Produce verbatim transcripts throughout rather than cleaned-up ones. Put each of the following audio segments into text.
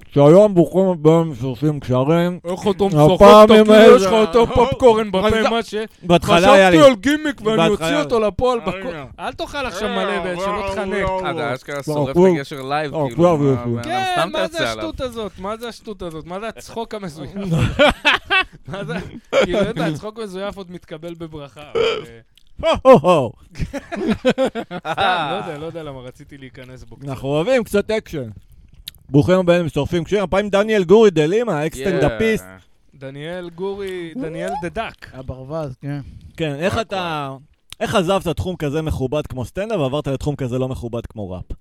שהיום ברוכים הבאים שורפים קשרים. איך אתה משחק את הכי, יש לך יותר פופקורן בפה, מה ש... בהתחלה היה לי... חשבתי על גימיק ואני אוציא אותו לפועל בכל... אל תאכל עכשיו מלא שלא תחנק. אה, זה אשכרה שורף בגשר לייב, כאילו. כן, מה זה השטות הזאת? מה זה השטות הזאת? מה זה הצחוק המזויף? מה זה... כאילו, אתה, הצחוק מזויף עוד מתקבל בברכה. הו-הו-הו. סתם, לא יודע, לא יודע למה רציתי להיכנס בו. אנחנו אוהבים קצת אקשן. ברוכים הבאים שורפים קשרים. הפעם דניאל גורי דלימה, אקסטנדאפיסט. דניאל גורי, דניאל דדק. הברווז, כן. כן, איך אתה... איך עזבת תחום כזה מכובד כמו סטנדאפ ועברת לתחום כזה לא מכובד כמו ראפ?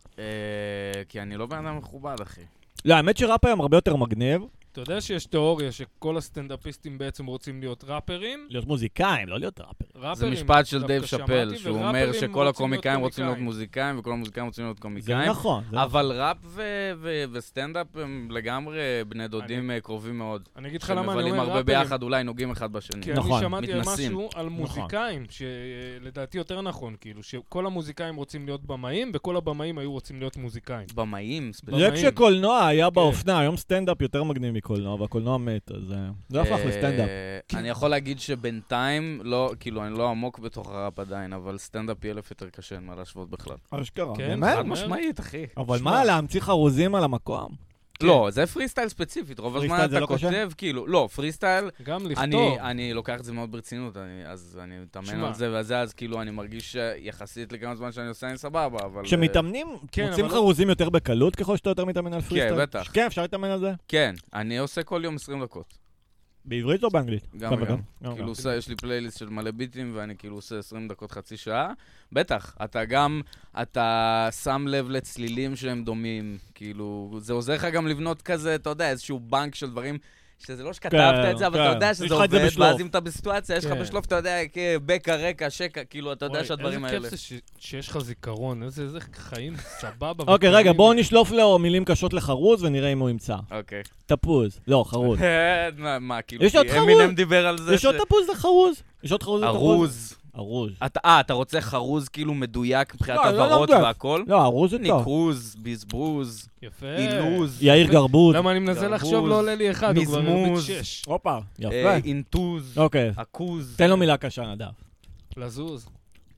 כי אני לא בן אדם מכובד, אחי. לא, האמת שראפ היום הרבה יותר מגניב. אתה יודע שיש תיאוריה שכל הסטנדאפיסטים בעצם רוצים להיות ראפרים? להיות מוזיקאים, לא להיות ראפרים. זה משפט של דייב שאפל, שהוא אומר שכל הקומיקאים רוצים להיות מוזיקאים וכל המוזיקאים רוצים להיות קומיקאים. זה נכון. אבל ראפ וסטנדאפ הם לגמרי בני דודים קרובים מאוד. אני אגיד לך למה אני אומר שמבלים הרבה ביחד, אולי נוגעים אחד בשני. כי אני שמעתי על משהו על מוזיקאים, שלדעתי יותר נכון, כאילו, שכל המוזיקאים רוצים להיות במאים, וכל הבמאים היו רוצים להיות מוזיקאים. במאים? זה כשקולנוע היה באופנה, היום סטנדאפ יותר מגניב מקולנוע, והקולנוע מת, אז זה הפך לסטנדאפ. אני יכול להגיד שבינתיים, לא, כאילו, אני לא עמוק בתוך הראפ עדיין, אבל סטנדאפ יהיה אלף יותר קשה, מה להשוות בכלל. אשכרה, באמת? חד משמעית, אחי. אבל מה, להמציא חרוזים על המקום? לא, זה פרי סטייל ספציפית, רוב הזמן אתה כותב, כאילו, לא, פרי סטייל, גם לכתוב. אני לוקח את זה מאוד ברצינות, אז אני מתאמן על זה וזה, אז כאילו אני מרגיש יחסית לכמה זמן שאני עושה, אני סבבה, אבל... כשמתאמנים, מוצאים חרוזים יותר בקלות ככל שאתה יותר מתאמן על פרי סטייל? כן, בטח. כן, אפשר להתאמן על זה? כן, אני עושה כל יום עשרים דקות. בעברית או באנגלית? גם וגם. כאילו, יש לי פלייליסט של מלא ביטים, ואני כאילו עושה עשרים דקות חצי שעה. בטח, אתה גם, אתה שם לב לצלילים שהם דומים, כאילו, זה עוזר לך גם לבנות כזה, אתה יודע, איזשהו בנק של דברים, שזה לא שכתבת את זה, אבל אתה יודע שזה עובד, ואז אם אתה בסיטואציה, יש לך בשלוף, אתה יודע, בקע, רקע, שקע, כאילו, אתה יודע שהדברים האלה. איזה כיף זה שיש לך זיכרון, איזה חיים סבבה. אוקיי, רגע, בואו נשלוף לו מילים קשות לחרוז ונראה אם הוא ימצא. אוקיי. תפוז, לא, חרוז. מה, כאילו, יש עוד חרוז. אמינם דיבר על זה. יש עוד תפוז לחרוז. יש עוד חרוז לתפוז. ארוז. ארוז. אה, אתה רוצה חרוז כאילו מדויק מבחינת עברות והכל? לא, ארוז זה טוב. ניקוז, בזבוז, יפה. אילוז. יאיר גרבוז. למה אני מנסה לחשוב לא עולה לי אחד, הוא כבר הרביץ שש. הופה, יפה. אינטוז, אוקיי. עקוז. תן לו מילה קשה, נדב. לזוז.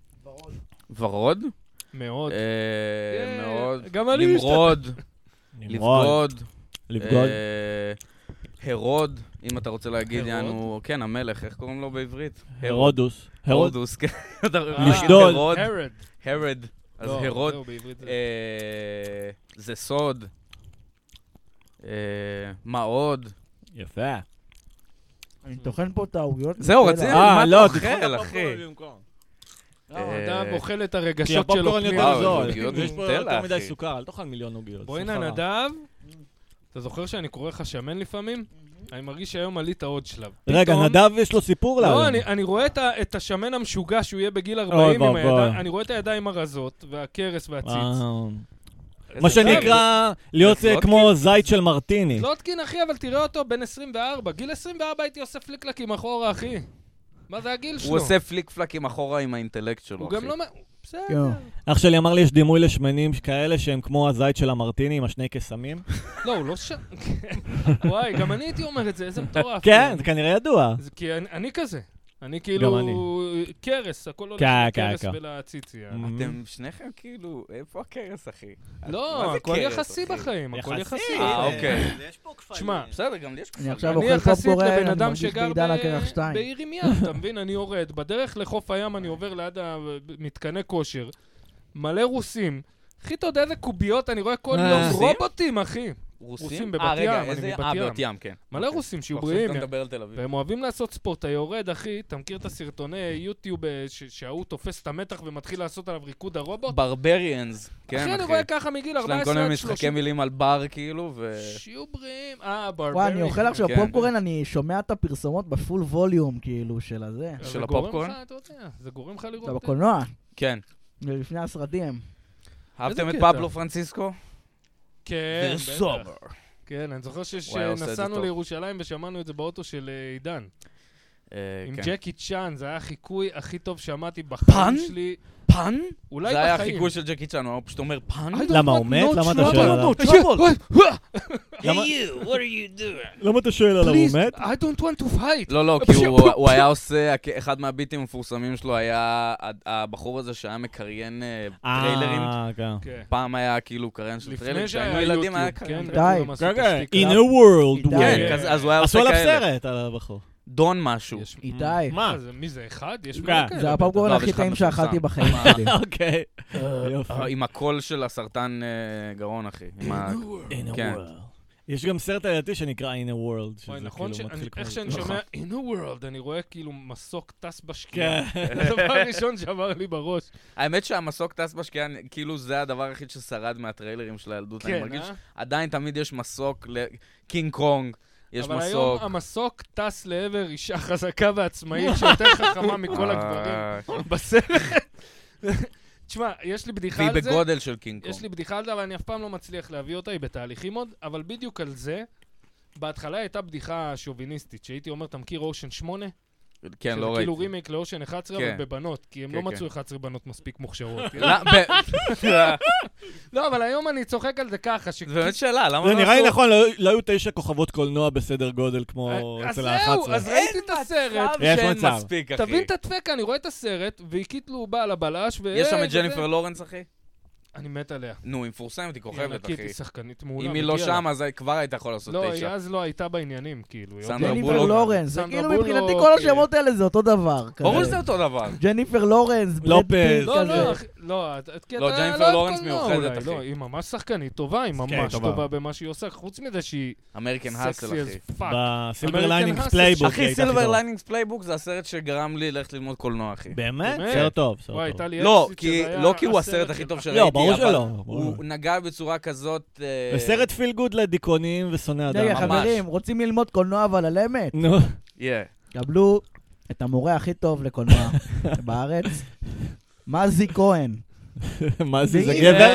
ורוד? מאוד. מאוד. גם אני למרוד. לבגוד. לבגוד. הרוד, אם אתה רוצה להגיד, יענו, כן, המלך, איך קוראים לו בעברית? הרודוס. הרודוס, כן. לשדוד. הרד. הרד. אז הרוד. זה סוד. מה עוד? יפה. אני טוחן פה טעויות. זהו, רציתי, מה אתה אוכל, אחי? אדם אוכל את הרגשות כי שלו הפופקורן פנימה. יותר זול. עוגיות יש פה נוטלה, יותר מדי אחי. סוכר, אל תאכל מיליון עוגיות. בואי נדב, אתה זוכר שאני קורא לך שמן לפעמים? אני מרגיש שהיום עלית עוד שלב. רגע, נדב יש לו סיפור להיום. לא, אני רואה את השמן המשוגע שהוא יהיה בגיל ארבעים, אני רואה את הידיים הרזות, והקרס והציץ. מה שנקרא להיות כמו זית של מרטיני. זלוטקין, אחי, אבל תראה אותו בן עשרים וארבע. גיל עשרים וארבע הייתי עושה פליקלקים אחורה, אחי. מה זה הגיל שלו? הוא עושה פליק פלקים אחורה עם האינטלקט שלו, אחי. הוא גם לא... בסדר. אח שלי אמר לי יש דימוי לשמנים כאלה שהם כמו הזית של המרטיני עם השני קסמים. לא, הוא לא ש... וואי, גם אני הייתי אומר את זה, איזה מטורף. כן, זה כנראה ידוע. כי אני כזה. אני כאילו... קרס, הכל הולך לקרס ולציציה. אתם שניכם כאילו... איפה הקרס, אחי? לא, הכל יחסי בחיים, הכל יחסי. אה, אוקיי. תשמע, בסדר, גם לי יש כפיים. אני עכשיו אני אוכל יחסית פופקורן, לבן אני אדם מרגיש שגר בעידן הקרח שתיים. בעיר עם ים, אתה מבין? אני יורד. בדרך לחוף הים אני עובר ליד המתקני כושר. מלא רוסים. אחי, אתה יודע איזה קוביות, אני רואה כל יום רובוטים, אחי. רוסים בבת ים, אני בבת ים. בבת ים, כן. מלא רוסים שיהיו בריאים. מדבר על תל אביב. והם אוהבים לעשות ספורט. אתה יורד, אחי, אתה מכיר את הסרטוני יוטיוב שההוא תופס את המתח ומתחיל לעשות עליו ריקוד הרובוט? ברבריאנס. אחי, אני רואה ככה מגיל ארבע עשרה יש להם כל מיני משחקי מילים על בר, כאילו, ו... שיהיו בריאים. אה, ברבריאנס. וואי, אני אוכל עכשיו פופקורן, אני שומע את הפרסומות בפול ווליום, כאילו, של הזה. של הפופקורן? זה גורם לך לראות. אתה בקולנוע. כן. לפני הסרטים. אהבתם את פבלו פרנסיסקו? כן, בטח. כן, אני זוכר שנסענו לירושלים ושמענו את זה באוטו של עידן. עם ג'קי צ'אן, זה היה החיקוי הכי טוב שמעתי בחיים שלי. פן? אולי בחיים. זה היה החיקוי של ג'קי צ'אן, הוא פשוט אומר פן? למה הוא מת? למה אתה שואל עליו? Hey you, what are you doing? למה אתה שואל עליו, הוא מת? I don't want to fight. לא, לא, כי הוא היה עושה, אחד מהביטים המפורסמים שלו היה הבחור הזה שהיה מקריין טריילרים. פעם היה כאילו קריין של טריילרים, כשהיינו ילדים היה קריין. די. In a world. אז הוא היה עושה כאלה. עשו כאלה. עליו סרט על הבחור. דון משהו. איתי. מה? מי זה, אחד? יש כן. מלא כאלה. זה הפופקורן הכי טעים שאכלתי בחיים שלי. אוקיי. עם הקול של הסרטן גרון, אחי. In a world. יש גם סרט עלייתי שנקרא In a World. וואי, נכון שאיך שאני שומע In a World, אני רואה כאילו מסוק טס בשקיעה. זה הדבר הראשון שעבר לי בראש. האמת שהמסוק טס בשקיעה, כאילו זה הדבר היחיד ששרד מהטריילרים של הילדות. אני מרגיש עדיין תמיד יש מסוק לקינג קונג. יש אבל מסוק. היום המסוק טס לעבר אישה חזקה ועצמאית שיותר חכמה מכל הגברים בסרט. תשמע, יש לי בדיחה על זה. והיא בגודל של קינג קונג. יש לי בדיחה על זה, אבל אני אף פעם לא מצליח להביא אותה, היא בתהליכים עוד, אבל בדיוק על זה, בהתחלה הייתה בדיחה שוביניסטית, שהייתי אומר, אתה מכיר אושן שמונה? כן, לא ראיתי. שזה כאילו רימייק לאושן אחת עשרה, אבל בבנות, כי הם לא מצאו אחת עשרה בנות מספיק מוכשרות. לא, אבל היום אני צוחק על זה ככה. זה באמת שאלה, למה לא זה נראה לי נכון, לא היו תשע כוכבות קולנוע בסדר גודל כמו אצל ה-אחת עשרה. אז ראיתי את הסרט. יש מצב. תבין את הדפקה, אני רואה את הסרט, והקיטלו בעל הבלש, יש שם את ג'ניפר לורנס, אחי? אני מת עליה. נו, היא מפורסמת, היא כוכבת, אחי. היא שחקנית מעולה. אם היא לא שם, אז כבר היית יכול לעשות תשע. לא, היא אז לא הייתה בעניינים, כאילו. ג'ניפר לורנס, זה כאילו מבחינתי כל השמות האלה זה אותו דבר. ברור שזה אותו דבר. ג'ניפר לורנס, לופז. לא, לא, לא, לא, ג'ניפר לורנס מיוחדת, אחי. לא, היא ממש שחקנית טובה, היא ממש טובה במה שהיא עושה, חוץ מזה שהיא אמריקן הסל, אחי. בסילבר ליינינגס פלייבוק. אחי, סילבר ליינינגס פלייבוק זה הסרט שגרם לי ללכת ללמוד קולנוע, אחי. באמת? סרט טוב. לא, כי הוא הסרט הכי טוב שראיתי, ברור שלא. הוא נגע בצורה כזאת... בסרט פיל גוד לדיכאונים ושונא אדם. רגע, חברים, רוצים ללמוד קולנוע אבל על אמת? נו. קבלו את המורה הכי טוב לקולנוע בארץ, מזי כהן. מזי זה גבר?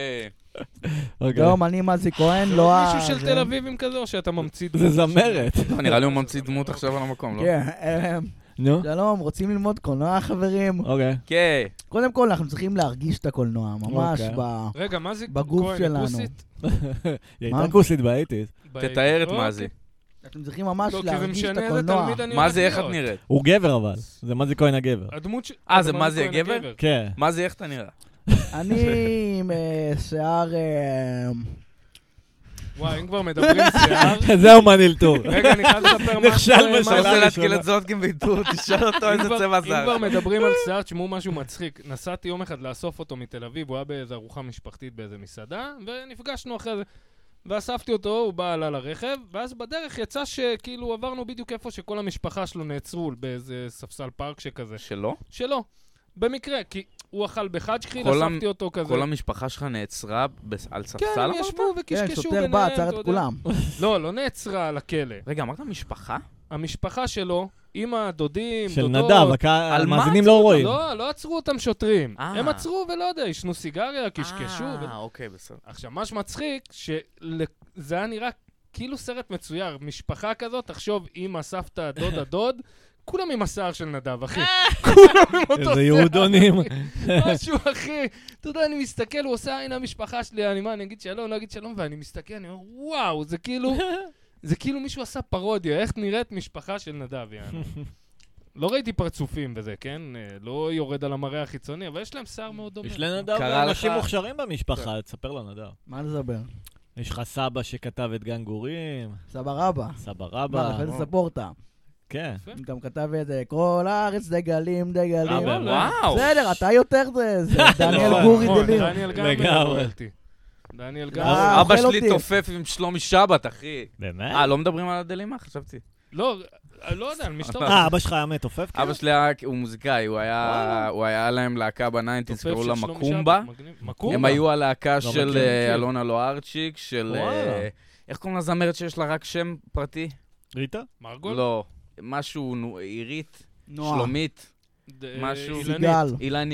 לא, אני מזי כהן, לא... מישהו של תל אביבים כזה או שאתה ממציא דמות? זה זמרת. נראה לי הוא ממציא דמות עכשיו על המקום, לא? כן, שלום, רוצים ללמוד קולנוע, חברים? אוקיי. כן. קודם כל, אנחנו צריכים להרגיש את הקולנוע, ממש בגוף שלנו. היא הייתה כוסית באייטיז. תתאר את מזי. אתם צריכים ממש להרגיש את הקולנוע. מזי, איך את נראית? הוא גבר אבל, זה מזי כהן הגבר. אה, זה מזי הגבר? כן. מזי, איך אתה נראה? אני עם שיער... וואי, אם כבר מדברים שיער... זהו מנילטור. רגע, אני חייב לספר משהו. נכשל בשאלה ראשונה. מה זה להתקיל את זודקין בעיטור? תשאל אותו איזה צבע זר. אם כבר מדברים על שיער, תשמעו משהו מצחיק. נסעתי יום אחד לאסוף אותו מתל אביב, הוא היה באיזו ארוחה משפחתית באיזה מסעדה, ונפגשנו אחרי זה. ואספתי אותו, הוא בא עלה לרכב, ואז בדרך יצא שכאילו עברנו בדיוק איפה שכל המשפחה שלו נעצרו באיזה ספסל פארק שכזה. שלו? שלו. במקרה, כי הוא אכל בחג'קי, אספתי אותו כזה. כל המשפחה שלך נעצרה על ספסל? כן, הם ישבו וקשקשו ביניהם. כן, שוטר בא, עצר את כולם. לא, לא נעצרה על הכלא. רגע, אמרת משפחה? המשפחה שלו, אמא, דודים, של דודות. נדב, המאזינים לא רואים. לא, לא עצרו אותם שוטרים. הם עצרו ולא יודע, ישנו סיגריה, קשקשו. אה, אוקיי, בסדר. עכשיו, מה שמצחיק, שזה היה נראה כאילו סרט מצויר. משפחה כזאת, תחשוב, אמא, סבתא, דודה, דוד, כולם עם השיער של נדב, אחי. כולם עם אותו שיער. איזה יהודונים. משהו, אחי. אתה יודע, אני מסתכל, הוא עושה, הנה המשפחה שלי, אני מה, אני אגיד שלום, לא אגיד שלום, ואני מסתכל, אני אומר, וואו, זה כאילו... זה כאילו מישהו עשה פרודיה, איך נראית משפחה של נדב, יענו. לא ראיתי פרצופים בזה, כן? לא יורד על המראה החיצוני, אבל יש להם שיער מאוד דומה. יש לנדב אנשים מוכשרים במשפחה, תספר לו נדב. מה נדבר? יש לך סבא שכתב את גן גורים. סבא רבא. סבא רבא. מה, אחרי זה ספורטה. כן. גם כתב את זה, כל הארץ דגלים, דגלים. וואו. בסדר, אתה יותר זה, דניאל גורי דליר. דניאל גם מרואלתי. דניאל גם. אבא שלי תופף עם שלומי שבת, אחי. באמת? אה, לא מדברים על הדלימה? חשבתי. לא, לא יודע, על משתות. אה, אבא שלך היה מתופף? אבא שלי הוא מוזיקאי, הוא היה להם להקה בניינטיז, קראו לה מקומבה. הם היו הלהקה של אלונה לוארצ'יק, של... איך קוראים לזמרת שיש לה רק שם פרטי? ריטה? מרגול? לא, משהו, עירית, שלומית, משהו... סיגל. אילנית.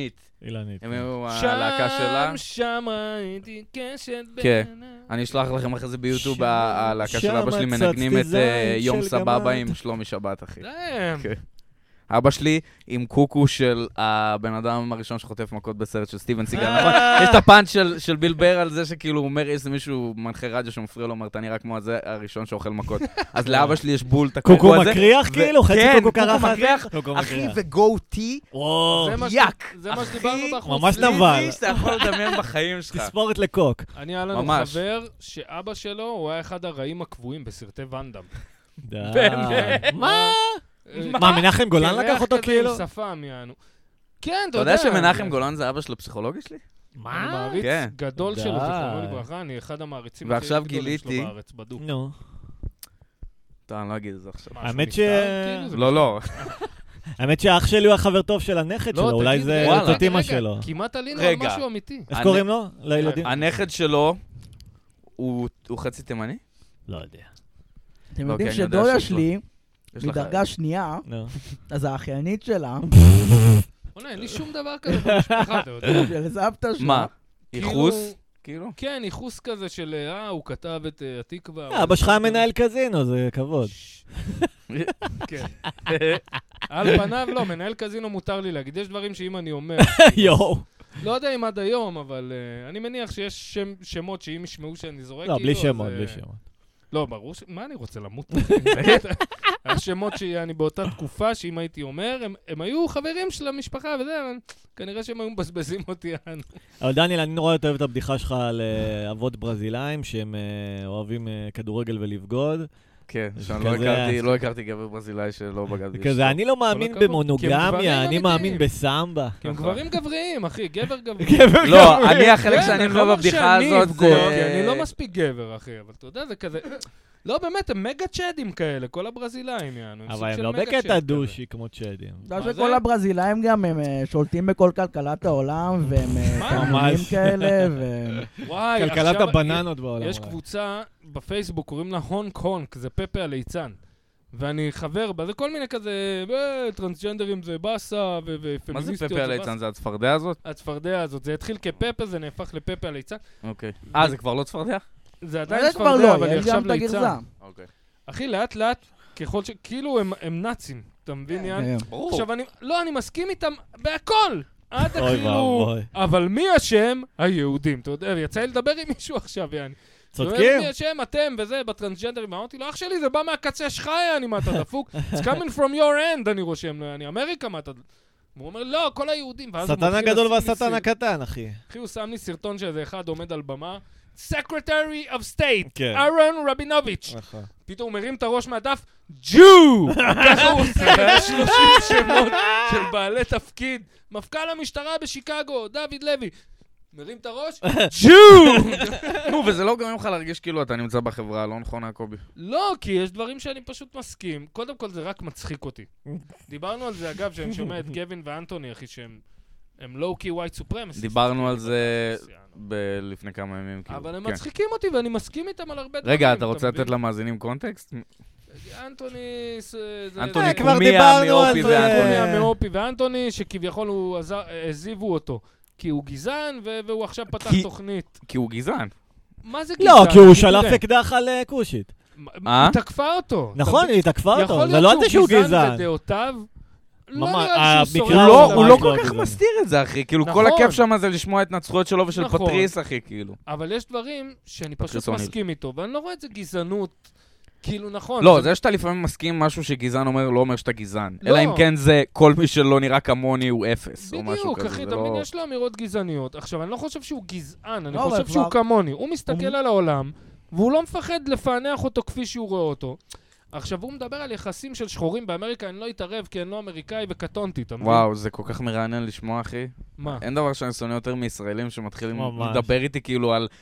אילנית. הם היו הלהקה שלה. שם, שם הייתי קשת כן. בעיניי. אני אשלח לכם אחרי זה ביוטיוב, שם- הלהקה של שם אבא שלי מצצתי מנגנים את זין אה, יום של סבבה גמד. עם שלומי שבת, אחי. דאם. כן. אבא שלי עם קוקו של הבן אדם הראשון שחוטף מכות בסרט של סטיבן סיגל, נכון? יש את הפאנץ' של, של ביל בר על זה שכאילו הוא אומר, יש מישהו מנחה רדיו שמפריע לו, אומר, אתה נראה כמו הזה הראשון שאוכל מכות. אז לאבא שלי יש בול את הקוקו קוקו הזה. מקריח כאילו? חצי כן, קוקו קרחת? קוקו מקריח. קוקו אחי, מקריח. וגו טי, וואו, זה מה ש- יאק. זה מה אחי, שדיברנו בחוץ. ממש נבל. ליבי שאתה יכול לדמיין בחיים שלך. תספורת לקוק. אני היה לנו ממש. חבר שאבא שלו הוא היה אחד הרעים הקבועים בסרטי ואנדאם. די. באמת? מה? מה, מנחם גולן לקח אותו כאילו? קרח כזה עם שפם, יענו. כן, אתה אתה יודע יודע. שמנחם גולן זה אבא של הפסיכולוגי שלי? אני מה? מעריץ כן. גדול די. שלו, זכרונו לברכה, אני אחד המעריצים ועכשיו הכי גדולים שלו גיליתי- בארץ, בדוק. נו. טוב, אני לא אגיד את זה עכשיו. מה, האמת שהוא נפטר? ש- כאילו, זה לא, לא. האמת שאח שלי הוא החבר טוב של הנכד לא, שלו, אולי תגיד, זה רגע, זאת רגע, אמא רגע, שלו. כמעט עלינו על רגע. משהו אמיתי. איך הנ- קוראים לו? לילדים? הנכד שלו הוא הוא חצי תימני? לא יודע. אתם אוקיי, יודעים אני יודע שדודה שיש לו. שלי, יש לך- מדרגה שנייה, נו. אז האחיינית שלה, בוא'נה, אין לי שום דבר כזה במשפחה, אתה יודע. של סבתא שלה, מה? כאילו- ייחוס? כאילו? כן, ייחוס כזה של, אה, הוא כתב את אה, התקווה. אה, אבא שלך היה מנהל קזינו, זה כבוד. כן. על פניו לא, מנהל קזינו מותר לי להגיד. יש דברים שאם אני אומר, יואו. לא יודע אם עד היום, אבל אה, אני מניח שיש שם- שמות שאם ישמעו שאני זורק, לא, כאילו, בלי אז, שמות, אה, בלי שמות. לא, ברור ש... מה אני רוצה למות? השמות שאני באותה תקופה, שאם הייתי אומר, הם, הם היו חברים של המשפחה וזה, אבל כנראה שהם היו מבזבזים אותי. אבל דניאל, אני נורא אוהב את הבדיחה שלך על אה, אבות ברזילאים, שהם אה, אוהבים אה, כדורגל ולבגוד. כן, זה שאני לא כזה- הכרתי, לא הכרתי גבר ברזילאי שלא בגד באשתו. כזה, אני לא מאמין הכבוד, כי הם במונוגמיה, גברים אני אמיתיים. מאמין בסמבה. כי הם נכון. גברים גבריים, אחי, גבר גברי. גבר לא, גברי. אני החלק כן, שאני אני חושב לא אומר בבדיחה שאני הזאת אבגוד, זה... כי אני לא מספיק גבר, אחי, אבל אתה יודע, זה כזה... לא, באמת, הם מגה צ'אדים כאלה, כל הברזילאים, יענו. אבל הם לא בקטע דושי כמו צ'אדים. אתה יודע מה שכל זה? הברזילאים גם הם אה, שולטים בכל כלכלת העולם, והם אה, מה? פעמונים ממש. כאלה, ו... וואי, כלכלת עכשיו- הבננות בעולם. יש קבוצה בפייסבוק, קוראים לה הונג קונג, זה פפה הליצן. ואני חבר בה, זה כל מיני כזה, אה, טרנסג'נדרים זה באסה, ו- ופמיניסטיות מה זה זה פפה באסה. הליצן? זה הצפרדע הזאת? הצפרדע הזאת, זה התחיל כפפה, זה נהפך לפפה הליצן. אוקיי. אה, זה כבר לא צפרדע? זה אבל עדיין זה כבר צפרדע, לא, אבל היא יש גם עכשיו את הגרזה. ליצן. אוקיי. אחי, לאט לאט, ככל ש... כאילו הם, הם נאצים, אתה מבין, יאן? כן. ברור. עכשיו, אני... לא, אני מסכים איתם בהכל. עד אוי כאילו... ואבוי. אבל מי אשם? היהודים. אתה יודע, יצא לי לדבר עם מישהו עכשיו, יאני. צודקים? מי אשם? אתם וזה, בטרנסג'נדרים. אמרתי לו, אח שלי, זה בא מהקצה שלך, יאני, מה אתה דפוק? It's coming from your end, אני רושם. אני אמריקה, מה אתה... הוא אומר, לא, כל היהודים. ואז הוא השטן מתחיל הגדול לשים לי והשטן סרט- הקטן, אחי. אחי, הוא שם לי סרטון שאיזה אחד עומד על במה. Secretary of State, כן. אהרון רבינוביץ'. נכון. פתאום הוא מרים את הראש מהדף, ג'ו! ככה הוא עושה שלושים שמות של בעלי תפקיד. מפכ"ל המשטרה בשיקגו, דוד לוי. מרים את הראש, ג'ו! נו, וזה לא גורם לך להרגיש כאילו אתה נמצא בחברה הלא נכונה, קובי. לא, כי יש דברים שאני פשוט מסכים. קודם כל זה רק מצחיק אותי. דיברנו על זה, אגב, שאני שומע את גווין ואנטוני, אחי, שהם הם לואו-קי ווייט סופרמסיסט. דיברנו על זה ב- לפני כמה ימים, כאילו. אבל הם כן. מצחיקים אותי ואני מסכים איתם על הרבה דברים. רגע, אתה רוצה מבין? לתת למאזינים קונטקסט? אנטוני... זה- זה- אנטוני אה, כבר קומיה, דיברנו על מאופי זה. ואנטוני. אנטוני המאופי ואנטוני, שכביכול הוא עזר- העזיבו אותו. כי הוא גזען, ו- והוא עכשיו פתח כי- תוכנית. כי הוא גזען. מה זה גזען? לא, כי הוא אני שלף תראה, אקדח על אה, כושית. מ- אה? היא תקפה אותו. נכון, אתה היא תקפה מבין? אותו. יכול זה לא על להיות זה שהוא שהוא גזען. גזען בדעותיו. לא ממש, נראה לי שהוא המקרה שורד הוא לא- דבר הוא לא כזה. כל כך גזען. מסתיר את זה, אחי. כאילו, כל נכון. הכיף שם זה לשמוע את ההתנצחויות שלו ושל נכון. פטריס, אחי, כאילו. אבל יש דברים שאני פשוט פטריס אוניל. מסכים איתו, ואני לא רואה את זה גזענות. כאילו, נכון. לא, זה שאתה לפעמים מסכים משהו שגזען אומר, לא אומר שאתה גזען. לא. אלא אם כן זה כל מי שלא נראה כמוני הוא אפס, או משהו בדיוק, כזה. אחי, זה אתה מבין, לא- יש לו אמירות גזעניות. עכשיו, אני לא חושב שהוא גזען, אני לא, אבל חושב שהוא כבר- כמוני. הוא מסתכל הוא- על העולם, והוא לא מפחד לפענח אותו כפי שהוא רואה אותו. עכשיו, הוא מדבר על יחסים של שחורים באמריקה, אני לא אתערב, כי אני לא אמריקאי וקטונתי, אתה מבין? וואו, זה כל כך מרענן לשמוע, אחי. מה? אין דבר שאני שונא יותר מישראלים שמתחילים ממש. לדבר איתי כאילו על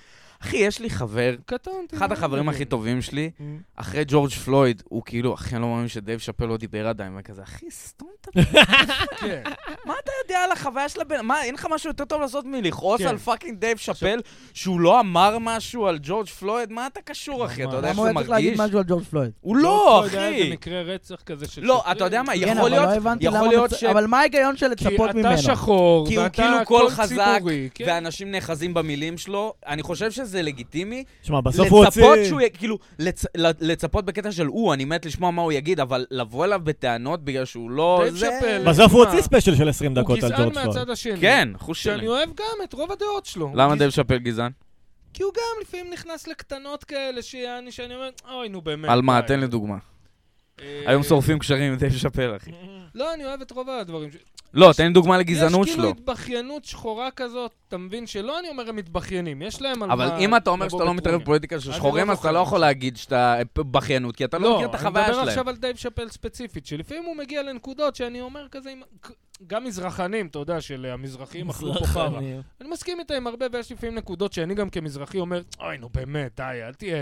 אחי, יש לי חבר, קטונתי. אחד החברים הכי טובים שלי, אחרי ג'ורג' פלויד, הוא כאילו, אחי, אני לא מאמין שדייב שאפל לא דיבר עדיין, וכזה, אחי, סתום את הפרק. מה אתה יודע על החוויה של הבן? מה, אין לך משהו יותר טוב לעשות מלכעוס על פאקינג דייב שאפל, שהוא לא אמר משהו על ג'ורג' פלויד? מה אתה קשור, אחי? אתה יודע איך זה מרגיש? למה הוא היה צריך להגיד משהו על ג'ורג' פלויד? הוא לא, אחי. היה איזה מקרה רצח כזה של לא, אתה יודע מה, יכול להיות, יכול להיות ש... אבל מה ההיגיון של לצפות ממנו? כי אתה שחור, כי הוא ואתה כאילו קול חזק, ציבורי, כן? ואנשים נאחזים במילים שלו. אני חושב שזה לגיטימי. שמע, בסוף הוא הוציא... לצפות שהוא, כאילו, לצ... לצפות בקטע של הוא, אני מת לשמוע מה הוא יגיד, אבל לבוא אליו בטענות בגלל שהוא לא... דייב שאפל. בסוף הוא הוציא ספיישל של עשרים דקות על ג'ורג' הוא פלויד. גזען מהצד השני. כן, חוש שלי. שאני אוהב גם את רוב הדעות שלו. למה דייב שאפל גזען? כי הוא גם לפעמים נכנס לקטנות כאלה, שאני, שאני אומר, אוי, נו באמת. על מה? תן לי דוגמה. היום שורפים קשרים עם דייב שאפל, אחי. לא, אני אוהב את רוב הדברים. לא, תן לי דוגמה לגזענות יש שלו. כאילו התבכיינות שחורה כזאת, אתה מבין שלא אני אומר הם מתבכיינים, יש להם על מה... אבל אם אתה אומר שאתה לא מתערב בפוליטיקה של שחורים, אז אתה לא יכול להגיד שאתה בכיינות, כי אתה לא מכיר את החוויה שלהם. לא, אני מדבר עכשיו על דייב שאפל ספציפית, שלפעמים הוא מגיע לנקודות שאני אומר כזה, גם מזרחנים, אתה יודע, של המזרחים אכלו פה חרא. אני מסכים איתה עם הרבה, ויש לפעמים נקודות שאני גם כמזרחי אומר, אוי, נו באמת, די, אל תהיה...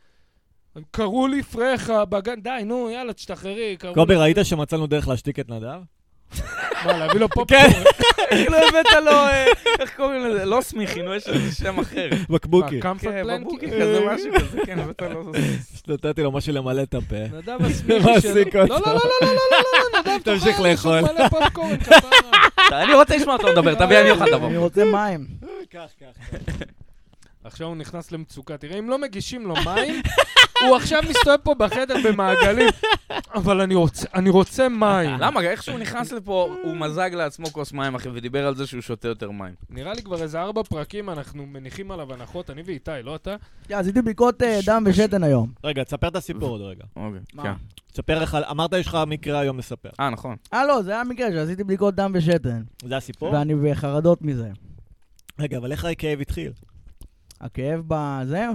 קראו לי פרחה בגן, די, נו, יאללה, תשתחררי. קובי, ראית שמצאנו דרך להשתיק את נדב? מה, להביא לו פופקורן? לא הבאת לו, איך קוראים לזה? לא סמיכי, נו, יש איזה שם אחר. בקבוקי. קמפרט פלנקי? בקבוקי כזה, משהו כזה, כן, הבאת לו... נתתי לו משהו למלא את הפה. נדב הסמיכי שלו. לא, לא, לא, לא, לא, לא, נדב תמשיך לאכול. מלא פופקורן, כפרה. אני רוצה לשמוע אותו מדבר, תביא אני אוכל דבר. אני רוצה מים. קח, קח. עכשיו הוא נכנס למצוקה. תראה, אם לא מגישים לו מים, הוא עכשיו מסתובב פה בחדר במעגלים. אבל אני רוצה, אני רוצה מים. למה? איך שהוא נכנס לפה, הוא מזג לעצמו כוס מים, אחי, ודיבר על זה שהוא שותה יותר מים. נראה לי כבר איזה ארבע פרקים אנחנו מניחים עליו הנחות, אני ואיתי, לא אתה? יא, עשיתי בדיקות דם ושתן היום. רגע, תספר את הסיפור עוד רגע. אוקיי, מה? כן. תספר לך, אמרת יש לך מקרה היום לספר. אה, נכון. אה, לא, זה היה מקרה שעשיתי בדיקות דם ושתן. זה הסיפור? ואני בחרדות מזה. רגע, אבל איך הכאב התחיל? הכאב בזה?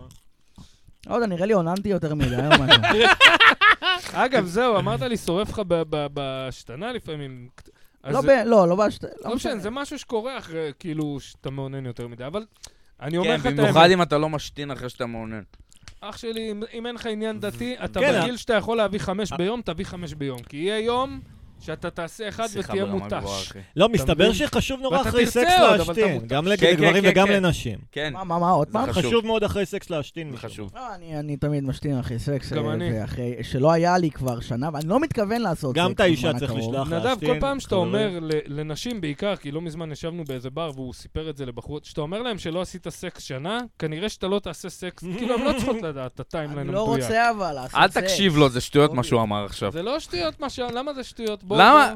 לא יודע, נראה לי עוננתי יותר מדי, או משהו. אגב, זהו, אמרת לי, שורף לך בשתנה לפעמים. לא, לא, לא בשתנה. לא משנה, זה משהו שקורה אחרי, כאילו, שאתה מעונן יותר מדי, אבל אני אומר לך את האמת. כן, במיוחד אם אתה לא משתין אחרי שאתה מעונן. אח שלי, אם אין לך עניין דתי, אתה בגיל שאתה יכול להביא חמש ביום, תביא חמש ביום. כי יהיה יום שאתה תעשה אחד ותהיה מותש. לא, מסתבר שחשוב נורא אחרי סקס להשתין, גם לגברים וגם לנשים. כן. מה, מה, מה, עוד פעם? חשוב מאוד אחרי סקס להשתין. זה חשוב. אני תמיד משתין אחרי סקס. גם אני. שלא היה לי כבר שנה, ואני לא מתכוון לעשות סקס. גם את האישה צריך לשלוח להשתין. נדב, כל פעם שאתה אומר לנשים בעיקר, כי לא מזמן ישבנו באיזה בר והוא סיפר את זה לבחורות, שאתה אומר להם שלא עשית סקס שנה, כנראה שאתה לא תעשה סקס, כאילו הם לא צריכות לדעת את הטיימליין אני לא המדויק. רוצה אבל לעשות סקס. אל תקשיב לו, זה שטויות מה שהוא אמר עכשיו. זה לא שטויות מה ש... למה זה שטויות? למה?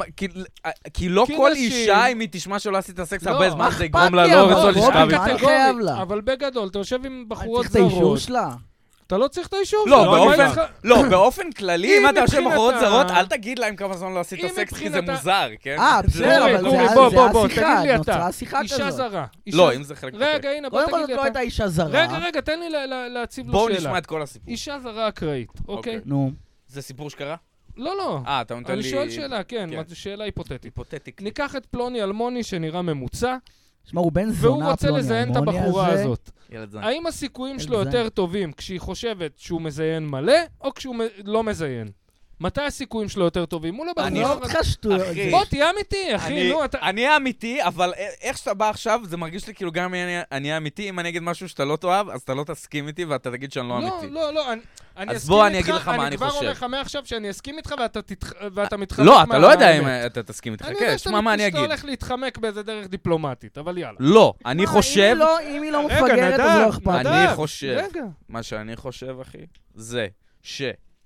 כי לא כל אישה, אם היא תשמע שלא עשית סקס הרבה זמן, זה יגרום לה לא רצון לשכב איתך. אבל בגדול, אתה יושב עם בחורות זרות. אני צריך את האישור שלה. אתה לא צריך את האישור שלה. לא, באופן כללי, אם אתה יושב עם בחורות זרות, אל תגיד להם כמה זמן לא עשית סקס, כי זה מוזר, כן? אה, בסדר, אבל זה השיחה, נוצרה שיחה כזאת. אישה זרה. לא, אם זה חלק אחר. רגע, הנה, בוא תגיד לי אתה. קודם כל לא הייתה אישה זרה. רגע, רגע, תן לי להציב לו שאלה. בואו נשמע את כל הסיפור. אישה זרה אקראית, אוקיי? נו. זה סיפור שקרה? לא, לא. אה, אתה נותן לי... אני שואל שאלה, כן, שאלה היפותטית. היפותטית. ניקח את פלוני אלמוני שנראה ממוצע, שמע, הוא בן זונה, והוא רוצה לזיין את הבחורה הזאת. ילד זין. האם הסיכויים שלו יותר טובים כשהיא חושבת שהוא מזיין מלא, או כשהוא לא מזיין? מתי הסיכויים שלו יותר טובים? מול הבחורה. אני לא אותך שטויות. בוא, תהיה אמיתי, אחי, נו, אתה... אני אהיה אמיתי, אבל איך שאתה בא עכשיו, זה מרגיש לי כאילו גם אני אהיה אמיתי, אם אני אגיד משהו שאתה לא תאהב, אז אתה לא תסכים איתי ואתה תגיד שאני לא אמיתי. לא, לא, לא, אני אז בוא, אני אגיד לך מה אני כבר חושב. אומר לך מעכשיו שאני אסכים איתך ואתה מתחמק. לא, אתה לא יודע אם אתה תסכים איתך. כן, שמע מה אני אגיד. אני יודע שאתה הולך להתחמק באיזה דרך דיפלומטית, אבל יאללה. לא, אני חושב... אם היא לא מפגרת, אז לא אכפת. אני חושב, מה שאני חושב, אחי, זה ש...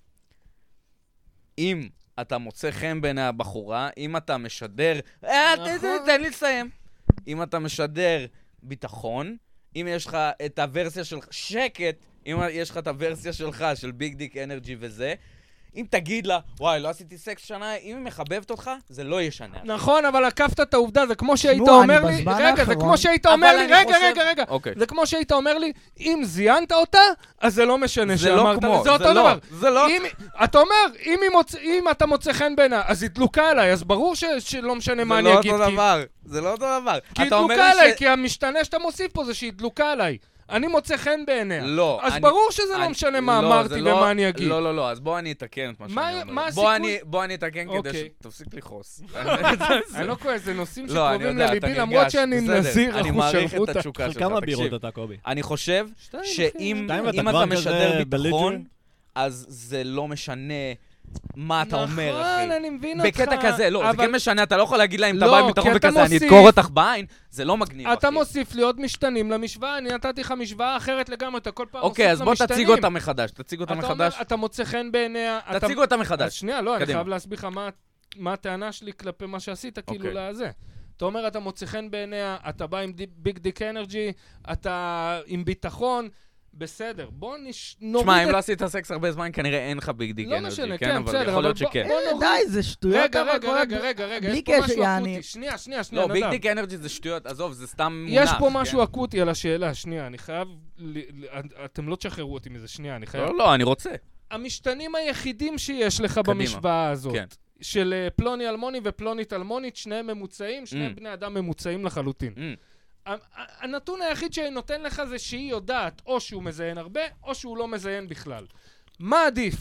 אם אתה מוצא חן בין הבחורה, אם אתה משדר... תן לי לסיים. אם אתה משדר ביטחון, אם יש לך את הוורסיה שלך... שקט! אם יש לך את הוורסיה שלך, של ביג דיק אנרג'י וזה, אם תגיד לה, וואי, לא עשיתי סקס שנה, אם היא מחבבת אותך, זה לא ישנה. נכון, אבל עקפת את העובדה, זה כמו שהיית אומר לי, רגע, זה כמו שהיית אומר לי, רגע, רגע, רגע, זה כמו שהיית אומר לי, אם זיינת אותה, אז זה לא משנה שאמרת, זה אותו דבר. זה לא... אתה אומר, אם אתה מוצא חן בינה, אז היא דלוקה עליי, אז ברור שלא משנה מה אני אגיד. זה לא אותו דבר, זה לא אותו דבר. כי היא דלוקה עליי, כי המשתנה שאתה מוסיף פה זה שהיא דלוקה עליי. אני מוצא חן בעיניה. לא. אז ברור שזה לא משנה מה אמרתי ומה אני אגיד. לא, לא, לא, אז בוא אני אתקן את מה שאני אומר. מה הסיכוי? בוא אני אתקן כדי שתפסיק לכעוס. אני לא כועס, זה נושאים שקרובים לליבי, למרות שאני נזיר אני מעריך את התשוקה שלך, כמה בירות אתה, קובי? אני חושב שאם אתה משדר ביטחון, אז זה לא משנה מה אתה אומר, אחי. נכון, אני מבין אותך. בקטע כזה, לא, זה כן משנה, אתה לא יכול להגיד להם, אתה בא עם ביטחון וכזה, אני אדקור אותך בעין, זה לא מגניב, אחי. אתה מוסיף לי עוד משתנים למשוואה, אני נתתי לך משוואה אחרת לגמרי, אתה כל פעם אוקיי, אז בוא תציג אותה מחדש, תציג אותה מחדש. אתה מוצא חן בעיניה. תציג אותה מחדש. אז שנייה, לא, אני חייב להסביר לך מה הטענה שלי כלפי מה שעשית, כאילו לזה. אתה אומר, אתה מוצא חן בעיניה, אתה בא עם ביג דיק אנרג'י, אתה עם ביטחון, בסדר, בוא נוריד... תשמע, אם לא עשית סקס הרבה זמן, כנראה אין לך ביג דיק אנרג'י, לא משנה, כן? כן, אבל בסדר, יכול להיות שכן. די, זה שטויות. רגע, רגע, רגע, רגע, רגע, יש פה משהו אקוטי. שנייה, שנייה, שנייה, לא, ביג דיק אנרג'י זה שטויות, עזוב, זה סתם מונח. יש פה משהו אקוטי על השאלה, שנייה, אני חייב... אתם לא תשחררו אותי מזה, שנייה, אני חייב... לא, לא, אני רוצה. המשתנים היחידים שיש לך במשוואה הזאת, של פלוני אלמוני ופלונית אלמונית, שניהם ממוצעים, שניהם בני אדם ממוצעים לחלוטין. הנתון היחיד שנותן לך זה שהיא יודעת או שהוא מזיין הרבה, או שהוא לא מזיין בכלל. מה עדיף?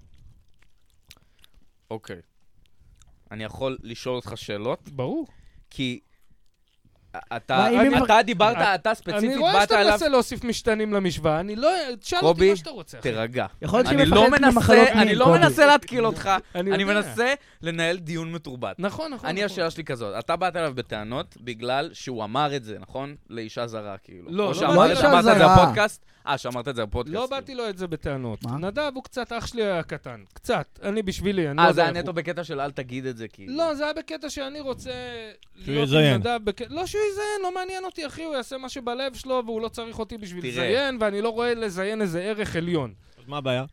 אוקיי. אני יכול לשאול אותך שאלות? ברור. כי אתה דיברת, אתה ספציפית, אני רואה שאתה מנסה להוסיף משתנים למשוואה, אני לא... תשאל אותי מה שאתה רוצה. קובי, תרגע. אני לא מנסה להתקיל אותך, אני מנסה לנהל דיון מתורבת. נכון, נכון. אני השאלה שלי כזאת, אתה באת אליו בטענות בגלל שהוא אמר את זה, נכון? לאישה זרה, כאילו. לא, לא אישה זרה. אה, שאמרת את זה בפודקאסט. לא באתי לו את זה בטענות. נדב הוא קצת אח שלי הקטן. קצת. אני בשבילי, אני לא יודע. אה, זה היה נטו בקטע של אל תגיד את זה, כאילו. לא, זה היה בקטע שאני רוצה... שהוא יזיין. לא שהוא יזיין, לא מעניין אותי, אחי. הוא יעשה מה שבלב שלו, והוא לא צריך אותי בשביל לזיין, ואני לא רואה לזיין איזה ערך עליון. אז מה הבעיה?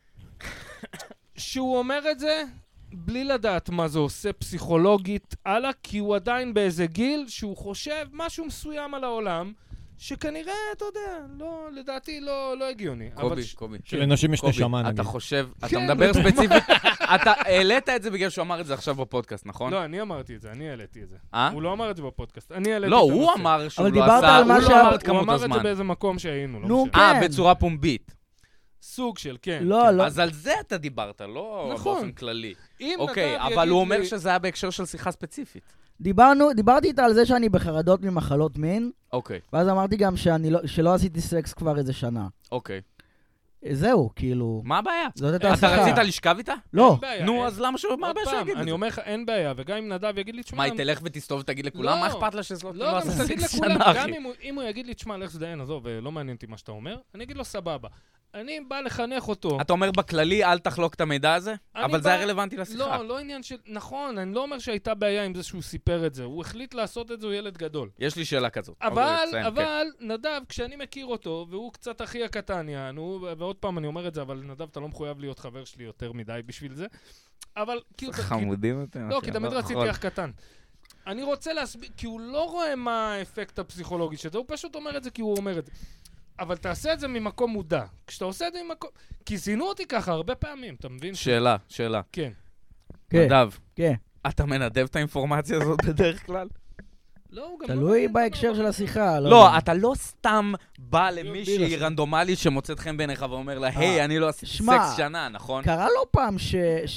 שהוא אומר את זה, בלי לדעת מה זה עושה פסיכולוגית הלאה, כי הוא עדיין באיזה גיל שהוא חושב משהו מסוים על העולם, שכנראה, אתה יודע, לא, לדעתי לא, לא הגיוני. קובי, קובי. שלנשים יש נשמה, נגיד. אתה חושב, אתה מדבר ספציפית, אתה העלית את זה בגלל שהוא אמר את זה עכשיו בפודקאסט, נכון? לא, אני אמרתי את זה, אני העליתי את זה. אה? הוא לא אמר את זה בפודקאסט, אני העליתי את לא, הנושא. הוא אמר שהוא לא דיברת עשה, על מה הוא לא שה- אמר את הוא כמות אמר את זה הזמן. באיזה מקום שהיינו, לא נו, משנה. אה, כן. בצורה פומבית. סוג של, כן. לא, כן. לא. אז על זה אתה דיברת, לא נכון. באופן כללי. אם אוקיי, נדב אבל יגיד הוא אומר לי- שזה היה בהקשר של שיחה ספציפית. דיברנו, דיברתי איתה על זה שאני בחרדות ממחלות מין, אוקיי, ואז אמרתי גם שאני לא, שלא עשיתי סקס כבר איזה שנה. אוקיי. זהו, כאילו... מה הבעיה? זאת הייתה אתה השיחה. רצית לשכב איתה? לא. אין בעיה, נו, אין- אז למה שהוא, מה עוד הבעיה פעם, שיגיד את אני זה? אומר לך, אין בעיה, וגם אם נדב יגיד לי, תשמע... מה, היא תלך ותסתובב ותגיד לכולם? לא. מה אכפת לה שזה לא, לא גם עשה תגיד סקס לכולם, שנה, גם אחי? אם הוא- אם הוא יגיד לי, תשמע, לך זדיין, עזוב, לא מעניין אותי מה שאתה אומר, אני אגיד לו, סבבה. אני בא לחנך אותו. אתה אומר בכללי, אל תחלוק את המידע הזה? אני אבל זה בא- היה רלוונטי לשיחה. לא, לא עניין של... נכון, אני לא אומר שהייתה בעיה עם זה שהוא סיפר את זה. הוא החליט לעשות את זה, הוא ילד גדול. יש לי שאלה כזאת. אבל, אוקיי, תסיים, כן. אבל, נדב, כשאני מכיר אותו, והוא קצת אחי הקטן, יענו, ועוד פעם אני אומר את זה, אבל נדב, אתה לא מחויב להיות חבר שלי יותר מדי בשביל זה. אבל, כאילו... חמודים אתם. לא, כי תמיד רציתי אח קטן. אני רוצה להסביר, כי הוא לא רואה מה האפקט הפסיכולוגי של זה, הוא פשוט אומר את זה כי הוא אומר את זה. אבל תעשה את זה ממקום מודע. כשאתה עושה את זה ממקום... כי זינו אותי ככה הרבה פעמים, אתה מבין? שאלה, שאלה. כן. כן, נדב, כן. אתה מנדב את האינפורמציה הזאת בדרך כלל? לא, הוא גם תלוי בהקשר של השיחה. לא, אתה לא סתם בא בלי למישהי לעשות. רנדומלית שמוצאת חן בעיניך ואומר לה, היי, אני לא עשיתי שמע, סקס שנה, נכון? קרה לא פעם ש-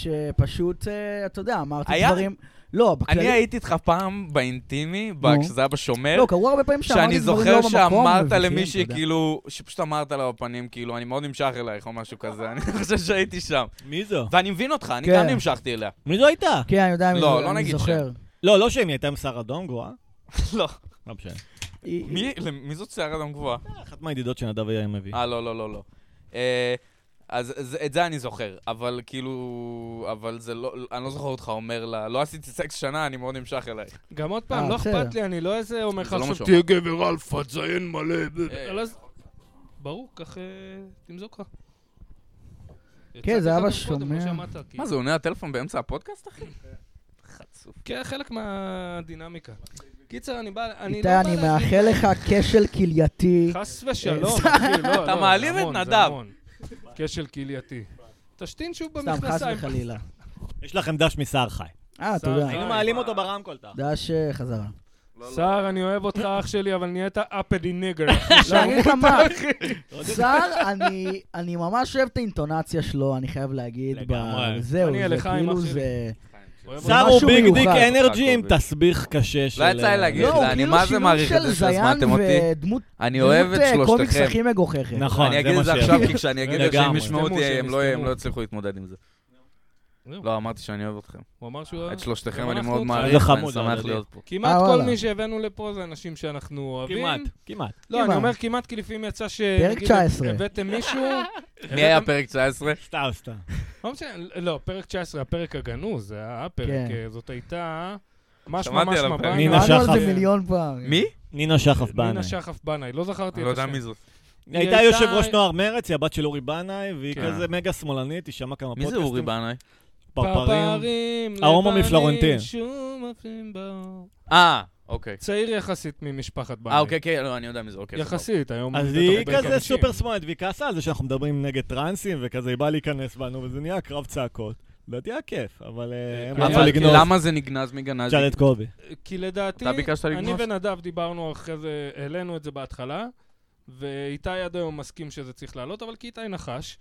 שפשוט, אה, אתה יודע, אמרתי היה? דברים... לא, אני בכללי... הייתי איתך פעם באינטימי, נו. כשזה היה בשומר, לא, קרו הרבה פעמים שאמרתי שאני דברים לא זוכר במקום. שאמרת מביכים, למישהי, אתה יודע. כאילו, שפשוט אמרת לה בפנים, כאילו, אני מאוד נמשך אלייך או משהו כזה, אני חושב שהייתי שם. מי זו? ואני מבין אותך, אני כן. גם נמשכתי אליה. מי זו הייתה? כן, אני יודע, לא, אני לא זוכר, אני נגיד זוכר. לא, לא שהם, היא הייתה עם שר אדום גרועה. לא. לא משנה. היא- מי מי זאת שיער אדם גבוהה? אחת מהידידות שנדב היה מביא. אה, לא, לא, לא, לא. אה, אז זה- את זה אני זוכר, אבל כאילו, אבל זה לא, אני לא זוכר אותך אומר לה, לא עשיתי סקס שנה, אני מאוד נמשך אלייך. גם עוד פעם, אה, לא בסדר. אכפת לי, אני לא איזה אומר לך זה לא מה עכשיו, שהוא תהיה גבר אלפא, תזיין מלא. אה. אבל אז... ברור, כך אה, תמזוק לך. כן, זה יצאתי אבא לך קודם, שומע. לא שמעת, כי- מה, זה עונה הטלפון באמצע הפודקאסט, אחי? חצוף. כן, חלק מהדינמיקה. קיצר, אני בא... אני איתי, לא בא אני להגיד- מאחל לך כשל כלייתי. חס ושלום, אחי, לא, אתה לא, מעליב זה את המון, זה נדב. המון. כשל כלייתי. תשתין שוב סתם, חס במכנסיים. וחלילה. יש לכם דש משר חי. אה, שר תודה. חי. היינו מעלים אותו ברמקול. אתה. דש אה, חזרה. שר, אני אוהב אותך אח שלי, אבל נהיית אפדי ניגר. לא, אני אגיד לך מה, שר, אני ממש אוהב את האינטונציה שלו, אני חייב להגיד. לגמרי. זהו, אני זה אלך עם כאילו אח שלי. זה... שר הוא משהו ביג דיק מיוחד. אנרג'י עם תסביך קשה של... לא יצא לי להגיד, לא, הוא אני כאילו מה זה שילוב מעריך את של זה זיין שהזמנתם אותי. ודמות אני אוהב את קומיקס שלושתכם. הכי מגוחכת. נכון, אני זה אגיד את מה זה ש... עכשיו, כי כשאני אגיד את זה, שהם לגמרי. ישמעו אותי, שהם הם לא- הם יסתמו. לא יצליחו להתמודד עם זה. לא, אמרתי שאני אוהב אתכם. הוא אמר שהוא... את שלושתכם גם אני אנחנו מאוד אותך. מעריך, זה ואני חמוד, שמח הדדי. להיות פה. כמעט אה, כל וואלה. מי שהבאנו לפה זה אנשים שאנחנו אוהבים. כמעט, כמעט. לא, אני כמעט. אומר כמעט, כי לפעמים יצא ש... פרק נגיד, תשע עשרה. הבאתם מישהו... מי היה פרק תשע עשרה? סתם, סתם. לא משנה, לא, פרק תשע עשרה, הפרק הגנוז, זה היה הפרק, כן. אה, זאת הייתה... ממש שמעתי ממש על הפרק. מבנה. נינה דיברנו על שחף. זה מיליון פעם. מי? נינה שחף בנאי. נינה שחף בנאי, לא זכרתי אני את לא השם. יודע מי זאת. היא הייתה הייתה- יושב ראש נוער מרץ, היא הבת של אורי בנאי, והיא כן. כזה מגה שמאלנית, היא שמעה כמה מי פודקאסטים. זה אורי בנאי? פרפרים. ההומו מפלורנטין. שום עפים באור. אה, אוקיי. צעיר יחסית ממשפחת בנאי. אה, אוקיי, כן, לא, אני יודע מי זה, אוקיי. יחסית, היום... אז בטח היא הוא בן כזה חמישים. סופר שמאלית, והיא כעסה על זה שאנחנו מדברים נגד טרנסים, וכזה היא באה להיכנס בנו, וזה נהיה קרב צעקות. לדעתי היה כיף, אבל אה, הם אה, רצו אבל לגנוז. למה זה נגנז? מי גנז? תשאל את קובי. כי לדעתי, אתה ביקשת אני לגנוז? ונדב דיברנו אחרי זה, העלינו את זה בהתחלה, ואיתי עד היום מסכים שזה צריך לעלות, אבל כי איתי נחש.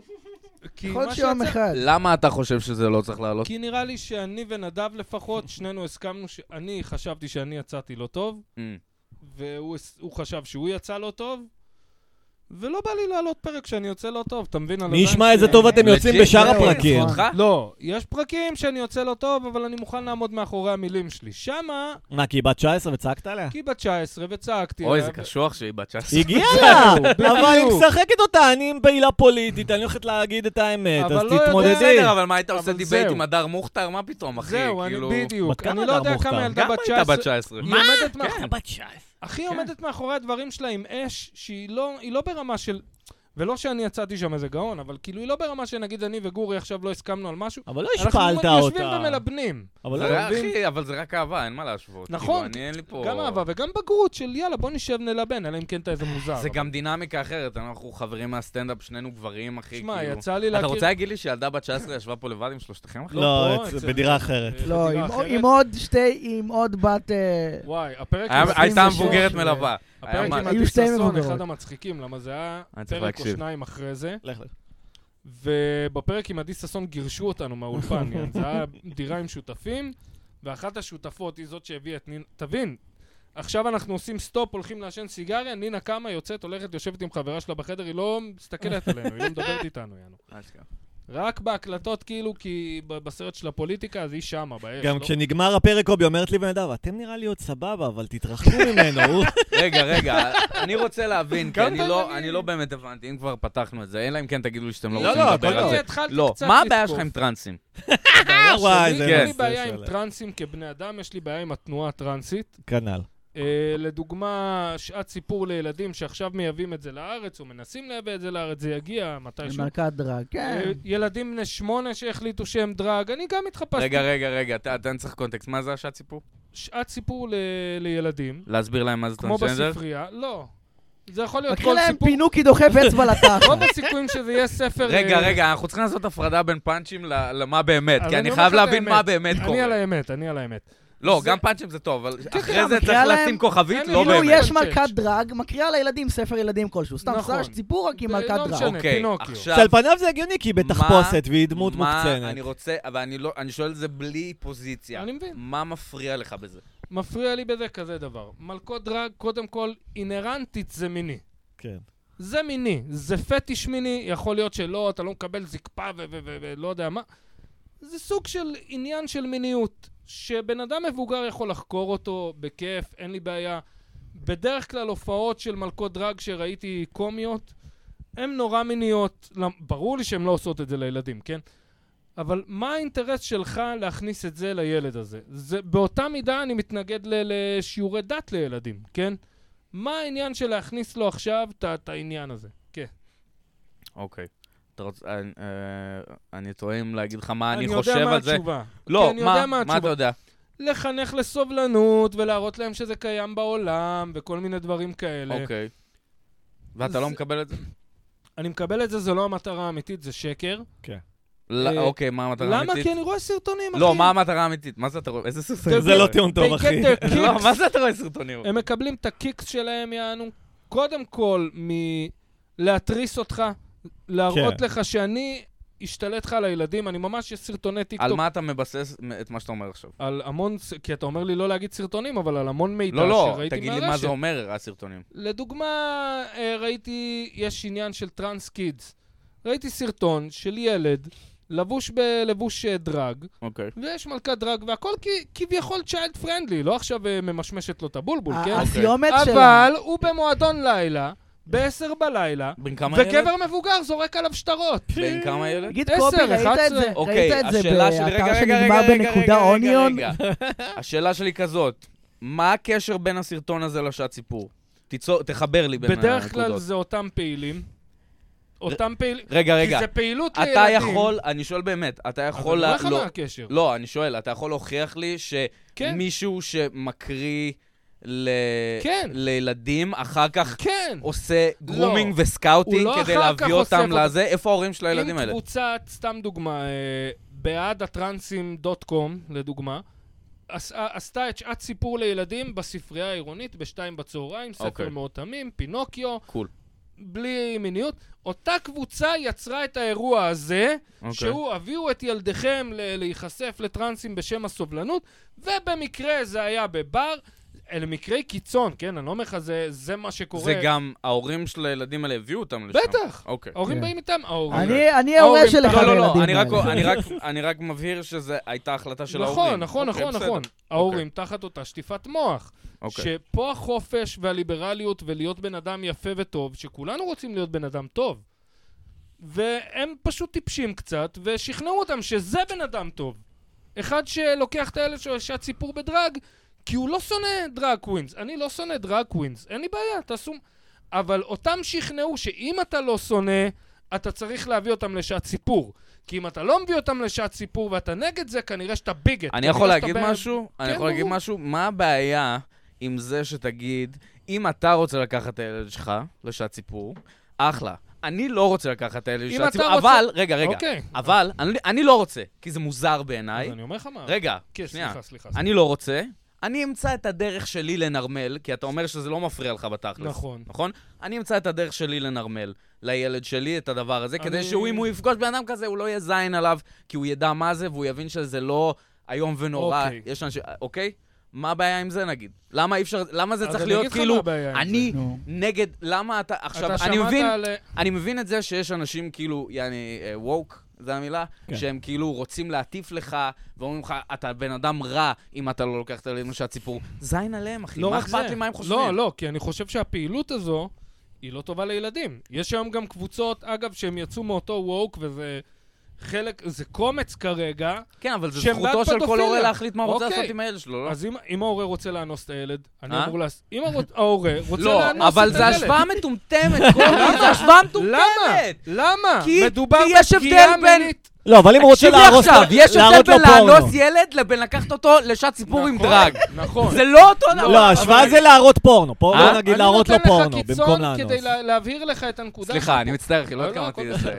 כי יכול להיות מה שיום שיצא- אחד. למה אתה חושב שזה לא צריך לעלות? כי נראה לי שאני ונדב לפחות, שנינו הסכמנו שאני חשבתי שאני יצאתי לא טוב, Mm. והוא הוא חשב שהוא יצא לא טוב, ולא בא לי לעלות פרק שאני יוצא לא טוב, אתה מבין? על מי הזין ישמע שלי? איזה טוב אתם יוצאים לג'יט, בשאר זהו, הפרקים. נכון. זכותך? לא, יש פרקים שאני יוצא לא טוב, אבל אני מוכן לעמוד מאחורי המילים שלי. שמה, מה, כי היא בת תשע עשרה וצעקת עליה? כי בת תשע עשרה וצעקתי. אוי, עליה, זה ו- קשוח שהיא בת תשע עשרה. הגיע לה! בדיוק. אבל היא משחקת אותה, אני עם פעילה פוליטית, אני הולכת להגיד את האמת, אבל אז לא יודע- תתמודדי. בסדר, אבל מה היית עושה אבל דיבייט זהו. עם הדר מוכתר? מה פתאום, אחי? זהו, אני כאילו... בדיוק. בת כמה אני לא יודע הדר כמה מוכתר? ילדה גם בת הייתה תשע עשרה. בת תשע עשרה. היא עומדת מאח- איך בת תשע עשרה? אחי, היא עומדת מאחורי הדברים שלה עם אש, שהיא לא, היא לא ברמה של... ולא שאני יצאתי שם איזה גאון, אבל כאילו היא לא ברמה שנגיד אני וגורי עכשיו לא הסכמנו על משהו. אבל לא אנחנו השפלת יושבים אותה. ומלבנים. אבל זה לא... רק- אחי, אבל זה רק אהבה, אין מה להשוות. נכון, כאילו, אני אין לי פה... גם אהבה וגם בגרות של יאללה בוא נשב נלבן, אלא אם כן אתה איזה מוזר. זה גם דינמיקה אחרת, אנחנו חברים מהסטנדאפ, שנינו גברים, אחי, שמע, כאילו... יצא לי אתה להכיר... רוצה להגיד לי שילדה בת תשע עשרה ישבה פה לבד עם שלושתכם, אחי? לא, פה, את- אצל- בדירה אחרת. אה, לא, בדירה עם- אחרת. עם עוד שתי, עם עוד בת... אה, וואי, הפרק היה- עם הייתה עשרים ושש, מבוגרת ו- מלווה. היה הפרק מה- עם היו עדי שתי ששון, מבוגרות. אחד המצחיקים, למה זה היה אני צריך פרק או להקשיב. שניים אחרי זה. לך לך. ובפרק עם עדי ששון גירשו אותנו מהאולפן, יעני. זה היה דירה עם שותפים, ואחת השותפות היא זאת שהביאה את נינה... תבין, עכשיו אנחנו עושים סטופ, הולכים לעשן סיגריה, נינה קמה, יוצאת, הולכת, יושבת עם חברה שלה בחדר, היא לא מסתכלת עלינו, היא לא מדברת איתנו, יענו. רק בהקלטות, כאילו, כי ב- בסרט של הפוליטיקה, אז היא שמה, באש. גם לא? כשנגמר הפרק, קובי אומרת לי ונדב, אתם נראה לי עוד סבבה, אבל תתרחקו ממנו. הוא- רגע, רגע, אני רוצה להבין, כי גם אני אתה לא- מבין. אני לא באמת הבנתי, אם כבר פתחנו את זה, אלא אם כן תגידו לי שאתם לא לא, רוצים לא, לדבר הכל על טוב. זה. אני התחלתי לא, קצת מה הבעיה לתקוף. שלך עם טרנסים? הבעיה וואי, שלי, זה אין לי נושא בעיה עם של- טרנסים כבני אדם, יש לי בעיה עם התנועה הטרנסית. כנ"ל. אה, לדוגמה, שעת סיפור לילדים שעכשיו מייבאים את זה לארץ, או מנסים לייבא את זה לארץ, זה יגיע מתישהו. מלכת דרג, כן. אה, ילדים בני שמונה שהחליטו שהם דרג, אני גם התחפשתי. רגע, רגע, רגע, אתה אתה צריך קונטקסט, מה זה השעת סיפור? שעת סיפור ל- לילדים, להסביר להם מה זה כמו טרנסג'נדר? בספרייה, לא. זה יכול להיות מקריא כל להם סיפור. פינוקי דוחף אצבע לתחת. רוב הסיכויים שזה יהיה ספר... רגע, אה, רגע, אנחנו צריכים לעשות הפרדה בין פאנצ'ים ל- למה באמת, אז כי אני אומר חייב לך את להבין האמת. מה באמת אני על קורה. האמת, אני על האמת. לא, זה- גם פאנצ'ים זה טוב, אבל כן, אחרי כן, זה מקריאה צריך להם- לשים כוכבית, הם לא כאילו כאילו באמת. יש כן, מלכת כן. דרג, מקריאה לילדים ספר ילדים כלשהו. סתם נכון. סרש סיפור רק עם זה מלכת לא דרג. משנה. אוקיי, פינוקיו. עכשיו... שעל פניו זה הגיוני, כי היא בתחפושת והיא דמות מה מוקצנת. אני רוצה, אבל אני לא, אני שואל את זה בלי פוזיציה. אני מבין. מה מפריע לך בזה? מפריע לי בזה כזה דבר. מלכות דרג, קודם כל, אינרנטית זה מיני. כן. זה מיני, זה פטיש מיני, יכול להיות שלא, אתה לא מקבל זקפה ו- ו- ו- ולא יודע מה. זה סוג של עניין של מיניות, שבן אדם מבוגר יכול לחקור אותו בכיף, אין לי בעיה. בדרך כלל הופעות של מלכות דרג שראיתי קומיות, הן נורא מיניות, למ- ברור לי שהן לא עושות את זה לילדים, כן? אבל מה האינטרס שלך להכניס את זה לילד הזה? זה, באותה מידה אני מתנגד ל- לשיעורי דת לילדים, כן? מה העניין של להכניס לו עכשיו את- את העניין הזה? כן. אוקיי. אתה רוצה, אני, אה, אני טועה אם להגיד לך מה אני אני חושב יודע מה על זה. התשובה. לא, כי אני יודע מה מה, מה התשובה. אתה יודע? לחנך לסובלנות ולהראות להם שזה קיים בעולם וכל מיני דברים כאלה. אוקיי. ואתה לא זה- מקבל את זה? אני מקבל את זה, זה לא המטרה האמיתית, זה שקר. כן. אוקיי, מה המטרה האמיתית? למה? כי אני רואה סרטונים, אחי. לא, מה המטרה האמיתית? מה זה אתה רואה? איזה סרטונים? זה לא טיעון טוב, אחי. לא, מה זה אתה רואה סרטונים? הם מקבלים את הקיקס שלהם, יענו, קודם כל, מלהטריס אותך, להראות לך שאני אשתלט לך על הילדים, אני ממש יש סרטוני טיק טוק. על מה אתה מבסס את מה שאתה אומר עכשיו? על המון, כי אתה אומר לי לא להגיד סרטונים, אבל על המון מידע לא, לא, שראיתי תגיד מהרשת. לי מה זה אומר, הסרטונים. לדוגמה, ראיתי, יש עניין של טרנס קידס. ראיתי סרטון של ילד, לבוש בלבוש דרג, אוקיי. ויש מלכת דרג, והכל כביכול צ'יילד פרנדלי, לא עכשיו ממשמשת לו את הבולבול, כן? הסיומת שלה. אבל הוא במועדון לילה, בעשר בלילה, בין כמה ילד? וגבר מבוגר זורק עליו שטרות. בין כמה ילד? תגיד קובי, ראית את זה? אוקיי, ראית את זה השאלה שלי, רגע, באתר רגע, שנגמר רגע, רגע, בנקודה רגע, אוניון? רגע. השאלה שלי כזאת, מה הקשר בין הסרטון הזה לשעת סיפור? תחבר לי בין הנקודות. בדרך כלל זה אותם פעילים. אותם פעילים. רגע, רגע. כי זה פעילות לילדים. אתה יכול, אני שואל באמת, אתה יכול... אבל לא לך מה הקשר. לא, אני שואל, אתה יכול להוכיח לי שמישהו שמקריא לילדים, אחר כך עושה גרומינג וסקאוטינג כדי להביא אותם לזה? איפה ההורים של הילדים האלה? אם קבוצת, סתם דוגמה, בעד הטרנסים דוט קום, לדוגמה, עשתה את שעת סיפור לילדים בספרייה העירונית בשתיים בצהריים, ספר מאוד תמים, פינוקיו, בלי מיניות. אותה קבוצה יצרה את האירוע הזה, שהוא הביאו את ילדיכם להיחשף לטרנסים בשם הסובלנות, ובמקרה זה היה בבר, אלה מקרי קיצון, כן? אני לא אומר לך, זה מה שקורה. זה גם ההורים של הילדים האלה הביאו אותם לשם. בטח. ההורים באים איתם, ההורים. אני ההורה של אחד הילדים האלה. לא, לא, אני רק מבהיר שזו הייתה החלטה של ההורים. נכון, נכון, נכון. ההורים תחת אותה שטיפת מוח. שפה החופש והליברליות ולהיות בן אדם יפה וטוב, שכולנו רוצים להיות בן אדם טוב. והם פשוט טיפשים קצת, ושכנעו אותם שזה בן אדם טוב. אחד שלוקח את האלה של שעת סיפור בדרג, כי הוא לא שונא דרג קווינס. אני לא שונא דרג קווינס. אין לי בעיה, תעשו... אבל אותם שכנעו שאם אתה לא שונא, אתה צריך להביא אותם לשעת סיפור. כי אם אתה לא מביא אותם לשעת סיפור ואתה נגד זה, כנראה שאתה ביגט. אני יכול להגיד משהו? אני יכול להגיד משהו? מה הבעיה עם זה שתגיד, אם אתה רוצה לקחת את הילד שלך לשעת סיפור, אחלה. אני לא רוצה לקחת את הילד לשעת סיפור, אבל, רגע, רגע, אבל אני לא רוצה, כי זה מוזר בעיניי. אז אני אומר לך מה. רגע, שנייה. אני לא רוצה. אני אמצא את הדרך שלי לנרמל, כי אתה אומר שזה לא מפריע לך בתכלס. נכון. נכון? אני אמצא את הדרך שלי לנרמל לילד שלי את הדבר הזה, כדי שהוא, אם הוא יפגוש בן אדם כזה, הוא לא יהיה זין עליו, כי הוא ידע מה זה, והוא יבין שזה לא איום ונורא. יש אנשים, אוקיי? מה הבעיה עם זה נגיד? למה אי אפשר, למה זה צריך להיות כאילו, אני נגד, למה אתה, עכשיו, אני מבין, אני מבין את זה שיש אנשים כאילו, יעני, ווק, זה המילה, שהם כאילו רוצים להטיף לך, ואומרים לך, אתה בן אדם רע אם אתה לא לוקח את הילדים לשעת סיפור. זין עליהם, אחי, מה אכפת לי מה הם חושבים? לא, לא, כי אני חושב שהפעילות הזו היא לא טובה לילדים. יש היום גם קבוצות, אגב, שהם יצאו מאותו ווק, וזה חלק, זה קומץ כרגע. כן, אבל זה זכותו של כל הורה להחליט מה הוא רוצה לעשות עם הילד שלו, לא? אז אם ההורה רוצה לאנוס את הילד, אני אמור לעשות... אם ההורה רוצה לאנוס את הילד... לא, אבל זה השוואה מטומטמת, זה השוואה מטומטמת. למה? כי מדובר יש הבדל בין... לא, אבל אם הוא רוצה להרוס לו פורנו. יש הבדל בין לאנוס ילד לבין לקחת אותו לשעת סיפור עם דרג. נכון. זה לא אותו דבר. לא, השוואה זה להראות פורנו. פה בוא נגיד להראות לו פורנו, במקום לאנוס. כדי להבהיר לך את הנקודה. סליחה, אני מצטער, לא התכוונתי לזה.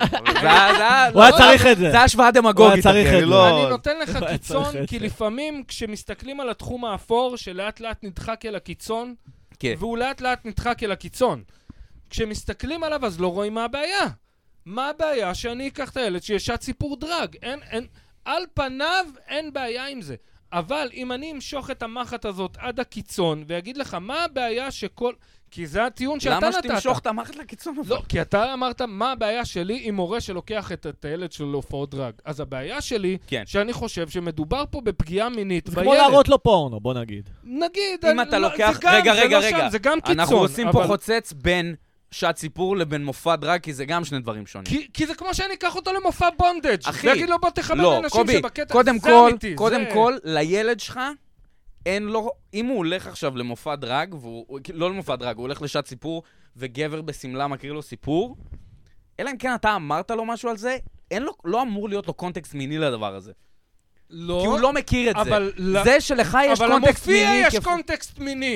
הוא היה צריך את זה. זה השוואה דמגוגית. אני נותן לך קיצון, כי לפעמים כשמסתכלים על התחום האפור, שלאט לאט נדחק אל הקיצון, והוא לאט לאט נדחק אל הקיצון. כשמסתכלים עליו, אז לא רואים מה הבעיה. מה הבעיה שאני אקח את הילד שיש שעת סיפור דרג? אין, אין, על פניו אין בעיה עם זה. אבל אם אני אמשוך את המחט הזאת עד הקיצון, ויגיד לך מה הבעיה שכל... כי זה הטיעון שאתה נתת. למה שתמשוך את המחט לקיצון? לא, כי אתה אמרת מה הבעיה שלי עם הורה שלוקח את, את הילד שלו להופעות דרג. אז הבעיה שלי, כן. שאני חושב שמדובר פה בפגיעה מינית זה בילד. כמו להראות לו פורנו, בוא נגיד. נגיד. אם אני, אתה לא, לוקח... גם, רגע, רגע, לא רגע. שם, זה גם קיצון. אנחנו עושים אבל... פה חוצץ בין... שעת סיפור לבין מופע דרג, כי זה גם שני דברים שונים. כי, כי זה כמו שאני אקח אותו למופע בונדג'. אחי, ויגיד לו בוא תחבר לא, לאנשים קובי, שבקטע קודם זה כל, אמיתי. קודם זה... כל, לילד שלך, אין לו, אם הוא הולך עכשיו למופע דרג, והוא, לא למופע דרג, הוא הולך לשעת סיפור, וגבר בסמלה מקריא לו סיפור, אלא אם כן אתה אמרת לו משהו על זה, אין לו, לא אמור להיות לו קונטקסט מיני לדבר הזה. לא. כי הוא לא מכיר את אבל זה. זה שלך יש קונטקסט מיני. אבל למופיע יש קונטקסט מיני.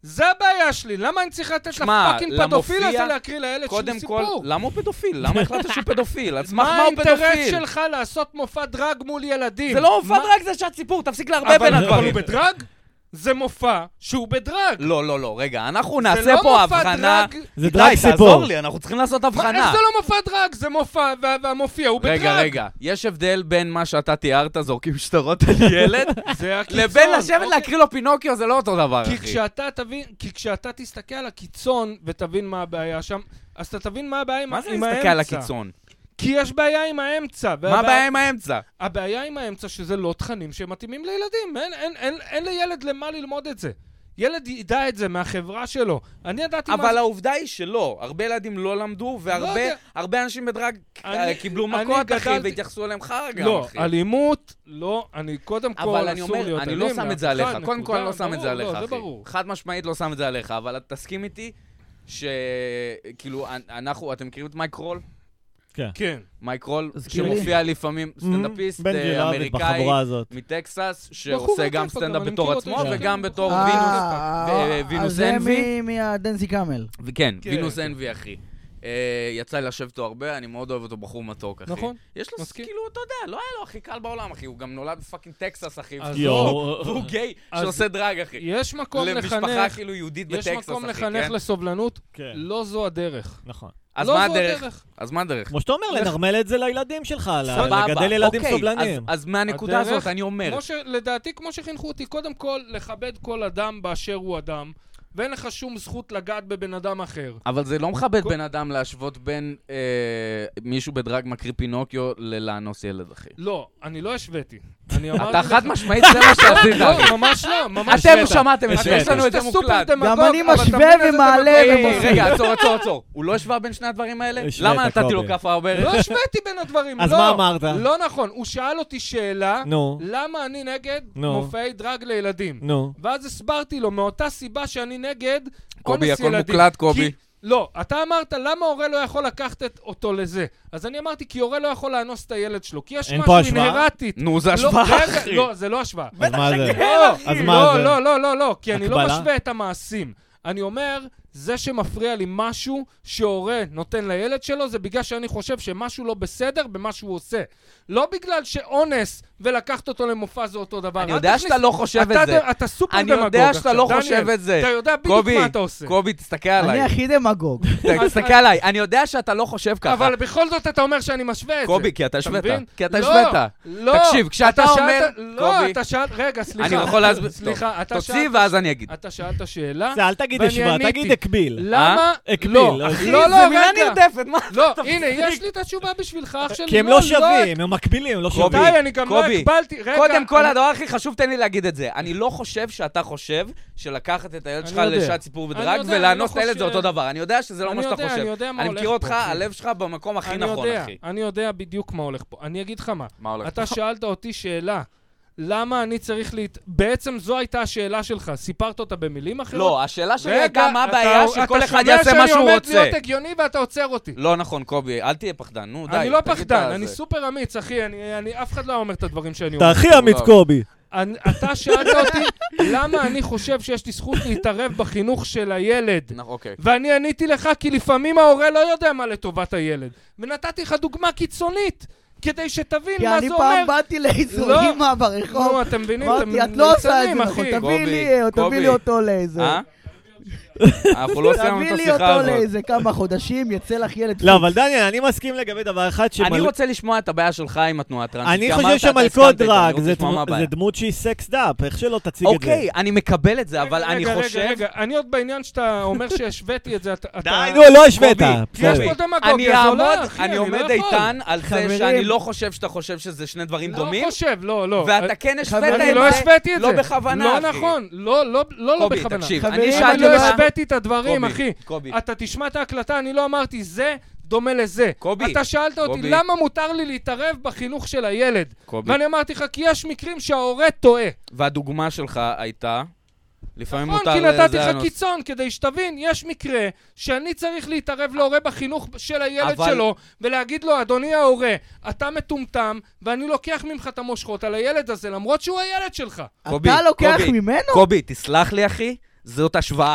זה הבעיה שלי, למה אני צריך לתת לפאקינג פדופיל הזה להקריא לילד שלי סיפור? קודם כל, למה הוא פדופיל? למה החלטת שהוא פדופיל? על סמך מה הוא פדופיל? מה האינטרס שלך לעשות מופע דרג מול ילדים? זה לא מופע דרג, זה שעת סיפור, תפסיק להרבה בין הדברים. אבל הוא בדרג? זה מופע שהוא בדרג. לא, לא, לא, רגע, אנחנו נעשה פה הבחנה. זה דרג סיפור. תעזור לי, אנחנו צריכים לעשות הבחנה. איך זה לא מופע דרג? זה מופע, והמופיע הוא בדרג. רגע, רגע, יש הבדל בין מה שאתה תיארת, זורקים שטרות על ילד, לבין לשבת להקריא לו פינוקיו, זה לא אותו דבר, אחי. כי כשאתה תבין, כי כשאתה תסתכל על הקיצון ותבין מה הבעיה שם, אז אתה תבין מה הבעיה עם האמצע. מה זה להסתכל על הקיצון? כי יש בעיה עם האמצע. מה הבעיה עם האמצע? הבעיה עם האמצע שזה לא תכנים שמתאימים לילדים. אין, אין, אין, אין לילד למה ללמוד את זה. ילד ידע את זה מהחברה שלו. אני ידעתי אבל העובדה היא שלא. הרבה ילדים לא למדו, והרבה אנשים בדרג קיבלו מכות, אחי, והתייחסו אליהם חרא גם, אחי. לא, אלימות, לא, אני קודם כל אבל אני אומר, אני לא שם את זה עליך. קודם כל אני לא שם את זה עליך, אחי. חד משמעית לא שם את זה עליך, אבל תסכים איתי שכאילו, אנחנו, אתם מכירים את מייק רול? כן. מייק רול, שמופיע לפעמים סטנדאפיסט אמריקאי מטקסס, שעושה גם סטנדאפ בתור עצמו וגם בתור וינוס אנבי. זה מהדנסי קאמל. כן, וינוס אנבי, אחי. יצא לי לשבת אותו הרבה, אני מאוד אוהב אותו, בחור מתוק, אחי. נכון. יש לו, כאילו, אתה יודע, לא היה לו הכי קל בעולם, אחי. הוא גם נולד בפאקינג טקסס, אחי. והוא גיי שעושה דרג, אחי. יש מקום לחנך. למשפחה כאילו יהודית בטקסס, אחי. יש מקום לחנך לסובלנות. לא זו הדרך. נכון. אז מה הדרך? אז מה הדרך? כמו שאתה אומר, לנרמל את זה לילדים שלך, לגדל ילדים סובלניים. אז מהנקודה הזאת אני אומר. לדעתי, כמו שחינכו אותי, קודם כל, לכבד כל אדם באשר הוא אדם. ואין לך שום זכות לגעת בבן אדם אחר. אבל זה לא מכבד בן אדם להשוות בין מישהו בדרג מקריא פינוקיו ללאנוס ילד, אחי. לא, אני לא השוויתי. אתה חד משמעית זה מה שעשית. לא, ממש לא, ממש אתם שמעתם, יש לנו את זה מוקלט. גם אני משווה ומעלה ומוסיף. רגע, עצור, עצור, עצור. הוא לא השווה בין שני הדברים האלה? למה נתתי לו כף העוברת? לא השוויתי בין הדברים, לא. אז מה אמרת? לא נכון, הוא שאל אותי שאלה, למה אני נגד מופעי דרג לילדים? ואז הסברתי לו, מאותה סיבה שאני נגד קובי, הכל מוקלט, קובי. לא, אתה אמרת, למה הורה לא יכול לקחת אותו לזה? אז אני אמרתי, כי הורה לא יכול לאנוס את הילד שלו, כי יש משהו אינהרטית. נו, זה השוואה, אחי. לא, זה לא השוואה. אז מה זה? אז מה זה? לא, לא, לא, לא, כי אני לא משווה את המעשים. אני אומר, זה שמפריע לי משהו שהורה נותן לילד שלו, זה בגלל שאני חושב שמשהו לא בסדר במה שהוא עושה. לא בגלל שאונס ולקחת אותו למופע זה אותו דבר. אני יודע שאתה לא חושב את זה. אתה סופר דמגוג. אני יודע שאתה לא חושב את זה. אתה יודע בדיוק מה אתה עושה. קובי, תסתכל עליי. אני הכי דמגוג. תסתכל עליי. אני יודע שאתה לא חושב ככה. אבל בכל זאת אתה אומר שאני משווה את זה. קובי, כי אתה השווית. כי אתה השווית. תקשיב, כשאתה אומר... לא, אתה שאלת... רגע, סליחה. אני יכול להסביר. סליחה, אתה שאלת... תוציא ואז אני אגיד. אתה שאלת שאלה. אל תגיד השוואה, תגיד הקביל. למה? לא, לא, לא, זה מילה נרדפת, מה? לא, הנה, יש לי את התשובה בשבילך, אח שלי. כי הם לא שווים, הם מקבילים, הם לא שווים. די, אני גם לא הקבלתי. קודם כל, הדבר הכי חשוב, תן לי להגיד את זה. אני לא חושב שאתה חושב שלקחת את הילד שלך לשעת סיפור ודרג ולאנוס את הילד זה אותו דבר. אני יודע שזה לא מה שאתה חושב. אני מכיר אותך, הלב שלך במקום הכי נכון, אחי. אני יודע בדיוק מה הולך פה. אני אגיד לך מה. אתה שאלת אותי שאלה. למה אני צריך להת... בעצם זו הייתה השאלה שלך, סיפרת אותה במילים אחרות? לא, השאלה שלי הייתה מה הבעיה שכל אחד יעשה מה שהוא רוצה. אתה שומע שאני עומד להיות הגיוני ואתה עוצר אותי. לא נכון, קובי, אל תהיה פחדן, נו די. אני לא פחדן, אני סופר אמיץ, אחי, אני אף אחד לא אומר את הדברים שאני אומר. אתה הכי אמיץ, קובי. אתה שאלת אותי למה אני חושב שיש לי זכות להתערב בחינוך של הילד. ואני עניתי לך כי לפעמים ההורה לא יודע מה לטובת הילד. ונתתי לך דוגמה קיצונית. כדי שתבין מה זה אומר. כי אני פעם באתי לאיזו אימא ברחוב. נו, אתם מבינים? אמרתי, את לא עושה את זה נכון, תביא לי אותו לאיזה... אנחנו לא סיימנו את השיחה הזאת. תביא לי אותו לאיזה כמה חודשים, יצא לך ילד... לא, אבל דניאל, אני מסכים לגבי דבר אחד שמל... אני רוצה לשמוע את הבעיה שלך עם התנועה הטרנסית. אני חושב שמלכות דרג זה דמות שהיא סקס דאפ, איך שלא תציג את זה. אוקיי, אני מקבל את זה, אבל אני חושב... רגע, רגע, אני עוד בעניין שאתה אומר שהשוויתי את זה, אתה... די, נו, לא השווית. יש פה דמגוגיה, זולה, אחי, אני עומד איתן על זה שאני לא חושב שאתה חושב שזה שני דברים דומים. לא חושב, לא, לא. ואתה כן השווית אני לא השוויתי את זה. לא בכוונה, לא נכון, לא, לא, לא בכוונה. אני לא השוויתי את הדברים, אחי. אתה תשמע את ההקלטה, אני לא אמרתי זה דומה לזה. אתה שאלת אותי למה מותר לי להתערב בחינוך של הילד. ואני אמרתי לך, כי יש מקרים שההורה טועה. והדוגמה שלך הייתה... נכון, כי נתתי לך קיצון, כדי שתבין, יש מקרה שאני צריך להתערב להורה בחינוך של הילד שלו, ולהגיד לו, אדוני ההורה, אתה מטומטם, ואני לוקח ממך את המושכות על הילד הזה, למרות שהוא הילד שלך. אתה לוקח ממנו? קובי, תסלח לי אחי, זאת השוואה.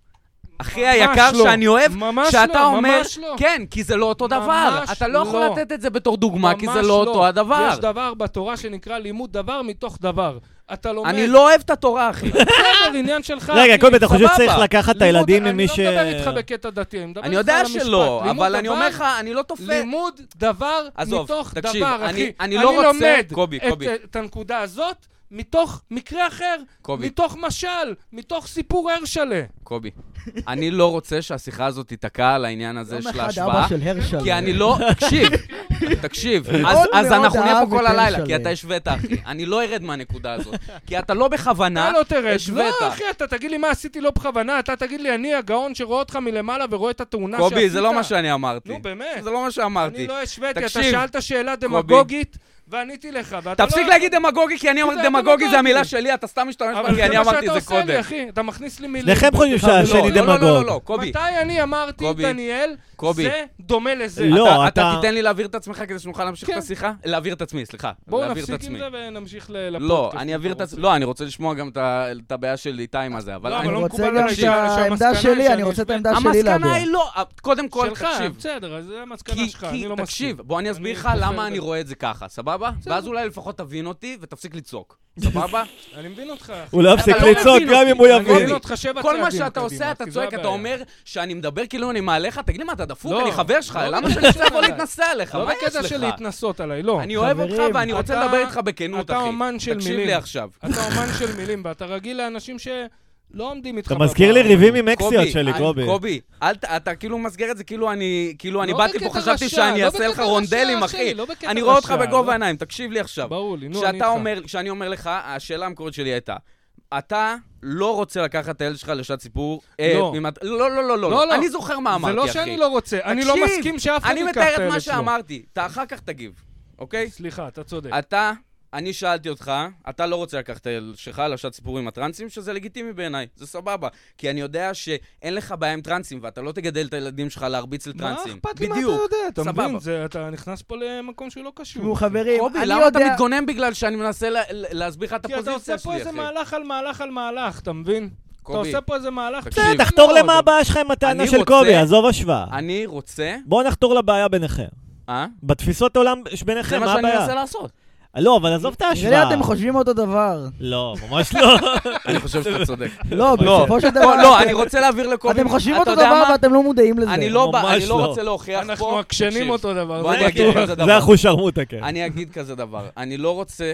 הכי היקר שאני אוהב, שאתה אומר, כן, כי זה לא אותו דבר. אתה לא יכול לתת את זה בתור דוגמה, כי זה לא אותו הדבר. יש דבר בתורה שנקרא לימוד דבר מתוך דבר. אתה לומד... אני לא אוהב את התורה, אחי. בסדר, עניין שלך. רגע, קובי, אתה חושב שצריך לקחת את הילדים ממי ש... אני לא מדבר איתך בקטע דתי, אני מדבר איתך אני יודע שלא, אבל אני אומר לך, אני לא תופס. לימוד דבר מתוך דבר, אחי. אני לא רוצה... קובי, קובי. את הנקודה הזאת מתוך מקרה אחר, מתוך משל, מתוך סיפור הרשלה. קובי, אני לא רוצה שהשיחה הזאת תתקע על העניין הזה של ההשוואה. אבא של הרשלה. כי אני לא... תקשיב, תקשיב. אז אנחנו נהיה פה כל הלילה, כי אתה השווית, אחי. אני לא ארד מהנקודה הזאת. כי אתה לא בכוונה השווית. לא, אחי, אתה תגיד לי מה עשיתי לא בכוונה. אתה תגיד לי, אני הגאון שרואה אותך מלמעלה ורואה את התאונה שעשית. קובי, זה לא מה שאני אמרתי. נו, באמת. זה לא מה שאמרתי. אני לא השוויתי. אתה שאלת שאלה דמגוגית. ועניתי לך, ואתה לא... תפסיק להגיד דמגוגי, כי אני אמרתי דמגוגי זה המילה שלי, אתה סתם משתמש בה, כי אני אמרתי זה קודם. אבל זה מה שאתה עושה לי, אחי, אתה מכניס לי מילים. לכם חושבים שהשני דמגוג. לא, לא, לא, קובי. מתי אני אמרתי, דניאל, זה דומה לזה? לא, אתה תיתן לי להעביר את עצמך כדי שנוכל להמשיך את השיחה? להעביר את עצמי, סליחה. בואו נפסיק עם זה ונמשיך לפודקאסט. לא, אני אעביר את עצמי, לא, אני רוצה לשמוע גם את הבעיה של איתי עם הזה, אבל אני רוצה גם את העמדה שלי, אני רוצה את העמדה שלי להביע. המסקנה היא לא, קודם כל, תקשיב. בסדר, אז זה המסקנה שלך, אני לא מסכים. תקשיב, בוא אני אסביר לך למה אני רואה את זה ככה, סבבה? ואז אולי לפחות תבין אותי ותפסיק לצעוק. סבבה? אני מבין אותך. הוא לא יפסיק לצעוק גם אם הוא יבין. אני מבין אותך שבע צעדים. כל מה שאתה עושה, אתה צועק, אתה אומר שאני מדבר כאילו אני מעליך, תגיד לי מה, אתה דפוק, אני חבר שלך, למה שאני רוצה לבוא להתנסה עליך? מה יש לך? לא בקטע של להתנסות עליי, לא. אני אוהב אותך ואני רוצה לדבר איתך בכנות, אחי. אתה אומן של מילים. תקשיב לי עכשיו. אתה אומן של מילים, ואתה רגיל לאנשים ש... לא עומדים איתך. אתה מזכיר לי ריבים עם אקסיות שלי, קובי. קובי, אתה כאילו מסגר את זה, כאילו אני באתי פה, חשבתי שאני אעשה לך רונדלים, אחי. אני רואה אותך בגובה העיניים, תקשיב לי עכשיו. ברור לי, נו, אני איתך. כשאני אומר לך, השאלה המקורית שלי הייתה, אתה לא רוצה לקחת את הילד שלך לשעת סיפור? לא. לא, לא, לא, לא. אני זוכר מה אמרתי, אחי. זה לא שאני לא רוצה, אני לא מסכים שאף אחד ייקח את הילד שלו. אני מתאר את מה שאמרתי, אתה אחר כך תגיב, אוקיי? סליחה, אתה צודק. אתה... אני שאלתי אותך, אתה לא רוצה לקחת את הילד שלך לשעת סיפור עם הטרנסים, שזה לגיטימי בעיניי, זה סבבה. כי אני יודע שאין לך בעיה עם טרנסים, ואתה לא תגדל את הילדים שלך להרביץ לטרנסים. מה אכפת לי מה אתה יודע? אתה מבין, אתה נכנס פה למקום שהוא לא קשור. תשמעו חברים, קובי, למה אתה מתגונן בגלל שאני מנסה להסביר לך את הפוזיציה שלי, אחי? כי אתה עושה פה איזה מהלך על מהלך על מהלך, אתה מבין? אתה עושה פה איזה מהלך... תחתור למה הבעיה שלך עם הטענה של קובי, עזוב השוואה. אני רוצה... בואו נחתור לבעיה ביניכם. אה? בתפיסות עולם ביניכם, מה הבעיה? זה מה שאני מנסה לעשות. לא, אבל עזוב את ההשוואה. נראה אתם חושבים אותו דבר. לא, ממש לא. אני חושב שאתה צודק. לא, בסופו של דבר... לא, אני רוצה להעביר לקובי... אתם חושבים אותו דבר ואתם לא מודעים לזה. אני לא רוצה להוכיח פה... אנחנו עקשנים אותו דבר. זה אחושרמוטה, כן. אני אגיד כזה דבר. אני לא רוצה...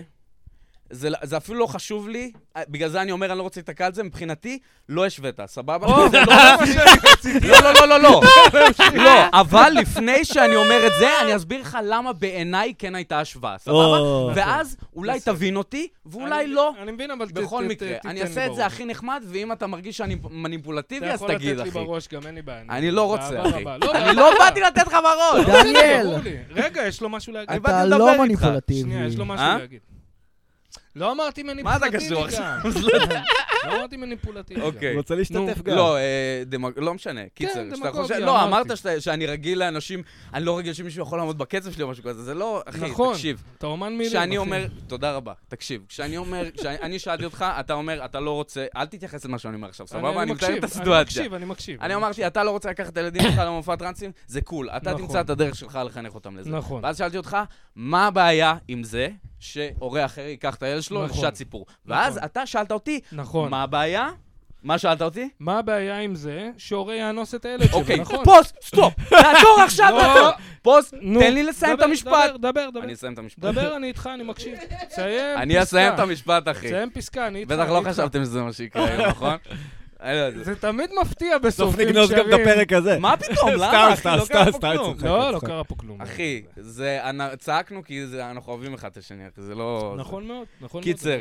זה אפילו לא חשוב לי, בגלל זה אני אומר, אני לא רוצה להתקע על זה, מבחינתי, לא השווית, סבבה? לא, לא, לא, לא, לא. לא, אבל לפני שאני אומר את זה, אני אסביר לך למה בעיניי כן הייתה השוואה, סבבה? ואז אולי תבין אותי, ואולי לא. אני מבין, אבל בכל מקרה, אני אעשה את זה הכי נחמד, ואם אתה מרגיש שאני מניפולטיבי, אז תגיד, אחי. אתה יכול לתת לי בראש, גם אין לי בעיה. אני לא רוצה, אחי. אני לא באתי לתת לך בראש. דניאל. רגע, יש לו משהו להגיד. אתה לא מניפולטיבי. שנייה, יש לו משהו להגיד. לא אמרתי מניפולטיבי גם. מה אתה קשור עכשיו? לא אמרתי מניפולטיבי גם. אוקיי. רוצה להשתתף גם. לא, לא משנה. קיצר, לא, אמרת שאני רגיל לאנשים, אני לא רגיל שמישהו יכול לעמוד בקצב שלי או משהו כזה, זה לא, אחי, תקשיב. אתה אומן מילים, כשאני אומר, תודה רבה, תקשיב, כשאני אומר, כשאני שאלתי אותך, אתה אומר, אתה לא רוצה, אל תתייחס למה שאני אומר עכשיו, סבבה? אני מתאר את הסיטואציה. אני מקשיב, אני מקשיב. אני אמרתי, אתה לא רוצה לקחת את הילדים שלך למופע טרנסים? זה קול, אתה תמצא את הדרך שלך לחנך אותם לזה. נכון. ואז שאלתי אותך, מה הבעיה עם זה שהורה אחר ייקח את הילד שלו לשעת סיפור? ואז אתה שאלת אותי, מה הבעיה? מה שאלת אותי? מה הבעיה עם זה שהורה יאנוס את הילד שלו, נכון? אוקיי, פוסט, סטופ, תעצור עכשיו, תעצור. פוסט, תן לי לסיים את המשפט. דבר, דבר. אני אסיים את המשפט. דבר, אני איתך, אני מקשיב. תסיים פסקה. אני אסיים את המשפט, אחי. תסיים פסקה, אני איתך. בטח לא חשבתם שזה מה שיקרה, נכון? זה תמיד מפתיע בסוף. סוף נגנוז גם את הפרק הזה. מה פתאום? למה? סתם, לא סתם, קרה פה סתם. כלום. לא, לא קרה פה כלום. אחי, צעקנו כי אנחנו אוהבים אחד את השני, אחי, זה לא... נכון מאוד, נכון מאוד. קיצר,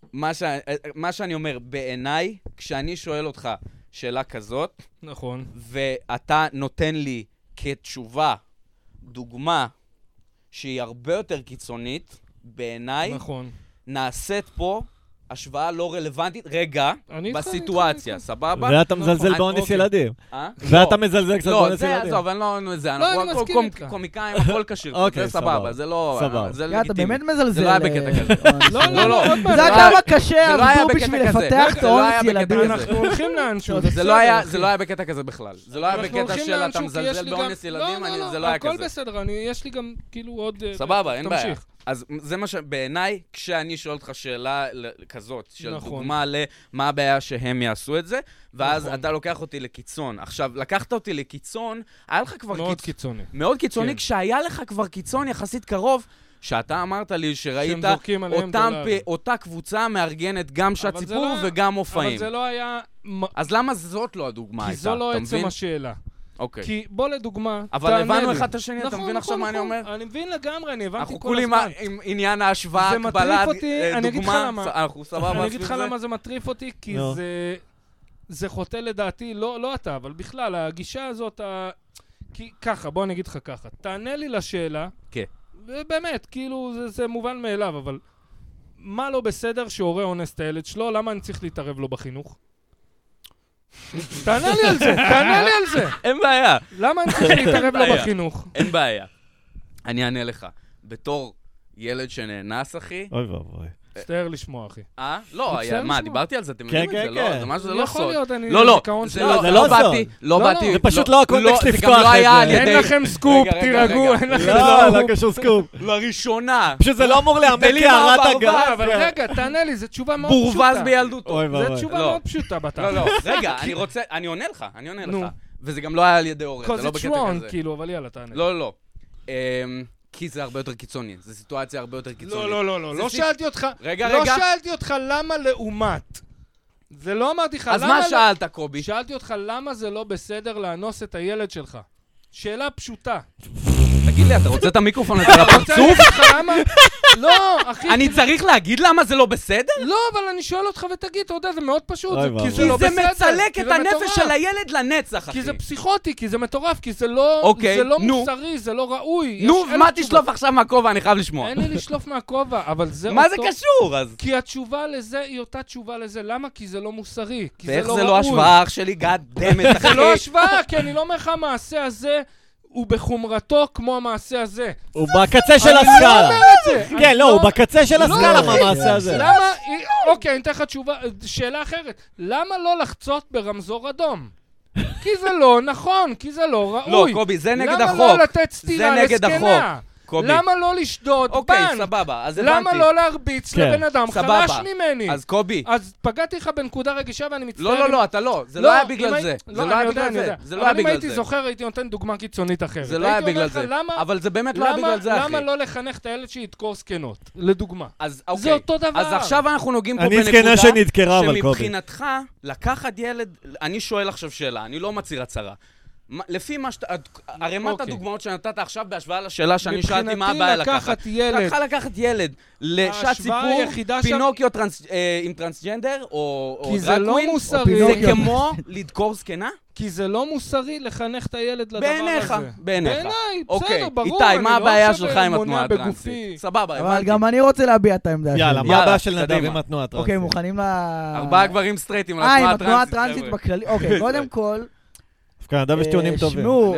מה שאני אומר, בעיניי, כשאני שואל אותך שאלה כזאת, נכון. ואתה נותן לי כתשובה דוגמה שהיא הרבה יותר קיצונית, בעיניי, נכון. נעשית פה השוואה לא רלוונטית, רגע, בסיטואציה, סבבה? ואתה מזלזל באונס ילדים. אה? ואתה מזלזל קצת באונס ילדים. לא, זה, עזוב, אני לא אוהב את זה. אנחנו קומיקאים, הכל קשיר. זה סבבה, זה לא... זה לגיטימי. אתה באמת מזלזל. זה לא היה בקטע כזה. לא, לא, לא. זה כמה קשה עבדו בשביל לפתח את האונס ילדים. אנחנו הולכים לאנשהו. זה לא היה בקטע כזה בכלל. זה לא היה בקטע של אתה מזלזל באונס ילדים, זה לא היה כזה. הכל בסדר, יש לי גם כאילו עוד... סבבה, אין בעיה. אז זה מה שבעיניי, כשאני שואל אותך שאלה כזאת, של דוגמה למה הבעיה שהם יעשו את זה, ואז אתה לוקח אותי לקיצון. עכשיו, לקחת אותי לקיצון, היה לך כבר... מאוד קיצוני. מאוד קיצוני, כשהיה לך כבר קיצון יחסית קרוב, שאתה אמרת לי שראית אותה קבוצה מארגנת גם שעת סיפור וגם מופעים. אבל זה לא היה... אז למה זאת לא הדוגמה הייתה? כי זו לא עצם השאלה. אוקיי. כי בוא לדוגמה, אבל הבנו אחד את השני, אתה מבין עכשיו מה אני אומר? אני מבין לגמרי, אני הבנתי כל הזמן. אנחנו כולים עם עניין ההשוואה, הקבלה, דוגמה. זה מטריף אותי, אני אגיד לך למה. אנחנו סבבה סביב זה. אני אגיד לך למה זה מטריף אותי, כי זה חוטא לדעתי, לא אתה, אבל בכלל, הגישה הזאת, כי ככה, בוא אני אגיד לך ככה, תענה לי לשאלה, כן. ובאמת, כאילו, זה מובן מאליו, אבל מה לא בסדר שהורה אונס את הילד שלו? למה אני צריך להתערב לו בחינוך? תענה לי על זה, תענה לי על זה. אין בעיה. למה אני צריך להתערב לו בחינוך? אין בעיה. אני אענה לך. בתור ילד שנאנס, אחי... אוי ואבוי. מצטער לשמוע, אחי. אה? לא, מה, דיברתי על זה, אתם יודעים את זה? לא, זה משהו, זה לא סוד. יכול להיות, אני... לא, לא, זה לא סוד. לא באתי... זה פשוט לא הקונטקסט לפתוח את זה. אין לכם סקופ, תירגעו, אין לכם סקופ. לא, לא קשור סקופ. לראשונה. פשוט זה לא אמור להעמד כהערת אגב. אבל רגע, תענה לי, זו תשובה מאוד פשוטה. בורווז בילדותו. זו תשובה מאוד פשוטה בתחת. לא, לא, רגע, אני רוצה... אני עונה לך, אני עונה לך. וזה גם לא היה על ידי אורן, זה לא בקטע כזה. כאילו, אבל יאללה, תענה. לא, לא. כי זה הרבה יותר קיצוני, זו סיטואציה הרבה יותר קיצונית. לא, לא, לא, לא, לא שאלתי אותך, רגע, רגע. לא שאלתי אותך למה לעומת. זה לא אמרתי לך, אז מה שאלת, קובי? שאלתי אותך למה זה לא בסדר לאנוס את הילד שלך. שאלה פשוטה. תגיד לי, אתה רוצה את המיקרופון הזה לפרצוף? לא, אחי. אני צריך להגיד למה זה לא בסדר? לא, אבל אני שואל אותך ותגיד, אתה יודע, זה מאוד פשוט. כי זה לא בסדר. כי זה מצלק את הנפש של הילד לנצח, אחי. כי זה פסיכוטי, כי זה מטורף, כי זה לא מוסרי, זה לא ראוי. נו, מה תשלוף עכשיו מהכובע? אני חייב לשמוע. אין לי לשלוף מהכובע, אבל זה אותו... מה זה קשור, אז? כי התשובה לזה היא אותה תשובה לזה. למה? כי זה לא מוסרי. כי זה לא ראוי. ואיך זה לא השוואה, אח שלי? God damn it, אחי. זה לא השוואה, כי אני לא אומר לך המעשה הזה הוא בחומרתו כמו המעשה הזה. הוא בקצה של הסקאלה. כן, לא, הוא בקצה של הסקאלה מהמעשה הזה. למה, אוקיי, אני אתן לך תשובה, שאלה אחרת. למה לא לחצות ברמזור אדום? כי זה לא נכון, כי זה לא ראוי. לא, קובי, זה נגד החוק. למה לא לתת סתירה לזקנה? קובי. למה לא לשדוד בנק? אוקיי, סבבה, אז הבנתי. למה לא להרביץ כן. לבן אדם חלש ממני? אז קובי. אז פגעתי לך בנקודה רגישה ואני מצטער. לא, לא, לא, אתה לא. זה לא, לא היה בגלל זה. לא, זה לא היה בגלל זה. זה לא היה בגלל זה. אבל אם הייתי זוכר, הייתי נותן דוגמה קיצונית אחרת. זה לא היה בגלל זה. למה, אבל זה באמת לא היה בגלל זה, אחי. למה לא לחנך את הילד שידקור זקנות? לדוגמה. אז אוקיי. זה אותו דבר. אז עכשיו אנחנו נוגעים פה אני זקנה שנדקרה, אבל קובי. שמבחינתך, לקחת ילד, אני שואל עכשיו שאלה, אני לא מצהיר הצהרה. לפי מה שאתה, הרמת הדוגמאות שנתת עכשיו בהשוואה לשאלה שאני שאלתי מה הבעיה לקחת. אתה צריכה לקחת ילד לשעת סיפור, פינוקיו עם טרנסג'נדר או דרג-קווין, זה כמו לדקור זקנה? כי זה לא מוסרי לחנך את הילד לדבר הזה. בעיניך, בעיניך. בעיניי, בסדר, ברור. איתי, מה הבעיה שלך עם התנועה הטרנסית? סבבה, אבל גם אני רוצה להביע את העמדה שלי. יאללה, מה הבעיה של נדב עם התנועה הטרנסית? אוקיי, מוכנים ל... ארבעה גברים סטרייטים לתנועה הטרנסית. אה, עם התנועה הטרנסית בכללי. אוקיי, קודם כל... נדב יש טיעונים טובים. שמעו,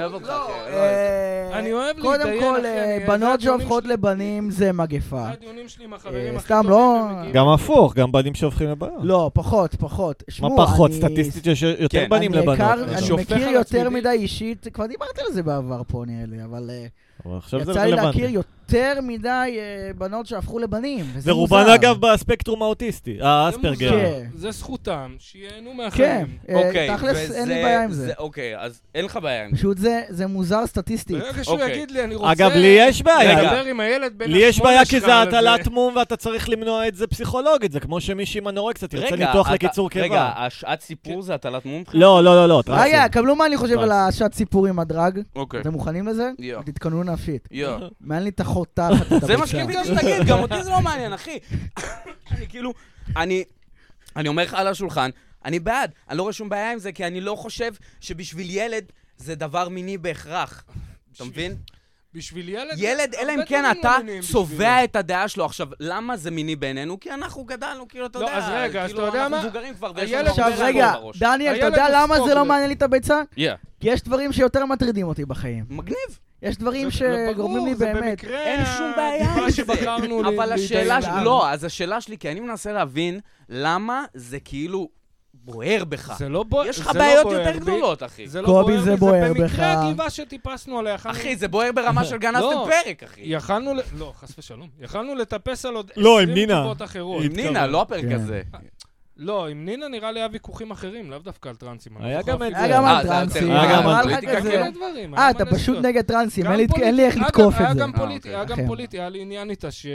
אני אוהב קודם כל, בנות שהופכות לבנים זה מגפה. הדיונים שלי עם החברים הכי סתם לא... גם הפוך, גם בנים שהופכים לבנות. לא, פחות, פחות. מה פחות? סטטיסטית יש יותר בנים לבנות. אני מכיר יותר מדי אישית, כבר דיברתי על זה בעבר פה נראה לי, אבל... יצא לי להכיר יותר מדי בנות שהפכו לבנים. זה רובן אגב בספקטרום האוטיסטי, האספרגר. זה זכותם, שיהנו מהחיים. כן, תכלס אין לי בעיה עם זה. אוקיי, אז אין לך בעיה עם זה. פשוט זה מוזר סטטיסטית. ברגע שהוא יגיד לי, אני רוצה... אגב, לי יש בעיה. לדבר עם הילד בין לי יש בעיה כי זה הטלת מום ואתה צריך למנוע את זה פסיכולוגית. זה כמו שמישהי עם אנורקסיה תרצה ניתוח לקיצור קיבה. רגע, השעת סיפור זה הטלת מום? לא, לא, לא, לא. רגע, קבלו מה אני חושב על השעת סיפור עם הדרג. אתם מוכנים לזה? תתכוננו נפשית. מעניין לי את החור תחת את הבצע. זה מה שקיוויתי שתגיד, גם אותי זה לא מעניין, אחי. אני כאילו, אני, אני אומר לך על השולחן, אני בעד, אני לא רואה שום בעיה עם זה, כי אני לא חושב שבשביל ילד זה דבר מיני בהכרח. אתה מבין? בשביל ילד... ילד, אלא אם כן אתה צובע את הדעה שלו. עכשיו, למה זה מיני בעינינו? כי אנחנו גדלנו, כאילו, אתה יודע... לא, אז רגע, אז אתה יודע מה? אנחנו מבוגרים כבר, ויש לנו עכשיו, רגע, דניאל, אתה יודע למה זה לא מעניין לי את הביצה? כן. כי יש דברים שיותר מטרידים אותי בחיים. מגניב. יש דברים שגורמים לי באמת. אין שום בעיה עם זה. אבל השאלה שלי... לא, אז השאלה שלי, כי אני מנסה להבין למה זה כאילו... בוער בך. זה לא בוער. יש לך בעיות יותר גדולות, אחי. קובי, זה בוער בך. זה במקרה הגיבה שטיפסנו עליה. אחי, זה בוער ברמה של גנזתם פרק, אחי. יכלנו, לא, חס ושלום. יכלנו לטפס על עוד עשרים תגובות אחרות. עם נינה, לא הפרק הזה. לא, עם נינה נראה לי היה ויכוחים אחרים, לאו דווקא על טרנסים. היה גם את זה. היה גם על טרנסים. היה גם על פוליטיקה. אה, אתה פשוט נגד טרנסים, אין לי איך לתקוף את זה. היה גם פוליטי, היה לי עניין איתה ש...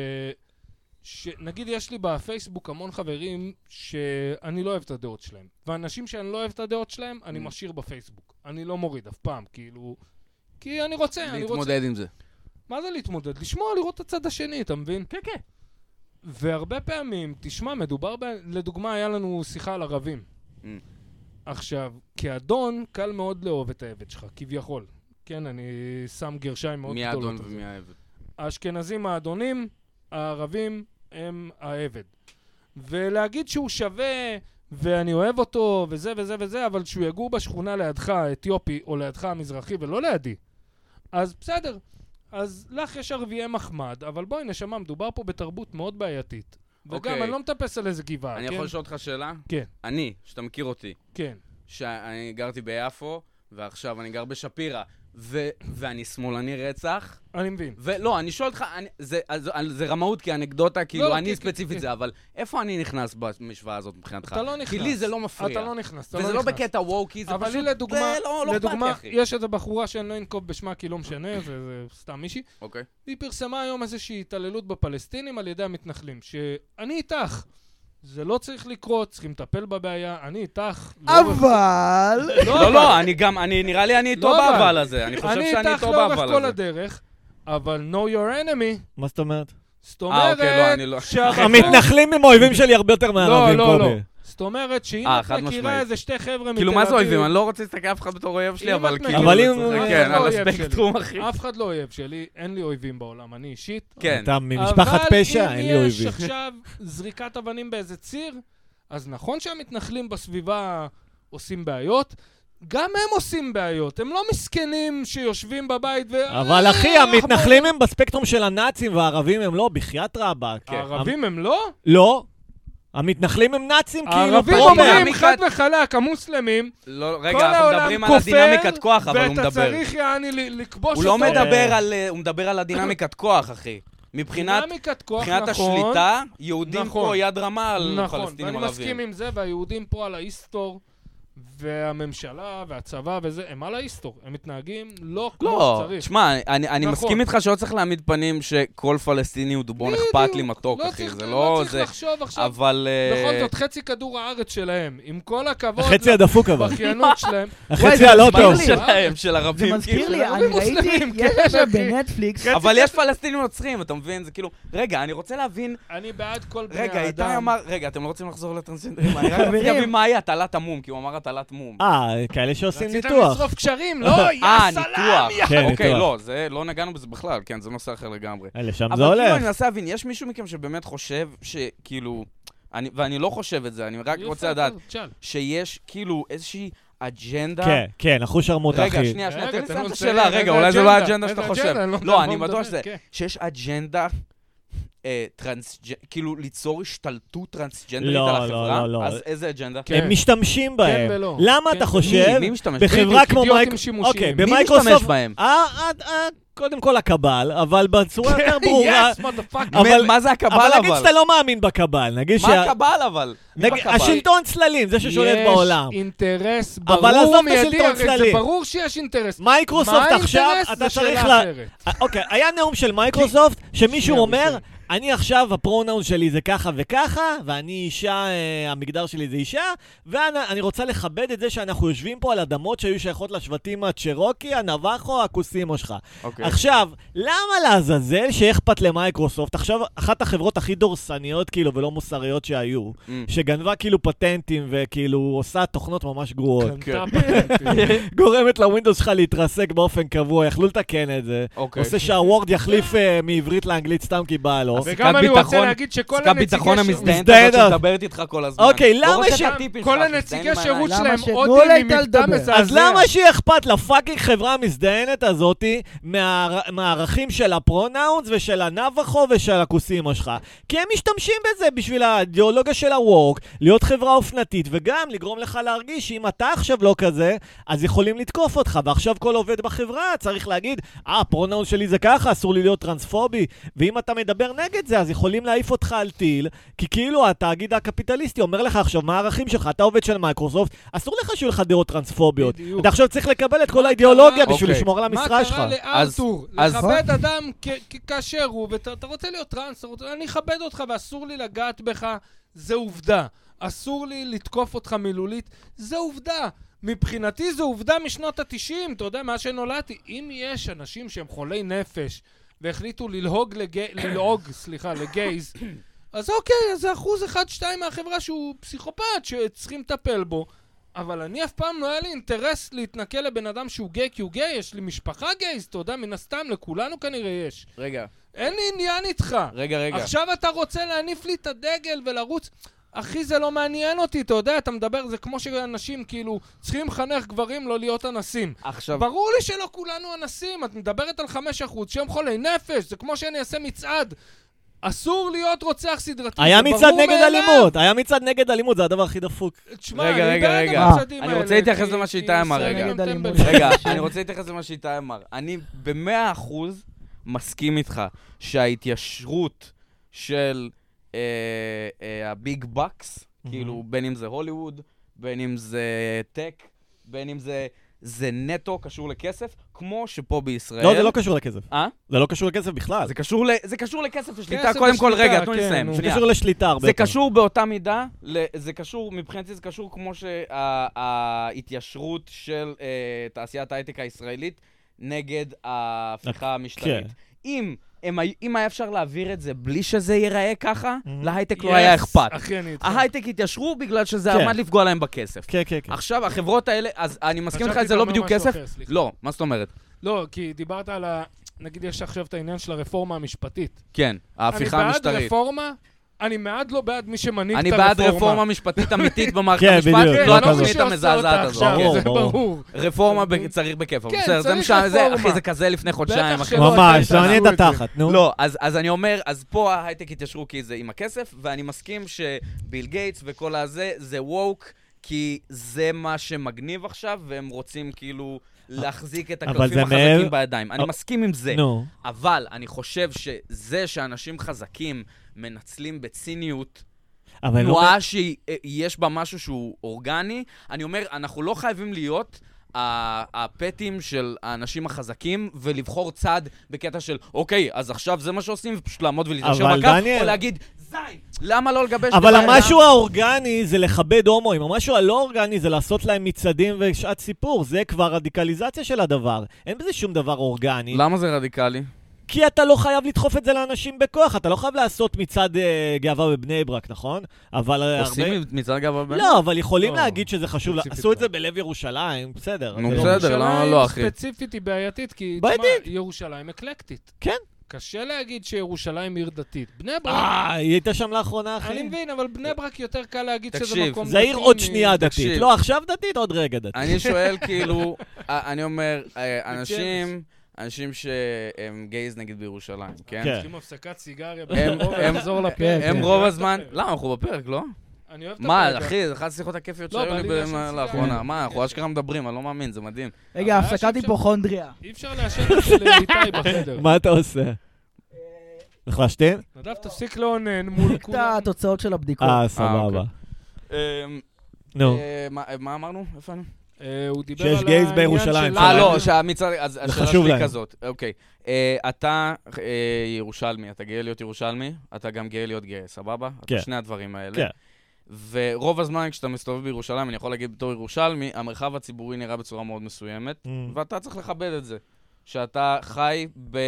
שנגיד יש לי בפייסבוק המון חברים שאני לא אוהב את הדעות שלהם. ואנשים שאני לא אוהב את הדעות שלהם, אני משאיר בפייסבוק. אני לא מוריד אף פעם, כאילו... כי אני רוצה, אני רוצה... להתמודד עם זה. מה זה להתמודד? לשמוע, לראות את הצד השני, אתה מבין? כן, כן. והרבה פעמים, תשמע, מדובר ב... לדוגמה, היה לנו שיחה על ערבים. עכשיו, כאדון, קל מאוד לאהוב את העבד שלך, כביכול. כן, אני שם גרשיים מאוד גדולות. מי האדון ומי העבד? האשכנזים האדונים, הערבים הם העבד. ולהגיד שהוא שווה, ואני אוהב אותו, וזה וזה וזה, אבל שהוא יגור בשכונה לידך, אתיופי, או לידך המזרחי, ולא לידי. אז בסדר. אז לך יש ערביי מחמד, אבל בואי נשמע, מדובר פה בתרבות מאוד בעייתית. וגם אני לא מטפס על איזה גבעה, אני יכול לשאול אותך שאלה? כן. אני, שאתה מכיר אותי. כן. שאני גרתי ביפו, ועכשיו אני גר בשפירה. ו- ואני שמאלני רצח. אני מבין. ולא, אני שואל אותך, אני, זה, זה, זה רמאות כאנקדוטה, כאילו לא, אני כי, ספציפית כי, זה, אבל איפה אני נכנס במשוואה הזאת מבחינתך? אתה לא נכנס. כי לי זה לא מפריע. אתה לא נכנס, אתה וזה לא לא נכנס. בקטע ווקי, זה אבל פשוט... לי לדוגמה, לא, לא לדוגמה, אכפת לי, אחי. יש איזו בחורה שאני לא אנקוב בשמה, כי לא משנה, זה, זה סתם מישהי. אוקיי. והיא פרסמה היום איזושהי התעללות בפלסטינים על ידי המתנחלים, שאני איתך. זה לא צריך לקרות, צריכים לטפל בבעיה, אני איתך. אבל... לא, לא, אני גם, אני, נראה לי אני איתו באבל הזה, אני חושב שאני איתו באבל הזה. אני איתך לאורך כל הדרך, אבל know your enemy. מה זאת אומרת? זאת אומרת... המתנחלים הם האויבים שלי הרבה יותר מהערבים, קובי. לא, לא, לא. זאת אומרת שאם את מכירה איזה שתי חבר'ה מתל אביב... כאילו מה זה אויבים? אני לא רוצה להסתכל אף אחד בתור אויב שלי, אבל כאילו... אבל אם... כן, על הספקטרום, אחי. אף אחד לא אויב שלי, אין לי אויבים בעולם, אני אישית. כן. אתה ממשפחת פשע, אין לי אויבים. אבל אם יש עכשיו זריקת אבנים באיזה ציר, אז נכון שהמתנחלים בסביבה עושים בעיות, גם הם עושים בעיות, הם לא מסכנים שיושבים בבית ו... אבל אחי, המתנחלים הם בספקטרום של הנאצים והערבים הם לא, בחייאת רבה. הערבים הם לא? לא. המתנחלים הם נאצים כאילו... הערבים אומרים חד וחלק, המוסלמים, לא, רגע, אנחנו מדברים על הדינמיקת כוח, אבל הוא מדבר. ואתה צריך יעני לכבוש אותו. הוא לא מדבר על... הוא מדבר על הדינמיקת כוח, אחי. מבחינת השליטה, יהודים פה יד רמה על פלסטינים ערבים. ואני מסכים עם זה, והיהודים פה על ההיסטור, והממשלה והצבא וזה, הם על ההיסטור. הם מתנהגים לא כמו שצריך. לא, תשמע, אני מסכים איתך שלא צריך להעמיד פנים שכל פלסטיני הוא דובון אכפת לי מתוק, אחי. זה לא... לא צריך לחשוב עכשיו. אבל... בכל זאת, חצי כדור הארץ שלהם, עם כל הכבוד... החצי הדפוק אבל. בחיינות שלהם. החצי הלא טוב. שלהם, של ערבים. זה מזכיר לי, אני ראיתי, יש עכשיו בנטפליקס... אבל יש פלסטינים נוצרים, אתה מבין? זה כאילו... רגע, אני רוצה להבין... אני בעד כל בני האדם. רגע, איתי אמר... רגע, אתם לא רוצים לחזור לטרנסג'נדרים? אני רק רציתי להבין מה היה הטלת המום, כי הוא אמר הטלת מום. אה, כאלה שעושים ניתוח. רציתם לשרוף קשרים, לא, יא סלאם, יא... אוקיי, לא, זה לא נגענו בזה בכלל, כן, זה נושא אחר לגמרי. לשם זה אבל הולך. כאילו אני מנסה להבין, יש מישהו מכם שבאמת חושב שכאילו, ואני לא חושב את זה, אני רק רוצה לדעת, שיש כאילו איזושהי אג'נדה... כן, כן, אחו שרמוט אחי. רגע, שנייה, שנייה, תן לי לסיים את השאלה, רגע, אולי זה לא האג'נדה שאתה חושב. לא, אני בטוח שזה, שיש אג'נדה... כאילו ליצור השתלטות טרנסג'נדרית על החברה? לא, לא, לא. אז איזה אג'נדה? הם משתמשים בהם. כן ולא. למה אתה חושב? מי משתמש? בחברה כמו מייקרוסופט. מי משתמש בהם? קודם כל הקבל, אבל בצורה יותר ברורה... מה זה הקבל אבל? אבל נגיד שאתה לא מאמין בקבל, נגיד ש... מה הקבל אבל? השלטון צללים, זה ששולט בעולם. יש אינטרס ברור מיידי, זה ברור שיש אינטרס. מייקרוסופט עכשיו, אתה צריך לה... אוקיי, היה נאום של מייקרוסופט, שמישהו אומר... אני עכשיו, הפרונאון שלי זה ככה וככה, ואני אישה, המגדר שלי זה אישה, ואני רוצה לכבד את זה שאנחנו יושבים פה על אדמות שהיו שייכות לשבטים הצ'רוקי, הנבחו, הקוסימו שלך. אוקיי. עכשיו, למה לעזאזל שאכפת למייקרוסופט? עכשיו, אחת החברות הכי דורסניות, כאילו, ולא מוסריות שהיו, mm. שגנבה כאילו פטנטים וכאילו עושה תוכנות ממש גרועות. גורמת לווינדוס שלך להתרסק באופן קבוע, יכלו לתקן את זה. אוקיי. עושה שהוורד יחליף מעברית לאנגלית סתם כי בא לו. וגם אני רוצה להגיד שכל הנציגי ביטחון המזדיינת הזאת שמדברת איתך כל הזמן. אוקיי, למה ש... כל הנציגי שירות שלהם עודים ממבטא מזעזע. אז למה שיהיה אכפת לפאקינג חברה המזדיינת הזאת מהערכים של הפרונאונס ושל הנבחו ושל הקוסימו שלך? כי הם משתמשים בזה בשביל האידיאולוגיה של הוורק, להיות חברה אופנתית, וגם לגרום לך להרגיש שאם אתה עכשיו לא כזה, אז יכולים לתקוף אותך, ועכשיו כל עובד בחברה צריך להגיד, אה, הפרונאונס שלי זה ככה, אסור לי להיות טרנספובי, ואם אתה מדבר נגד זה, אז יכולים להעיף אותך על טיל, כי כאילו התאגיד הקפיטליסטי אומר לך עכשיו, מה הערכים שלך? אתה עובד של מייקרוסופט, אסור לך שיהיו לך דעות טרנספוביות. אתה עכשיו צריך לקבל את כל האידיאולוגיה בשביל לשמור על המשרה שלך. מה קרה לארתור? לכבד אדם כאשר הוא, ואתה רוצה להיות טרנס, אני אכבד אותך ואסור לי לגעת בך, זה עובדה. אסור לי לתקוף אותך מילולית, זה עובדה. מבחינתי זו עובדה משנות ה-תשעים, אתה יודע, מה שנולדתי. אם יש אנשים שהם חולי נפש, והחליטו ללהוג, לגי... ללעוג, סליחה, לגייז, אז אוקיי, אז זה אחוז אחד, שתיים מהחברה שהוא פסיכופת, שצריכים לטפל בו. אבל אני אף פעם לא היה לי אינטרס להתנקל לבן אדם שהוא גיי, כי הוא גיי, יש לי משפחה גייז, אתה יודע, מן הסתם, לכולנו כנראה יש. רגע. אין לי עניין איתך. רגע, רגע. עכשיו אתה רוצה להניף לי את הדגל ולרוץ... אחי, זה לא מעניין אותי, אתה יודע, אתה מדבר, זה כמו שאנשים כאילו צריכים לחנך גברים לא להיות אנסים. עכשיו... ברור לי שלא כולנו אנסים, את מדברת על חמש אחוז שהם חולי נפש, זה כמו שאני אעשה מצעד. אסור להיות רוצח סדרתי. היה מצעד נגד אלימות, היה מצעד נגד אלימות, זה הדבר הכי דפוק. רגע, רגע, רגע. אני רוצה להתייחס למה שאיתי אמר, רגע. רגע, אני רוצה להתייחס למה שאיתי אמר. אני במאה אחוז מסכים איתך שההתיישרות של... הביג בקס, כאילו בין אם זה הוליווד, בין אם זה טק, בין אם זה זה נטו קשור לכסף, כמו שפה בישראל... לא, זה לא קשור לכסף. אה? זה לא קשור לכסף בכלל. זה קשור לכסף ושליטה, קודם כל, רגע, תנו לסיים. זה קשור לשליטה הרבה. זה קשור באותה מידה, זה קשור, מבחינתי זה קשור כמו שההתיישרות של תעשיית ההייטק הישראלית נגד ההפיכה המשטרית. אם... אם היה אפשר להעביר את זה בלי שזה ייראה ככה, להייטק לא היה אכפת. ההייטק התיישרו בגלל שזה עמד לפגוע להם בכסף. כן, כן, כן. עכשיו, החברות האלה, אז אני מסכים לך, זה לא בדיוק כסף? לא, מה זאת אומרת? לא, כי דיברת על ה... נגיד, יש עכשיו את העניין של הרפורמה המשפטית. כן, ההפיכה המשטרית. אני בעד רפורמה, אני מעד לא בעד מי שמנהיג את הרפורמה. אני בעד רפורמה משפטית אמיתית במערכת כן, המשפט, בדיוק, לא התוכנית המזעזעת הזאת. ברור, זה ברור. רפורמה צריך בכיף. כן, צריך רפורמה. אחי, זה כזה לפני חודשיים. ממש, לא נהיית תחת, נו. לא, אז אני אומר, אז פה ההייטק התיישרו כי זה עם הכסף, ואני מסכים שביל גייטס וכל הזה, זה ווק, כי זה מה שמגניב עכשיו, והם רוצים כאילו להחזיק את הקלפים החזקים בידיים. אני מסכים עם זה, אבל אני חושב שזה שאנשים חזקים מנצלים בציניות, תנועה שיש בה משהו שהוא אורגני, אני אומר, אנחנו לא חייבים להיות הפטים של האנשים החזקים ולבחור צד בקטע של, אוקיי, אז עכשיו זה מה שעושים, ופשוט לעמוד ולהתיישר בקו, או להגיד, זין, למה לא לגבש... אבל המשהו האורגני זה לכבד הומואים, המשהו הלא אורגני זה לעשות להם מצעדים ושעת סיפור, זה כבר רדיקליזציה של הדבר, אין בזה שום דבר אורגני. למה זה רדיקלי? כי אתה לא חייב לדחוף את זה לאנשים בכוח, אתה לא חייב לעשות מצעד אה, גאווה בבני ברק, נכון? אבל... עושים הרבה... מצעד גאווה בבני? לא, אבל יכולים לא, להגיד שזה חשוב, עשו את זה בלב ירושלים, בסדר. נו, בסדר, למה לא, אחי? ספציפית היא בעייתית, כי תשמע, ירושלים אקלקטית. כן. קשה להגיד שירושלים עיר דתית. בני ברק... אה, היא הייתה שם לאחרונה, אחי. אני מבין, אבל בני ברק יותר קל להגיד שזה מקום דתי. זה עיר עוד שנייה דתית. לא, עכשיו דתית, עוד רגע דתית. אני שואל, כאילו, אני אומר, אנשים... אנשים שהם גייז נגיד בירושלים, כן? אנשים הפסקת סיגריה, לחזור לפרק. הם רוב הזמן... למה, אנחנו בפרק, לא? אני אוהב את הפרק. מה, אחי, זה אחת השיחות הכיפיות שהיו לי לאחרונה. מה, אנחנו אשכרה מדברים, אני לא מאמין, זה מדהים. רגע, הפסקת היפוכונדריה. אי אפשר לאשר את זה לאיתי בחדר. מה אתה עושה? איך להשתין? נדב, תפסיק לאונן מול כולם. את התוצאות של הבדיקות. אה, סבבה. נו. מה אמרנו? איפה אני? הוא דיבר על שיש גייז בירושלים. אה, לא, שהמצד... אז השאלה שלי כזאת. אוקיי. אתה ירושלמי, אתה גאה להיות ירושלמי, אתה גם גאה להיות גאה, סבבה? כן. שני הדברים האלה. כן. ורוב הזמן כשאתה מסתובב בירושלים, אני יכול להגיד בתור ירושלמי, המרחב הציבורי נראה בצורה מאוד מסוימת, ואתה צריך לכבד את זה. שאתה חי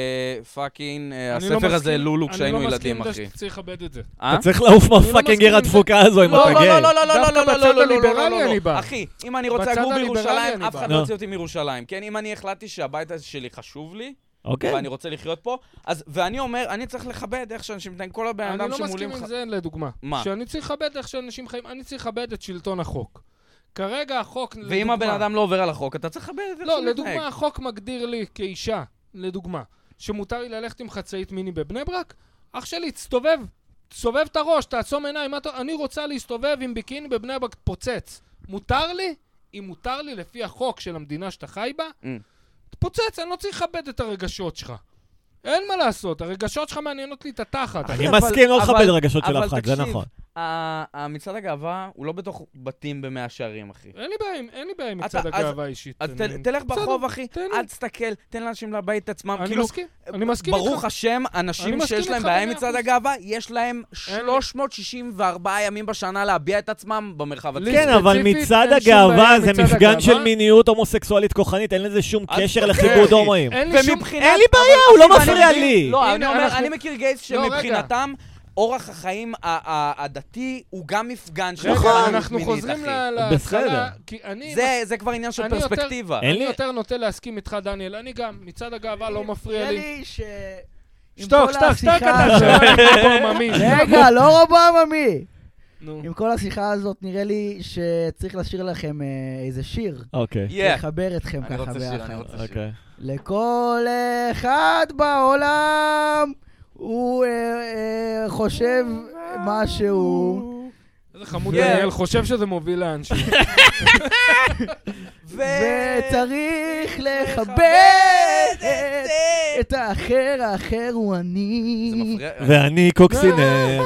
בפאקינג, הספר הזה לולו כשהיינו ילדים, אחי. אני לא מסכים שצריך לכבד את זה. אתה צריך לעוף מהפאקינג עיר התפוקה הזו אם אתה גיי. לא, לא, לא, לא, לא, לא, לא, לא, לא, לא, לא, אחי, אם אני רוצה לגור בירושלים, אף אחד לא יוצא אותי מירושלים. כן, אם אני החלטתי שהבית הזה שלי חשוב לי, ואני רוצה לחיות פה, אז, ואני אומר, אני צריך לכבד איך שאנשים מתנהגים, כל הבן אדם שמולים... אני לא מסכים עם זה, לדוגמה. מה? שאני צריך לכבד איך שאנשים חיים, אני צריך לכבד את שלטון החוק. כרגע החוק... ואם הבן אדם לא עובר על החוק, אתה צריך לכבד את איך שהוא מתנהג. לא, לדוגמה, החוק מגדיר לי כאישה, לדוגמה, שמותר לי ללכת עם חצאית מיני בבני ברק, אח שלי, תסתובב, תסתובב את הראש, תעצום עיניים, אני רוצה להסתובב עם ביקיני בבני ברק פוצץ. מותר לי? אם מותר לי לפי החוק של המדינה שאתה חי בה, תפוצץ, אני לא צריך לכבד את הרגשות שלך. אין מה לעשות, הרגשות שלך מעניינות לי את התחת. אני מסכים לא לכבד רגשות של אף אחד, זה נכון. המצעד הגאווה הוא לא בתוך בתים במאה שערים, אחי. אין לי בעיה עם מצעד הגאווה אישית. אז תלך ברחוב, אחי, אל תסתכל, תן לאנשים לבית עצמם. אני מסכים, אני מסכים איתך. ברוך השם, אנשים שיש להם בעיה עם מצעד הגאווה, יש להם שלוש מאות שישים וארבעה ימים בשנה להביע את עצמם במרחב הציבורי. כן, אבל מצעד הגאווה זה מפגן של מיניות הומוסקסואלית כוחנית, אין לזה שום קשר לכיבוד הומואים. אין לי בעיה, הוא לא מפריע לי. לא, אני אומר, אני מכיר גייז שמבחינתם אורח החיים הדתי הוא גם מפגן של נכון, אנחנו חוזרים להתחלה, זה כבר עניין של פרספקטיבה. אני יותר נוטה להסכים איתך, דניאל, אני גם, מצד הגאווה לא מפריע לי. נראה לי ש... שתוק, שתוק, שתוק אתה שלא עממי. רגע, לא רובו עממי. עם כל השיחה הזאת נראה לי שצריך לשיר לכם איזה שיר. אוקיי. לחבר אתכם ככה ביחד. אני רוצה שיר, אוקיי. לכל אחד בעולם הוא חושב משהו. איזה חמוד דניאל, חושב שזה מוביל לאנשים. וצריך לכבד את האחר, האחר הוא אני. ואני קוקסינל.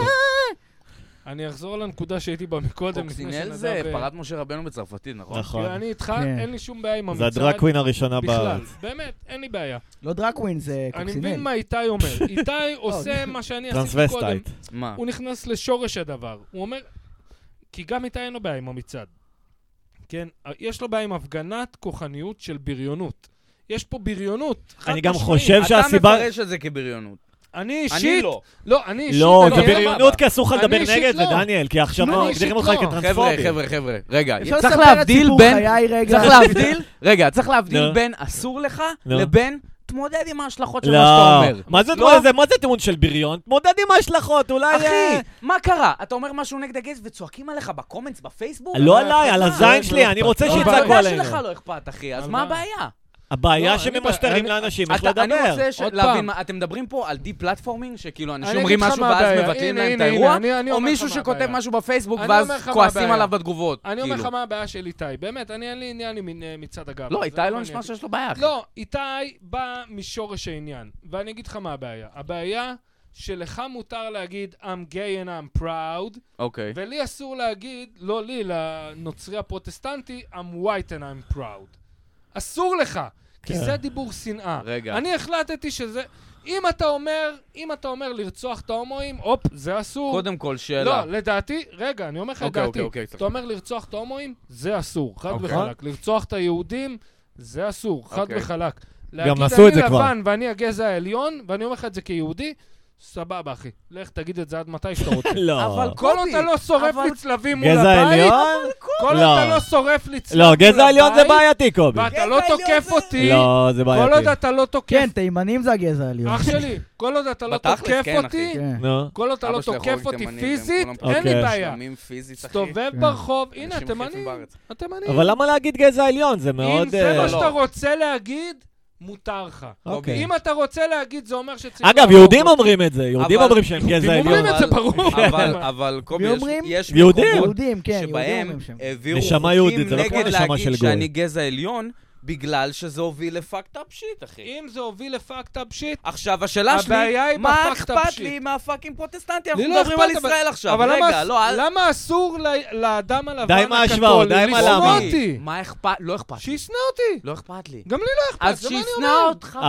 אני אחזור לנקודה שהייתי בה מקודם. קוקסינל זה פרת משה רבנו בצרפתית, נכון? נכון. אני איתך, אין לי שום בעיה עם המצעד. זה הדרקווין הראשונה בארץ. באמת, אין לי בעיה. לא דרקווין, זה קוקסינל. אני מבין מה איתי אומר. איתי עושה מה שאני עשיתי קודם. מה? הוא נכנס לשורש הדבר. הוא אומר, כי גם איתי אין לו בעיה עם המצעד. כן? יש לו בעיה עם הפגנת כוחניות של בריונות. יש פה בריונות. אני גם חושב שהסיבה... אתה מפרש את זה כבריונות. אני אישית... לא. לא, אני אישית... לא, זה בריונות כי אסור לך לדבר נגד זה, דניאל, כי עכשיו מגדירים אותך כטרנספובי. חבר'ה, חבר'ה, חבר'ה, רגע, צריך להבדיל בין... צריך להבדיל... רגע, צריך להבדיל בין אסור לך לבין... תמודד עם ההשלכות של מה שאתה אומר. מה זה, מה זה טיעון של בריון? תמודד עם ההשלכות, אולי... אחי, מה קרה? אתה אומר משהו נגד הגייז וצועקים עליך בקומנטס בפייסבוק? לא עליי, על הזין שלי, אני רוצה שיצעקו עלינו. שלך לא אכפת, אחי, אז מה הבעיה? הבעיה שממשטרים לאנשים, איך לדבר. אני רוצה להבין, אתם מדברים פה על די פלטפורמינג, שכאילו אנשים אומרים משהו ואז מבטלים להם את האירוע, או מישהו שכותב משהו בפייסבוק ואז כועסים עליו בתגובות. אני אומר לך מה הבעיה של איתי, באמת, אני אין לי עניין מצד הגב. לא, איתי לא נשמע שיש לו בעיה. לא, איתי בא משורש העניין, ואני אגיד לך מה הבעיה. הבעיה שלך מותר להגיד I'm gay and I'm proud, אוקיי. ולי אסור להגיד, לא לי, לנוצרי הפרוטסטנטי, I'm white and I'm proud. אסור לך, כי זה דיבור שנאה. רגע. אני החלטתי שזה... אם אתה אומר, אם אתה אומר לרצוח את ההומואים, הופ, זה אסור. קודם כל שאלה. לא, לדעתי, רגע, אני אומר לך לדעתי. אתה אומר לרצוח את ההומואים, זה אסור, חד וחלק. לרצוח את היהודים, זה אסור, חד וחלק. גם עשו את זה כבר. להגיד אני לבן ואני הגזע העליון, ואני אומר לך את זה כיהודי, סבבה, אחי. לך תגיד את זה עד מתי שאתה רוצה. לא. אבל כל עוד אתה לא שורף לי צלבים מול הבית, גזע עליון? כל עוד אתה לא שורף לי צלבים לא, מול הבית, גזע עליון זה בעייתי, קובי. ואתה לא תוקף אותי, לא, זה בעייתי. כל עוד אתה לא תוקף... כן, תימנים זה הגזע העליון. אח שלי, כל עוד אתה לא תוקף אותי, כל עוד אתה לא תוקף אותי פיזית, אין לי בעיה. סתובב ברחוב, הנה, התימנים, התימנים. אבל למה להגיד גזע עליון? זה מאוד... אם זה מה שאתה רוצה להגיד... מותר לך. אם אתה רוצה להגיד, זה אומר שצריך... אגב, יהודים אומרים את זה. יהודים אומרים שהם גזע עליון. אומרים את זה, ברור. אבל קובי, יש יהודים? מקומות שבהם העבירו חוקים נגד להגיד שאני גזע עליון, בגלל שזה הוביל לפאקט אפ שיט, אחי. אם זה הוביל לפאקט אפ שיט... עכשיו, השאלה שלי, מה אכפת לי מהפאקינג פרוטסטנטי? אנחנו מדברים על ישראל עכשיו. רגע, לא... למה אסור לאדם הלבן די מה השוואות, די מה לשנוא אותי? מה אכפת? לא אכפת לי. שישנא אותי. לא אכפת לי. גם לי לא אכפת, אז שישנא אותך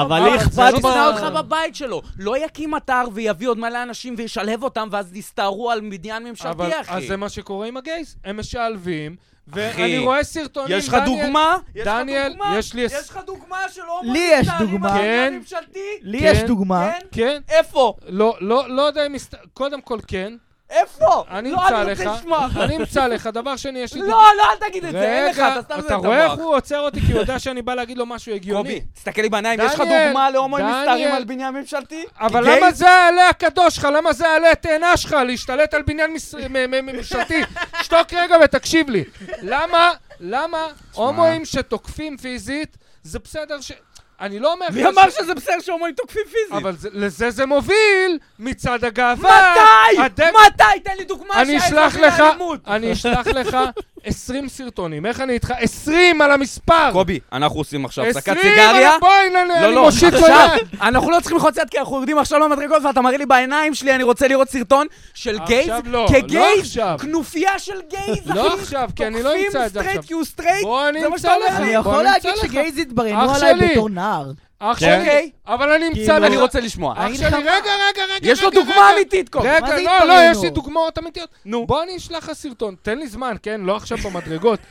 בבית שלו. לא יקים אתר ויביא עוד מלא אנשים וישלהב אותם, ואז יסתערו על מדיין ממשלתי, אחי. אז זה מה שקורה עם הגייז. הם משלבים, ואני רואה סרטונים, יש לך דוגמה? דניאל, יש לי... יש לך דוגמה שלא לי יש דוגמה. מדיין ממשלתי? לי יש דוגמה. כן. איפה? לא, לא, לא יודע אם... קודם כל כן. איפה? אני אמצא לך, אני אמצא לך, דבר שני, יש לי... לא, לא, אל תגיד את זה, אין לך, אתה סתם זה את המוח. אתה רואה איך הוא עוצר אותי, כי הוא יודע שאני בא להגיד לו משהו הגיוני. קובי, תסתכל לי בעיניים, יש לך דוגמה להומואים מסתערים על בניין ממשלתי? אבל למה זה העלה הקדוש שלך? למה זה העלה תאנה שלך? להשתלט על בניין ממשלתי? שתוק רגע ותקשיב לי. למה, למה הומואים שתוקפים פיזית, זה בסדר ש... אני לא אומר... מי אמר שזה בסדר שהומואים תוקפים פיזית? אבל לזה זה מוביל מצד הגאווה. מתי? מתי? תן לי דוגמה שהאזרח לאלימות. אני אשלח לך עשרים סרטונים. איך אני איתך? עשרים על המספר! קובי, אנחנו עושים עכשיו הפסקת סיגריה. בואי, אני מושיט לו יד. אנחנו לא צריכים לחוץ יד כי אנחנו יורדים עכשיו למדרגות ואתה מראה לי בעיניים שלי, אני רוצה לראות סרטון של גייז כגייז, כנופיה של גייז, לא עכשיו, כי אני לא אמצא את זה עכשיו. תוקפים סטרייט כי הוא סטרייט. בוא אני אמצא לך. אני יכול להגיד שגייז התברנו עליי בתור נער. אח שלי, אבל אני אמצא לך. אני רוצה לשמוע. אח שלי, רגע, רגע, רגע. יש לו דוגמה אמיתית, קובי. רגע, לא, לא, יש לי דוגמאות אמיתיות. נו. בוא אני אשלח לך סרטון, תן לי זמן, כן? לא עכשיו במדרגות.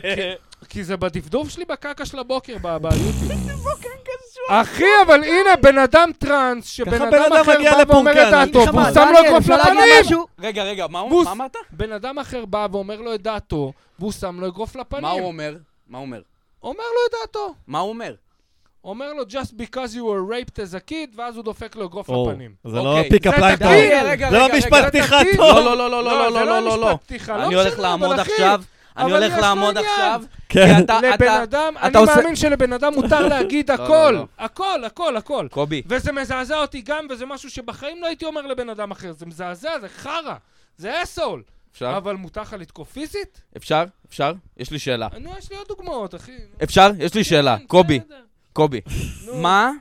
כי זה בדפדוף שלי בקקה של הבוקר ביוטיוב. אחי, אבל הנה, בן אדם טרנס, שבן אדם אחר בא ואומר את דעתו, והוא שם לו אגרוף לפנים. רגע, רגע, מה אמרת? בן אדם אחר בא ואומר לו את דעתו, והוא שם לו אגרוף לפנים. מה הוא אומר? מה הוא אומר? אומר לו את דעתו. מה הוא אומר? אומר לו, just because you were raped as a kid, ואז הוא דופק לו אגרוף לפנים. זה לא פיק-אפ ליין טוב. זה לא משפט פתיחה טוב. לא, לא, לא, לא, לא, לא, לא, לא, לא. אני הולך לעמוד עכשיו. אני הולך לעמוד עכשיו. לבן אדם, אני מאמין שלבן אדם מותר להגיד הכל. הכל, הכל, הכל. קובי. וזה מזעזע אותי גם, וזה משהו שבחיים לא הייתי אומר לבן אדם אחר. זה מזעזע, זה חרא. זה אסול. אפשר? אבל מותר לך לתקוף פיזית? אפשר? אפשר? יש לי שאלה. נו, יש לי עוד דוגמאות, אחי. אפשר? יש לי שאלה. קובי. קובי, מה,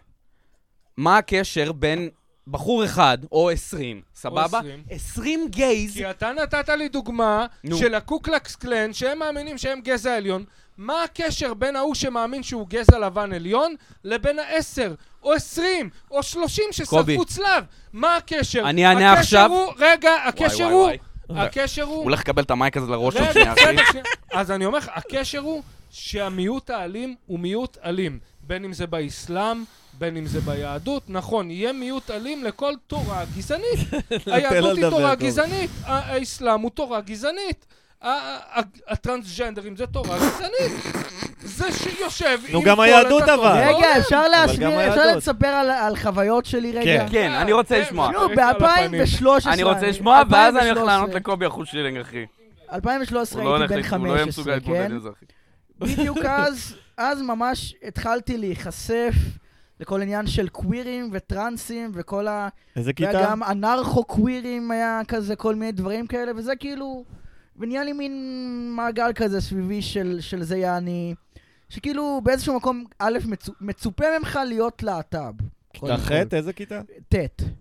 מה הקשר בין בחור אחד או עשרים, סבבה? עשרים גייז. כי אתה נתת לי דוגמה של הקוקלקס קלן, שהם מאמינים שהם גזע עליון. מה הקשר בין ההוא שמאמין שהוא גזע לבן עליון, לבין העשר, או עשרים, או שלושים ששרפו צלב? מה הקשר? אני אענה עכשיו. רגע, הקשר הוא... הקשר הוא... הוא הולך לקבל את המייק הזה לראש שלו שנייה, אחי. אז אני אומר לך, הקשר הוא שהמיעוט האלים הוא מיעוט אלים. בין אם זה באסלאם, בין אם זה ביהדות. נכון, יהיה מיעוט אלים לכל תורה גזענית. היהדות היא תורה גזענית, האסלאם הוא תורה גזענית. הטרנסג'נדרים זה תורה גזענית. זה שיושב עם כל... נו, גם היהדות אבל. רגע, אפשר להסביר, אפשר לספר על חוויות שלי רגע? כן, אני רוצה לשמוע. נו, ב-אלפיים ושלוש עשרה... אני רוצה לשמוע, ואז אני הולך לענות לקובי אחוז שילינג, אחי. אלפיים ושלוש עשרה הייתי בן חמש עשרה, כן? בדיוק אז, אז ממש התחלתי להיחשף לכל עניין של קווירים וטרנסים וכל ה... איזה כיתה? וגם אנרכו-קווירים היה כזה, כל מיני דברים כאלה, וזה כאילו... ונהיה לי מין מעגל כזה סביבי של, של זה יעני... שכאילו באיזשהו מקום, א', מצופ, מצופה ממך להיות להט"ב. כיתה ח'? איזה כיתה? ת'.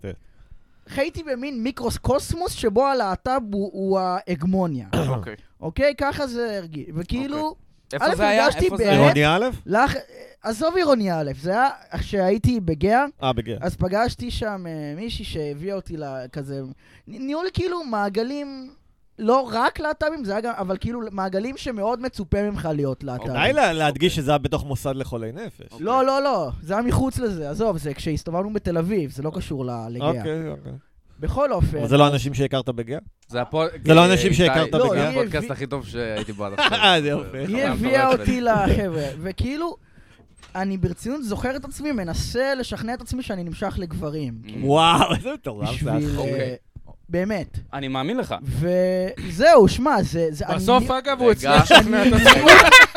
חייתי במין מיקרוקוסמוס שבו הלהט"ב הוא, הוא ההגמוניה. אוקיי. אוקיי? ככה זה הרגיש. וכאילו... איפה זה היה? איפה זה היה? עירוני א'? עזוב עירוני א', זה היה כשהייתי בגאה. אה, בגאה. אז פגשתי שם מישהי שהביאה אותי לכזה... נהיו לי כאילו מעגלים... לא רק להט"בים, זה היה גם, אבל כאילו מעגלים שמאוד מצופה ממך להיות להט"בים. די להדגיש שזה היה בתוך מוסד לחולי נפש. לא, לא, לא, זה היה מחוץ לזה, עזוב, זה כשהסתובבנו בתל אביב, זה לא קשור לגאה. אוקיי, אוקיי. בכל אופן. זה לא אנשים שהכרת בגאה? זה לא אנשים שהכרת בגאה? זה הפודקאסט הכי טוב שהייתי בו עד עכשיו. אה, זה יופי. היא הביאה אותי לחבר'ה, וכאילו, אני ברצינות זוכר את עצמי, מנסה לשכנע את עצמי שאני נמשך לגברים. וואו, איזה מטורף. בשביל... באמת. אני מאמין לך. וזהו, שמע, זה... בסוף אגב הוא הצליח לשכנע את עצמי.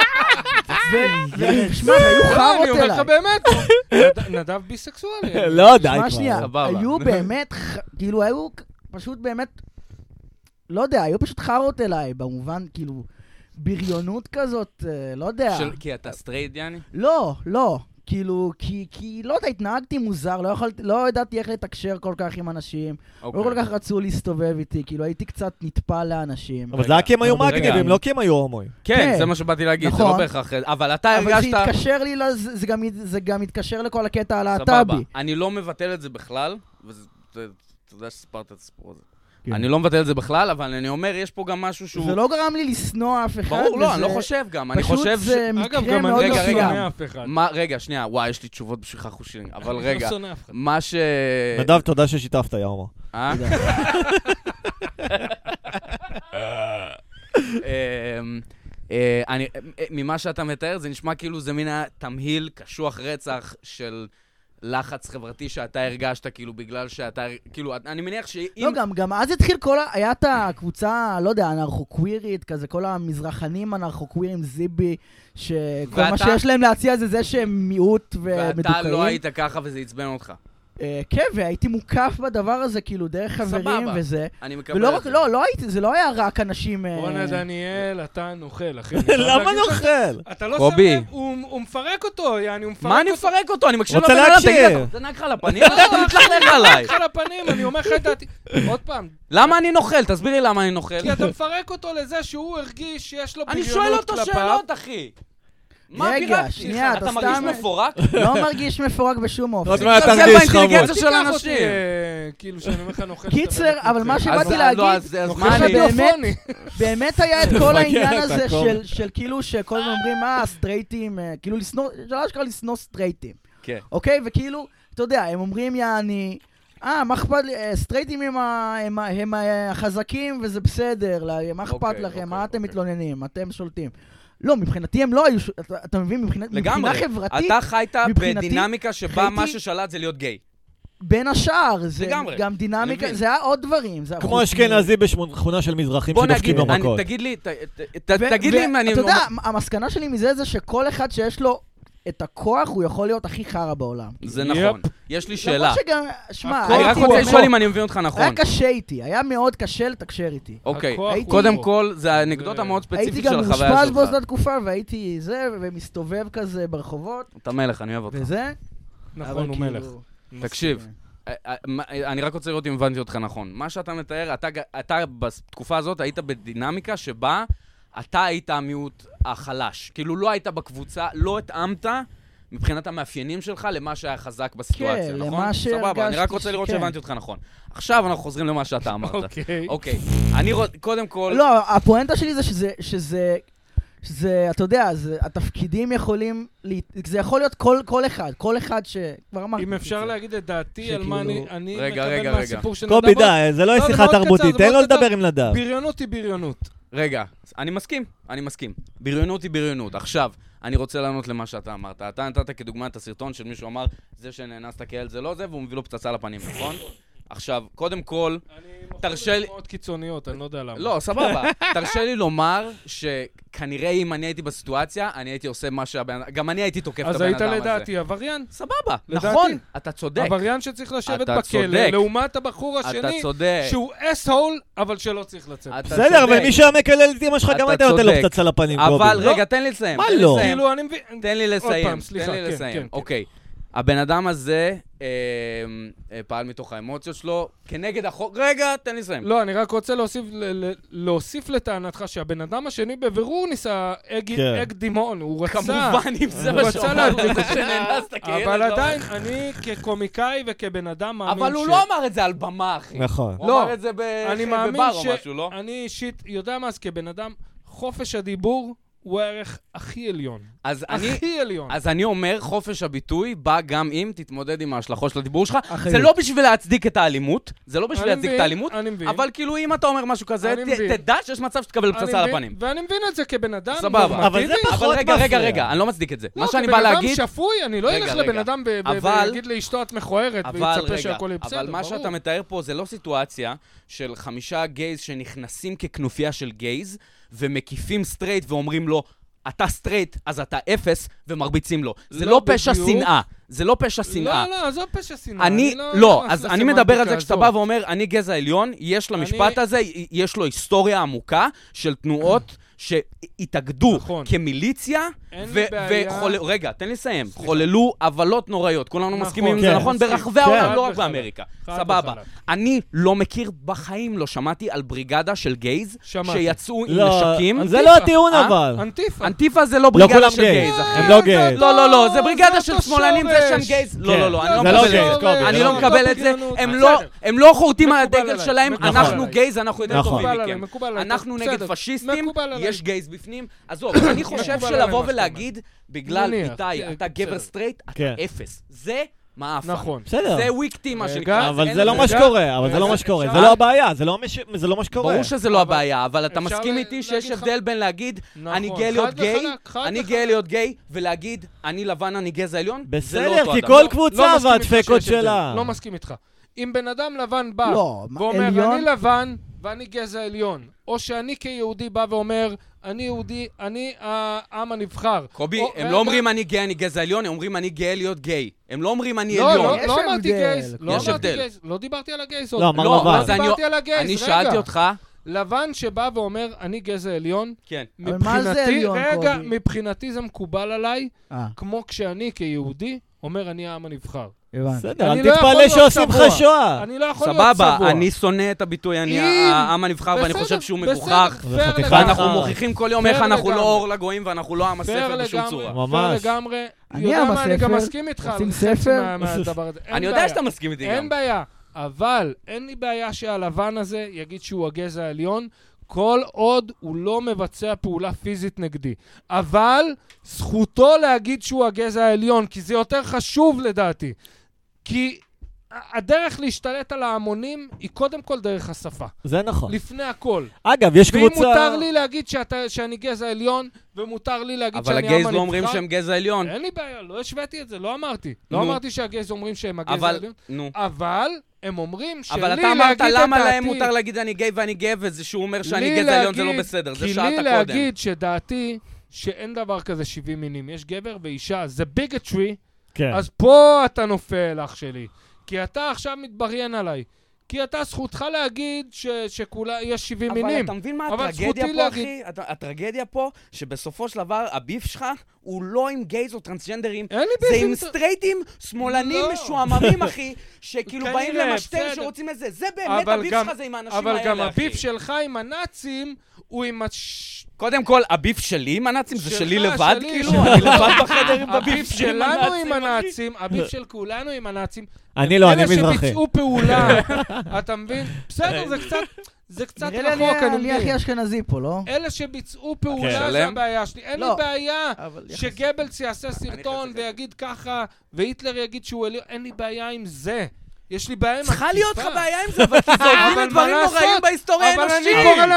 ושמע, היו חרות אליי. אני אומר לך באמת, נדב ביסקסואלי. לא, די כבר. שמע שנייה, היו באמת, כאילו היו פשוט באמת, לא יודע, היו פשוט חרות אליי, במובן, כאילו, בריונות כזאת, לא יודע. כי אתה סטרייט, יאני? לא, לא. כאילו, כי, כי, לא יודע, התנהגתי מוזר, לא, יכול, לא ידעתי איך לתקשר כל כך עם אנשים, okay. לא כל כך רצו להסתובב איתי, כאילו הייתי קצת נטפל לאנשים. אבל זה היה כי הם היו מגניבים, לא כי הם היו הומואים. כן, כן, זה מה שבאתי להגיד, נכון. זה לא בהכרח, אבל אתה הרגשת... אבל זה התקשר לי, זה, זה, גם, זה גם התקשר לכל הקטע על הטאבי. אני לא מבטל את זה בכלל, ואתה יודע שספרת את הסיפור הזה. אני לא מבטל את זה בכלל, אבל אני אומר, יש פה גם משהו שהוא... זה לא גרם לי לשנוא אף אחד. ברור, לא, אני לא חושב גם. אני חושב ש... פשוט זה מקרה מאוד לא סוים. רגע, שנייה, וואי, יש לי תשובות בשבילך חושבים, אבל רגע, מה ש... נדב, תודה ששיתפת, יאומה. אה? ממה שאתה מתאר, זה נשמע כאילו זה מין תמהיל קשוח רצח של... לחץ חברתי שאתה הרגשת, כאילו, בגלל שאתה, כאילו, אני מניח שאם... לא, גם, גם אז התחיל כל ה... היה את הקבוצה, לא יודע, אנרכו-קווירית, כזה, כל המזרחנים אנרכו-קווירים, זיבי, שכל ואתה... מה שיש להם להציע זה זה שהם מיעוט ומדוכאים. ואתה לא היית ככה וזה עצבן אותך. כן, והייתי מוקף בדבר הזה, כאילו, דרך חברים וזה. אני מקבל ולא רק, לא, לא הייתי, זה לא היה רק אנשים... רונה דניאל, אתה נוכל, אחי. למה נוכל? אתה לא שם לב, הוא מפרק אותו, יעני, הוא מפרק אותו. מה אני מפרק אותו? אני מקשיב לבן אדם, תגיד, זה נק לך לפנים? אתה מתלכלך עליי. נק לך לפנים, אני אומר לך את דעתי. עוד פעם. למה אני נוכל? תסביר לי למה אני נוכל. כי אתה מפרק אותו לזה שהוא הרגיש שיש לו בריונות כלפיו. אני שואל אותו שאלות, אחי. רגע, שנייה, אתה מרגיש מפורק? לא מרגיש מפורק בשום אופן. עוד מעט תרגיש חמוד. של אנשים. כאילו שאני אומר לך נוכל... קיצר, אבל מה שבאתי להגיד, באמת היה את כל העניין הזה של כאילו שכל הזמן אומרים, מה, סטרייטים, כאילו לשנוא, שלא שקרה לשנוא סטרייטים. אוקיי? וכאילו, אתה יודע, הם אומרים, יעני, אה, מה אכפת לי, סטרייטים הם החזקים וזה בסדר, מה אכפת לכם, מה אתם מתלוננים, אתם שולטים. לא, מבחינתי הם לא היו, אתה, אתה מבין, מבחינת, מבחינה חברתית... אתה חיית בדינמיקה שבה מה ששלט זה להיות גיי. בין השאר, זה לגמרי. גם דינמיקה, זה היה עוד דברים. זה כמו אשכנזי בשכונה של מזרחים שדופקים במכות. תגיד לי, ת, ת, ת, תגיד לי אם אני... אתה יודע, המסקנה שלי מזה זה שכל אחד שיש לו את הכוח, הוא יכול להיות הכי חרא בעולם. זה נכון. יש לי שאלה. למרות שגם, שמע, אני רק רוצה לשאול אם אני מבין אותך נכון. היה קשה איתי, היה מאוד קשה לתקשר איתי. אוקיי, קודם כל, זה האנקדוטה מאוד ספציפית של החוויה שלך. הייתי גם מושפז באותה תקופה, והייתי זה, ומסתובב כזה ברחובות. אתה מלך, אני אוהב אותך. וזה? נכון, הוא מלך. תקשיב, אני רק רוצה לראות אם הבנתי אותך נכון. מה שאתה מתאר, אתה בתקופה הזאת היית בדינמיקה שבה אתה היית המיעוט החלש. כאילו לא היית בקבוצה, לא התאמת מבחינת המאפיינים שלך למה שהיה חזק בסיטואציה, כן, נכון? למה שהרגשתי. סבבה, אני רק רוצה לראות כן. שהבנתי אותך נכון. עכשיו אנחנו חוזרים למה שאתה אמרת. אוקיי. אוקיי. אני רוצ... קודם כל... לא, הפואנטה שלי זה שזה... שזה... שזה, אתה יודע, זה, התפקידים יכולים, זה יכול להיות כל, כל אחד, כל אחד שכבר אמרתי. אם אפשר להגיד את דעתי על מה אני, אני רגע, מקבל רגע, מהסיפור של נדב. קובי די, זה לא שיחה תרבותית, תן לו לדבר עם נדב. בריונות היא בריונות. רגע, אני מסכים, אני מסכים. בריונות היא בריונות. עכשיו, אני רוצה לענות למה שאתה אמרת. אתה נתת כדוגמה את הסרטון של מישהו אמר, זה שנאנסת כילד זה לא זה, והוא מביא לו פצצה לפנים, נכון? עכשיו, קודם כל, תרשה לי... אני מאוד קיצוניות, אני לא יודע למה. לא, סבבה. תרשה לי לומר שכנראה אם אני הייתי בסיטואציה, אני הייתי עושה מה שהבן... גם אני הייתי תוקף את הבן אדם הזה. אז היית לדעתי עבריין. סבבה, נכון, אתה צודק. עבריין שצריך לשבת בכלא, לעומת הבחור השני, שהוא אס-הול, אבל שלא צריך לצאת. בסדר, אבל מי שהמקלל את אמא שלך גם הייתה נותן לו פצצה לפנים, קובי. אבל רגע, תן לי לסיים. מה לא? תן לי לסיים, תן לי לסיים. אוקיי. הבן אדם הזה אה, אה, פעל מתוך האמוציות שלו כנגד החוק. רגע, תן לי לסיים. לא, אני רק רוצה להוסיף, ל- להוסיף לטענתך שהבן אדם השני בבירור ניסה אג, כן. אג דימון. הוא רצה... כמובן, אם זה מה שאומר, זה שנאנסת כילד. אבל עדיין, אני כקומיקאי וכבן אדם מאמין ש... אבל הוא לא אמר את זה על במה, אחי. נכון. הוא אמר את זה בבר או משהו, לא? אני אישית יודע מה, אז כבן אדם, חופש הדיבור הוא הערך הכי עליון. אז הכי אני, עליון. אז אני אומר, חופש הביטוי בא גם אם תתמודד עם ההשלכות של הדיבור שלך. זה לא בשביל להצדיק את האלימות, זה לא בשביל להצדיק את האלימות, אבל כאילו אם אתה אומר משהו כזה, תדע שיש מצב שתקבל פצצה על הפנים. ואני מבין את זה כבן אדם סבבה. אבל זה פחות מפריע. רגע, רגע, רגע, אני לא מצדיק את זה. מה שאני בא כבן להגיד... אדם שפוי, אני לא אלך לבן אדם ויגיד לאשתו את מכוערת, ויצפה שהכל יהיה בסדר, אבל מה שאתה מתאר פה זה לא סיטואציה של חמישה גייז שנכנסים ככנופיה של גייז, ומקיפים סטרייט ואומרים לו, אתה סטרייט, אז אתה אפס, ומרביצים לו. זה לא פשע שנאה. זה לא פשע שנאה. לא, לא, זו פשע שנאה. אני, לא, אז אני מדבר על זה כשאתה בא ואומר, אני גזע עליון, יש למשפט הזה, יש לו היסטוריה עמוקה של תנועות שהתאגדו כמיליציה, רגע, תן לי לסיים, חוללו עבלות נוריות, כולנו מסכימים עם זה, נכון? ברחבי העולם, לא רק באמריקה. סבבה. אני לא מכיר, בחיים לא שמעתי על בריגדה של גייז, שיצאו עם נשקים. זה לא הטיעון אבל. אנטיפה. אנטיפה זה לא בריגדה של גייז. הם לא גייז. לא, לא, לא, זה בריגדה של שמאלנים, זה שם גייז. לא, לא, לא, אני לא מקבל את זה. הם לא חורטים על הדגל שלהם, אנחנו גייז, אנחנו יותר טובים מכם. אנחנו נגד פשיסטים, יש גייז בפנים. עזוב, אני חושב שלבוא ולהגיד, בגלל איתי, אתה גבר סטרייט, אתה אפס. זה מאפן. נכון. בסדר. זה וויקטי, מה שנקרא. אבל זה לא מה שקורה, אבל זה לא מה שקורה. זה לא הבעיה, זה לא מה שקורה. ברור שזה לא הבעיה, אבל אתה מסכים איתי שיש הבדל בין להגיד, אני גאה להיות גיי, אני גאה להיות גיי, ולהגיד, אני לבן, אני גזע עליון, זה לא אותו בסדר, אדם. כי כל קבוצה והדפקות שלה. לא מסכים איתך. אם בן אדם לבן בא ואומר, אני לבן ואני גזע עליון, או שאני כיהודי בא ואומר, אני יהודי, אני העם הנבחר. קובי, הם לא אומרים אני גאה, אני גזע עליון, הם אומרים אני גאה להיות גיי. הם לא אומרים אני עליון. לא, לא אמרתי גייז. יש הבדל. לא דיברתי על הגייז. לא, אמר לא, לבן. לא דיברתי על הגייז, רגע. אני שאלתי אותך. לבן שבא ואומר, אני גזע עליון. כן. אבל מה זה עליון, קובי? רגע, מבחינתי זה מקובל עליי, כמו כשאני כיהודי אומר, אני העם הנבחר. בסדר, אל תתפלא שעושים לך שואה. אני לא יכול להיות צבוע. סבבה, אני שונא את הביטוי, אני העם הנבחר, ואני חושב שהוא מגוחך. ואנחנו מוכיחים כל יום איך אנחנו לא אור לגויים, ואנחנו לא עם הספר בשום צורה. ממש. פייר לגמרי. אני עם הספר. אני גם מסכים איתך. עושים ספר. אני יודע שאתה מסכים איתי גם. אין בעיה. אבל אין לי בעיה שהלבן הזה יגיד שהוא הגזע העליון, כל עוד הוא לא מבצע פעולה פיזית נגדי. אבל זכותו להגיד שהוא הגזע העליון, כי זה יותר חשוב לדעתי. כי הדרך להשתלט על ההמונים היא קודם כל דרך השפה. זה נכון. לפני הכל. אגב, יש קבוצה... ואם מותר לי להגיד שאתה, שאני גזע עליון, ומותר לי להגיד שאני עם הנבחר... אבל הגייז לא אומרים שהם גזע עליון. אין לי בעיה, לא השוויתי את זה, לא אמרתי. לא אמרתי שהגייז אומרים שהם הגזע העליון. נו. אבל... הם אומרים שלי אבל להגיד את אתה אמרת דעתי... למה להם מותר להגיד אני גיי ואני גאה, וזה שהוא אומר שאני גזע עליון זה לא בסדר, זה שעת כי לי הקודם. להגיד שדעתי שאין דבר כזה שבעים מינים, יש גבר ואישה, זה ביגטרי, כן. אז פה אתה נופל, אח שלי. כי אתה עכשיו מתבריין עליי. כי אתה זכותך להגיד ש- שכולה יש שבעים אבל מינים. אבל אתה מבין מה הטרגדיה פה, להגיד... אחי? הט- הטרגדיה פה, שבסופו של דבר הביף שלך הוא לא עם גייז או טרנסג'נדרים. זה עם סטרייטים, שמאלנים, לא. משועממים, אחי, שכאילו באים למשטר שרוצים את זה. זה באמת הביף שלך, זה עם האנשים אבל האלה, אחי. אבל גם הביף שלך עם הנאצים, הוא עם... הש... קודם כל, הביף שלי עם הנאצים, זה שלי לבד, כאילו, אני לבד בחדר עם הביף שלנו עם הנאצים, הביף של כולנו עם הנאצים. אני לא, אני מזרחי. אלה שביצעו פעולה, אתה מבין? בסדר, זה קצת, זה קצת רחוק, אני מבין. אני הכי אשכנזי פה, לא? אלה שביצעו פעולה, זה הבעיה שלי. אין לי בעיה שגבלס יעשה סרטון ויגיד ככה, והיטלר יגיד שהוא עליון, אין לי בעיה עם זה. יש לי בעיה עם התקיפה. צריכה להיות לך בעיה עם זה, אבל כי זה הוביל לדברים נוראים בהיסטוריה האנושית.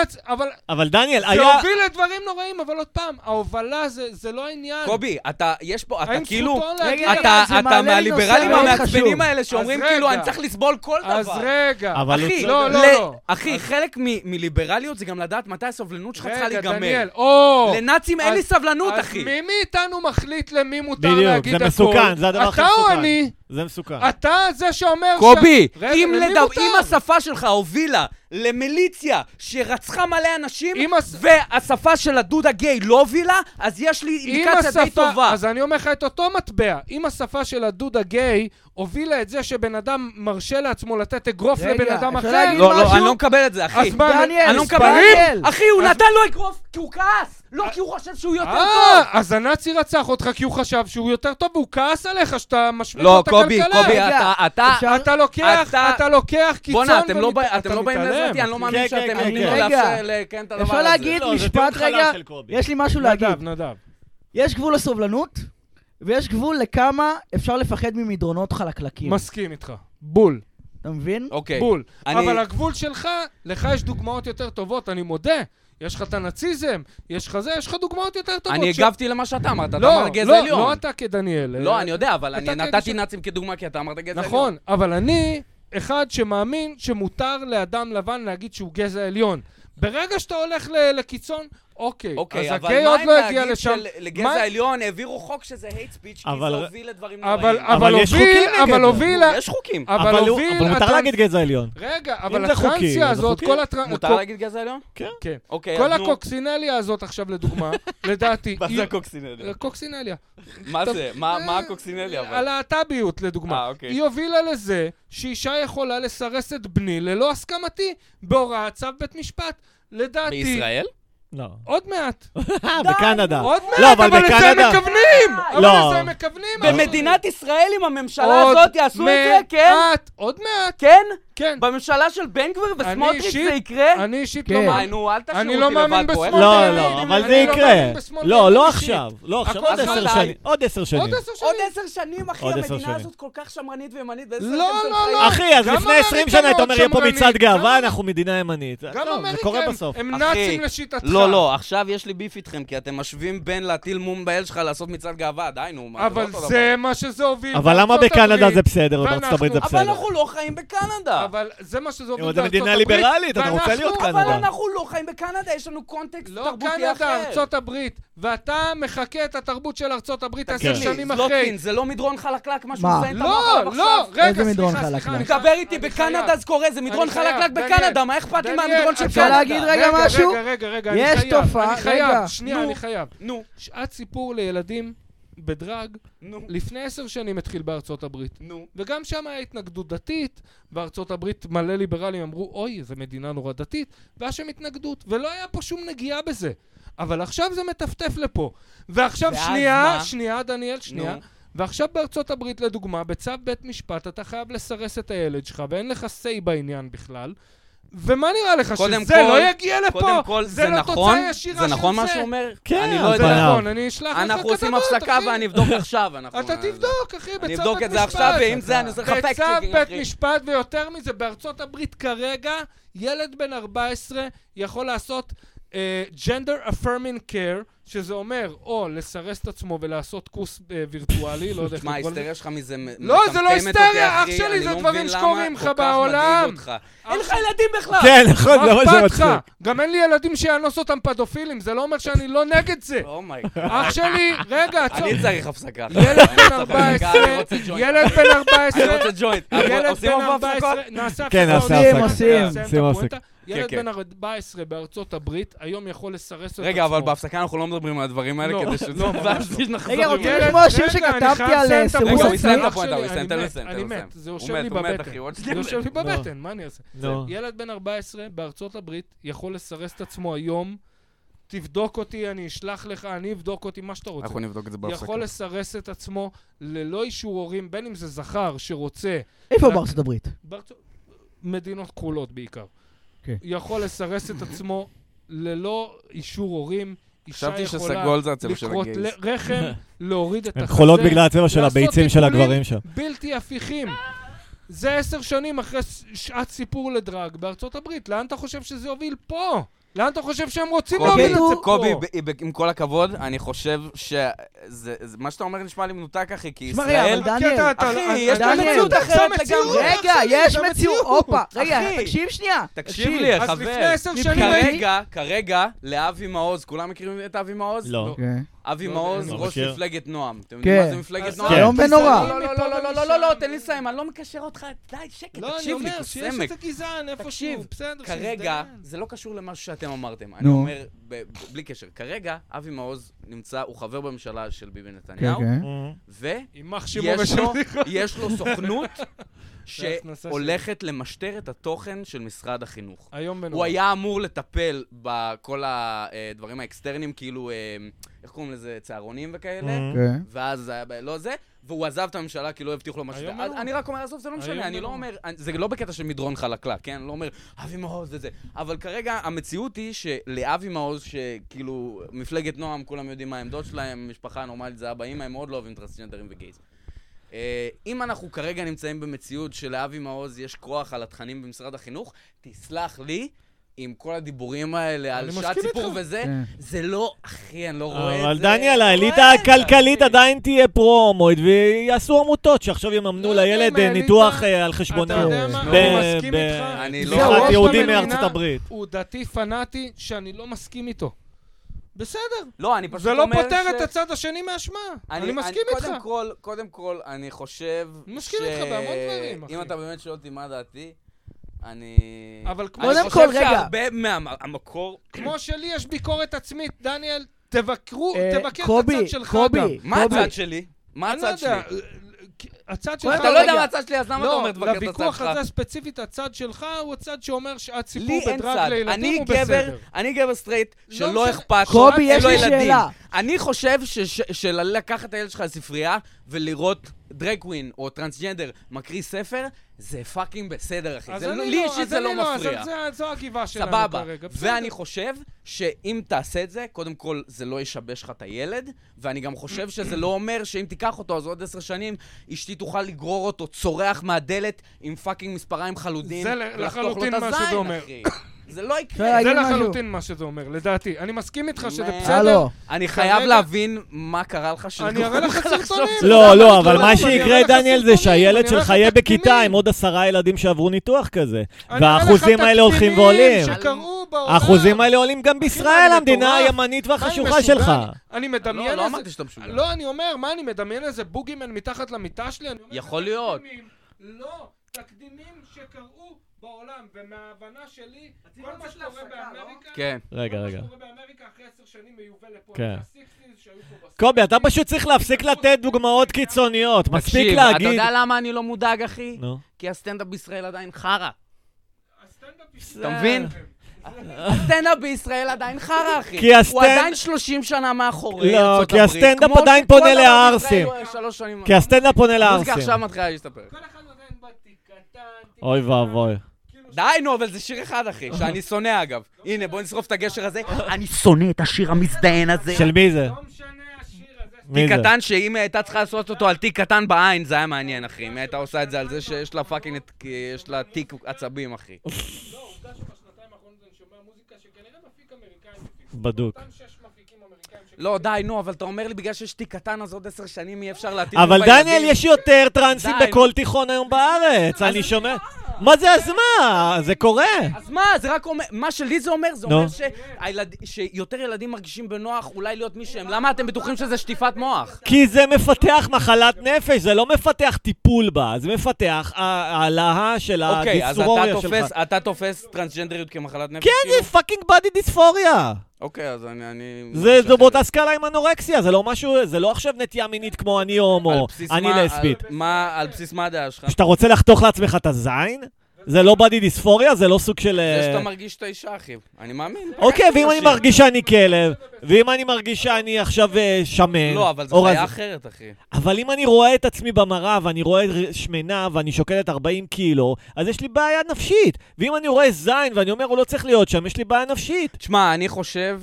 אבל דניאל, היה... זה הוביל לדברים נוראים, אבל עוד פעם, ההובלה זה לא העניין. קובי, אתה, יש פה, אתה כאילו, אתה מהליברלים המעצבנים האלה שאומרים כאילו, אני צריך לסבול כל דבר. אז רגע. אחי, לא, לא, לא. אחי, חלק מליברליות זה גם לדעת מתי הסבלנות שלך צריכה להיגמר. דניאל, או... לנאצים אין לי סבלנות, אחי. אז מי מאיתנו מחליט למי מותר להגיד הכל? בדיוק, זה מסוכן, זה הדבר הכי מסוכן. זה מסוכן. אתה זה שאומר... קובי, אם השפה שלך הובילה למיליציה שרצחה מלא אנשים, והשפה של הדוד הגיי לא הובילה, אז יש לי אינדיקציה די טובה. אז אני אומר לך את אותו מטבע. אם השפה של הדוד הגיי הובילה את זה שבן אדם מרשה לעצמו לתת אגרוף לבן אדם אחר... לא, לא, אני לא מקבל את זה, אחי. דניאל, ספרים? אחי, הוא נתן לו אגרוף כי הוא כעס. לא, כי הוא חושב שהוא יותר טוב. אז הנאצי רצח אותך כי הוא חשב שהוא יותר טוב, והוא כעס עליך שאתה משמיד את הכלכלה. לא, קובי, קובי, אתה... אתה לוקח, אתה לוקח קיצון... בונה, אתם לא באים לזה, אני לא מאמין שאתם נותנים לקיים את הדבר הזה. אפשר להגיד משפט רגע, יש לי משהו להגיד. נדב, נדב. יש גבול לסובלנות, ויש גבול לכמה אפשר לפחד ממדרונות חלקלקים. מסכים איתך. בול. אתה מבין? אוקיי. בול. אבל הגבול שלך, לך יש דוגמאות יותר טובות, אני מודה. יש לך את הנאציזם, יש לך זה, יש לך דוגמאות יותר טובות. אני הגבתי למה שאתה אמרת, אתה אמר גזע עליון. לא, לא אתה כדניאל. לא, אני יודע, אבל אני נתתי נאצים כדוגמה, כי אתה אמרת גזע עליון. נכון, אבל אני אחד שמאמין שמותר לאדם לבן להגיד שהוא גזע עליון. ברגע שאתה הולך לקיצון, אוקיי, אוקיי, אז אבל הגיי מה עוד אם לא הגיע להגיד לשם. שלגזע העליון העבירו חוק שזה hate speech, כי אבל- זה הוביל לדברים אבל נוראים. אבל יש הוביל, חוקים נגד אבל זה. הוביל... יש חוקים. אבל אבל הוא- הוביל... אבל מותר הטרנס- להגיד גזע עליון. רגע, אבל אם זה חוקי, הטרנסיה זה הזאת, חוקי. כל הטרנס... מותר להגיד גזע עליון? כן. כן. אוקיי, כל אז נו. הקוקסינליה הזאת עכשיו לדוגמה, לדעתי... מה היא- זה הקוקסינליה? קוקסינליה. מה טוב, זה? מה מה אה, הקוקסינליה? אבל? הלהט"ביות לדוגמה. אה, אוקיי. היא הובילה לזה שאישה יכולה לסרס את בני ללא הסכמתי בהוראת צו בית משפט. לדעתי... בישראל? לא. עוד מעט. בקנדה. עוד לא, מעט, אבל אבל לזה הם בקנדה- מכוונים! אבל לא. לזה הם מכוונים! במדינת ישראל עם הממשלה עוד הזאת יעשו את זה? כן? מעט, עוד מעט, כן? כן. בממשלה של בן גביר אני וסמוטריץ' אישית- זה יקרה? אני אישית כן. לא די, מאמין. נו, אל תשאירו אני אותי לא לבד מאמין פה. בשמאל. איך לא, אתה לא, מאמין? אבל אני זה לא יקרה. מאמין בשמאל לא, לא באופן עכשיו. לא עכשיו, הכל עוד זה עשר מתי? שנים. עוד עשר עוד שנים. עשר שנים. עוד עשר שנים, אחי, עוד עשר המדינה שנים. הזאת כל כך שמרנית וימנית. באיזה לא, סרט אתם לא, חיים? לא. אחי, אז גם לפני עשרים אמריקה שנה היית אומר, יהיה פה מאוד מצעד שמרנית. גאווה, גם- אנחנו מדינה ימנית. גם טוב, זה קורה אמריקה, בסוף. הם אחי, נאצים לשיטתך. לא, לא, עכשיו יש לי ביף איתכם, כי אתם משווים בין להטיל מום באל שלך לעשות מצעד גאווה, די נו, מה, זה אבל לא אותו זה דבר. מה שזה הוביל. אבל למה בארצות בקנדה הברית, זה בסדר ובארצות ואנחנו- הברית זה אבל בסדר? אנחנו לא חיים בקנדה. אבל זה מה שזה הוביל אבל זה בארצות מדינה הברית. ליברלית, אתה רוצה ואנחנו- להיות אבל קנדה. אנחנו לא חיים בקנדה, יש לנו קונטקסט לא תרבותי קנדה, אחר. ארצות הברית. ואתה מחכה את התרבות של ארצות הברית עשר כן. שנים אחרי. זלוטקין, זה לא מדרון חלקלק, מה שהוא מה? מזיין את לא, המוח עליו לא, עכשיו. רגע, איזה מדרון סליחה, חלקלק? סליחה. אני דבר חייב- איתי אני בקנדה חייב. זה קורה, זה מדרון אני חייב, חלקלק דניאל. בקנדה, מה אכפת לי דניאל, מהמדרון של אפשר קנדה? להגיד רגע רגע, משהו? רגע, רגע, רגע, אני יש חייב, תופעה- אני חייב, רגע. שנייה, נו. אני חייב. נו, שעת סיפור לילדים בדרג, נו, לפני עשר שנים התחיל בארצות הברית. נו. וגם שם היה התנגדות דתית, בארצות הברית מלא ליברלים אמרו, אוי, זו מדינה נורא דתית, והיה שם התנגדות, ולא היה פה שום נגיעה בזה. אבל עכשיו זה מטפטף לפה. ועכשיו, ואז שנייה, מה? שנייה, דניאל, שנייה. נו. ועכשיו בארצות הברית, לדוגמה, בצו בית משפט, אתה חייב לסרס את הילד שלך, ואין לך say בעניין בכלל. ומה נראה לך, קודם שזה כל- לא יגיע לפה? קודם כל, זה לא נכון, תוצאה ישירה זה של נכון מה זה. שהוא אומר? כן, אני לא זה זה יודע. בניו. נכון, אני אשלח לך כתבות, אנחנו עושים הפסקה אחי. ואני אבדוק עכשיו. אנחנו- אתה תבדוק, אחי, בצו בית אני משפט. אבדוק את זה עכשיו, ועם זה אני עושה לך פקט בצו צ'קינג, בית אחי. משפט, ויותר מזה, בארצות הברית כרגע, ילד בן ארבע עשרה יכול לעשות uh, gender affirming care, שזה אומר, או לסרס את עצמו ולעשות קורס uh, וירטואלי, לא יודע איך תשמע, לקרוא לזה. ההיסטריה שלך מזה מ- לא, זה לא מטמטמת היסטריה, אותי, אח אחי, שלי, אני זה לא דברים מבין שקורים למה לך כל כך בעולם. מדאיג אותך. אין לך ילדים בכלל! כן, נכון, זה מה מה אכפת שמצחיק. לך? גם אין לי ילדים שיאנוס אותם פדופילים, זה לא אומר שאני לא נגד זה. אומייגאד. אח שלי, רגע, עצור. אני צריך הפסקה. ילד בן אני ארבע צריך הפסקה, אני עשרה, רוצה ג'וינט. ילד בן ארבע אני עשרה, רוצה ג'וינט. ילד עושים בן ארבע ארבע הפסקות? עשרה, נעשה כן, הפסקות. נעשה הפסקות. עושים, נסיים את עושים הפואנטה. הפסקות. ילד כן, בן ארבע עשרה בארצות הברית, היום יכול לסרס את עצמו. רגע, אבל בהפסקה אנחנו לא מדברים על הדברים האלה, לא, כדי שזה... לא, ממש ואז לא. נחזור. רגע, רוצים ילד- לשמוע שיר רגע, שכתבתי אני חייב על, לסיים אה, את סירוס רגע, הוא הפואנטה. יסיים את עצמי? אח הפואנטה, הוא שלי, יסיים, תן אני לו מת, לסיים, תן אני לו לסיים. מת, זה הוא יושב מת, לי הוא מת, בבטן. אחי, עוד זה שנייה. יושב לי לא. בבטן, מה אני אעשה? נו. ילד בן ארבע עשרה בארצות הברית יכול לסרס את עצמו היום, תבדוק אותי, אני אשלח לך, אני אבדוק אותי, מה שאתה רוצה. אנחנו נבדוק את זה בהפסקה. יכול לסרס את עצמו ללא אישור הורים, בין אם זה זכר שרוצה... איפה רק- בארצות הברית? בארצות... מדינות כחולות בעיקר. כן. יכול לסרס את עצמו ללא אישור הורים. אישה חשבתי יכולה שסגול זה הצבע של לכרות הגייז. ל- רחם, להוריד את הן החזה. חולות בגלל הצבע של לעשות הביצים של טיפולים הגברים שם. בלתי הפיכים. זה עשר שנים אחרי ש- שעת סיפור לדרג בארצות הברית. לאן אתה חושב שזה יוביל פה? לאן אתה חושב שהם רוצים קובי, להוביל את זה פה? קובי, ב- ב- עם כל הכבוד, אני חושב שזה... זה- מה שאתה אומר נשמע לי מנותק, אחי, כי תשמע, רגע, ישראל... אבל דניאל, אתה- אתה- אחי, אתה- יש אתה- פה דניאל, מציאות זה אחרת המציאות. לגמרי. רגע, אח שלי, יש זה מציאות, מציאות. הופה, רגע, אחי. תקשיב שנייה. תקשיב לי, אז חבר. לפני עשר שנים... מבחינתי- כרגע, כרגע, לאבי מעוז, כולם מכירים את אבי מעוז? לא. כן. אבי לא, מעוז, אני לא ראש מכיר. מפלגת נועם. אתם כן. יודעים מה זה מפלגת אז נועם? כן. איום ונורא. לא, לא, לא, לא, לא, לא, לא, לא, תן לי לסיים, אני לא מקשר אותך, די, שקט, לא, אני תקשיב לי, אומר שיש קוסמק. איזה גזען איפשהו, תקשיב, בסדר, כרגע, שיזדיין. זה לא קשור למשהו שאתם אמרתם. אני נו. אומר, ב- ב- בלי קשר, כרגע אבי מעוז נמצא, הוא חבר בממשלה של ביבי כן, נתניהו, כן. יימח שמו ויש לו- ושמו. יש לו סוכנות ההכנסה שהולכת למשטר את התוכן של משרד החינוך. היום בנורא. הוא היה אמור לטפל בכל הדברים האקסטרניים, כאילו, אה, איך קוראים לזה, צהרונים וכאלה, כן. ואז זה היה ב- לא זה, והוא עזב את הממשלה כי לא הבטיחו לו משהו. היום אז בנורא. אני רק אומר, עזוב, זה לא היום משנה, אני לא בנורא. אומר, אני- זה לא בקטע של מדרון חלקלק, כן? אני לא אומר, אבי מעוז וזה. אבל כרגע המציאות היא שלאבי מעוז, שכאילו, מפלגת נועם, כולם יודעים מה העמדות שלהם, משפחה נורמלית זה אבא אמא, הם מאוד לא אוהבים טרנסג'נדרים וגייז. אה, אם אנחנו כרגע נמצאים במציאות שלאבי מעוז יש כוח על התכנים במשרד החינוך, תסלח לי, עם כל הדיבורים האלה על שעת סיפור וזה, זה לא, אחי, אני לא רואה את זה. אבל דניאל, האליטה הכלכלית עדיין תהיה פרו-הומואית, ויעשו עמותות שעכשיו יממנו לילד ניתוח על חשבונם. אתה יודע מה? אני מסכים איתך. זה ראש יהודי מארצות הברית. הוא דתי פנאטי שאני לא מסכים איתו. בסדר. לא, אני פשוט זה לא אומר ש... פותר את הצד השני מהשמה. אני, אני מסכים אני, איתך. קודם כל, קודם כל, אני חושב ש... אני מסכים איתך בהמון דברים, אחי. אם אתה באמת שואל אותי מה דעתי, אני... אבל כמו... קודם כל, רגע. אני חושב שהרבה מהמקור... כמו שלי יש ביקורת עצמית, דניאל, תבקרו, תבקר את קובי, הצד שלך קובי, גם. מה הצד שלי? מה הצד שלי? הצד שלך... אתה לא יודע מה הצד שלי, אז למה אתה אומר תבקר את הצד שלך? לא, לוויכוח הזה ספציפית, הצד שלך הוא הצד שאומר שהציפור לי אין בדרג צד. לילדים הוא בסדר. אני גבר סטרייט שלא אכפת קובי, לו, יש אין לו לי ילדים. שאלה. אני חושב שלקחת את הילד שלך לספרייה ולראות דרג קווין או טרנסג'נדר מקריא ספר, זה פאקינג בסדר, אחי. לי אישית זה לא מפריע. אז זו הגיבה שלנו סבבה. כרגע. ואני חושב שאם תעשה את זה, קודם כל זה לא ישבש לך את הילד, ואני גם חושב שזה לא אומר שאם תיקח אותו, אז עוד עשר שנים, אשתי תוכל לגרור אותו צורח מהדלת עם פאקינג מספריים חלודים. זה לחלוטין מה שזה אומר. זה לא יקרה. זה לחלוטין מה שזה אומר, לדעתי. אני מסכים איתך שזה בסדר. הלו. אני חייב להבין מה קרה לך שזה אני אראה לך סרטונים. לא, לא, אבל מה שיקרה, דניאל, זה שהילד שלך יהיה בכיתה עם עוד עשרה ילדים שעברו ניתוח כזה. והאחוזים האלה הולכים ועולים. האחוזים האלה עולים גם בישראל, המדינה הימנית והחשוכה שלך. אני מדמיין איזה... לא אמרתי שאתה משוגע. לא, אני אומר, מה, אני מדמיין איזה בוגימן מתחת למיטה שלי? יכול להיות. לא, תקדימים שקראו בעולם, ומההבנה שלי, כל מה שקורה באמריקה, כן. רגע, רגע. כל מה שקורה באמריקה אחרי עשר שנים מיובל לפה. כן. ה-שישים שהיו פה בסרט. קובי, אתה פשוט צריך להפסיק לתת דוגמאות קיצוניות. מספיק להגיד... תקשיב, אתה יודע למה אני לא מודאג, אחי? נו. כי הסטנדאפ בישראל עדיין חרא. הסטנדאפ אתה מבין? הסטנדאפ בישראל עדיין חרא, אחי. כי הסטנד- הוא עדיין שלושים שנה מאחורי לא, ארצות כי הברית, הסטנדאפ כמו עדיין שכל פונה דבר לערסים. בישראל הוא שלוש שנים- כי הסטנדאפ פונה המוזיקה לערסים. עכשיו מתחילה להשתפר. כל אחד עדיין בתיק קטן. אוי ואבוי. די, נו, אבל זה שיר אחד, אחי, שאני שונא, אגב. הנה, בוא נשרוף את הגשר הזה. אני שונא את השיר המזדיין הזה. של מי זה? לא משנה השיר הזה. מי תיק זה? קטן, שאם הייתה צריכה לעשות אותו על תיק קטן בעין, זה היה מעניין, אחי. אם הייתה עושה את זה על זה שיש לה פאקינג, יש לה תיק עצבים, אחי. לא, עובדה שבשנתיים האחרונות אני שומע מוזיקה שכנראה מפיק אמריקאים מפיק. בדוק. אותם שש מפיקים אמריקאים ש... לא, די, נו, אבל אתה אומר לי בגלל שיש תיק קטן, אז עוד עשר שנים אי אפשר להתאים אבל דניאל, יש יותר טרנסים די, בכל תיכון היום בארץ. אני שומע... מה זה אז מה? זה קורה. אז מה, זה רק אומר, מה שלי זה אומר, זה נו. אומר שהילד- שיותר ילדים מרגישים בנוח אולי להיות מי שהם. למה אתם בטוחים שזה שטיפת מוח? כי זה מפתח מחלת נפש, זה לא מפתח טיפול בה, זה מפתח העלאה של אוקיי, אז אתה הדיספוריה שלך. תופס, אתה תופס טרנסג'נדריות כמחלת נפש? כן, כאילו? זה פאקינג בדי דיספוריה. אוקיי, אז אני... אני זה מרגיש זה אחרת. באותה סקאלה עם אנורקסיה, זה לא משהו, זה לא עכשיו נטייה מינית כמו אני על הומו, בסיס אני מה- לסבית. על- מה, על בסיס מה הדעה שלך? שאתה רוצה לחתוך לעצמך את הזין? זה לא בדי דיספוריה, זה לא סוג של... זה אה, שאתה מרגיש את האישה, אחי. אני מאמין. אוקיי, ואם אני מרגיש שאני כלב, ואם אני מרגיש שאני עכשיו אה, שמן, לא, אבל זה או חיה רזה- אחרת, אחי. אבל אם אני רואה את עצמי במראה ואני רואה שמנה ואני שוקלת ארבעים קילו, אז יש לי בעיה נפשית. ואם אני רואה זין ואני אומר הוא לא צריך להיות שם, יש לי בעיה נפשית. תשמע, אני חושב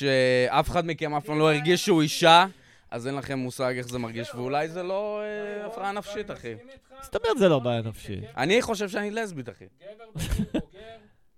שאף אחד מכם אף פעם לא הרגיש שהוא אישה, אז אין לכם מושג איך זה מרגיש, ואולי זה לא אה, הפרעה נפשית, אחי. זאת אומרת, זה לא בעיה נפשית. אני חושב שאני לסבית, אחי. גבר בגיל בוגר,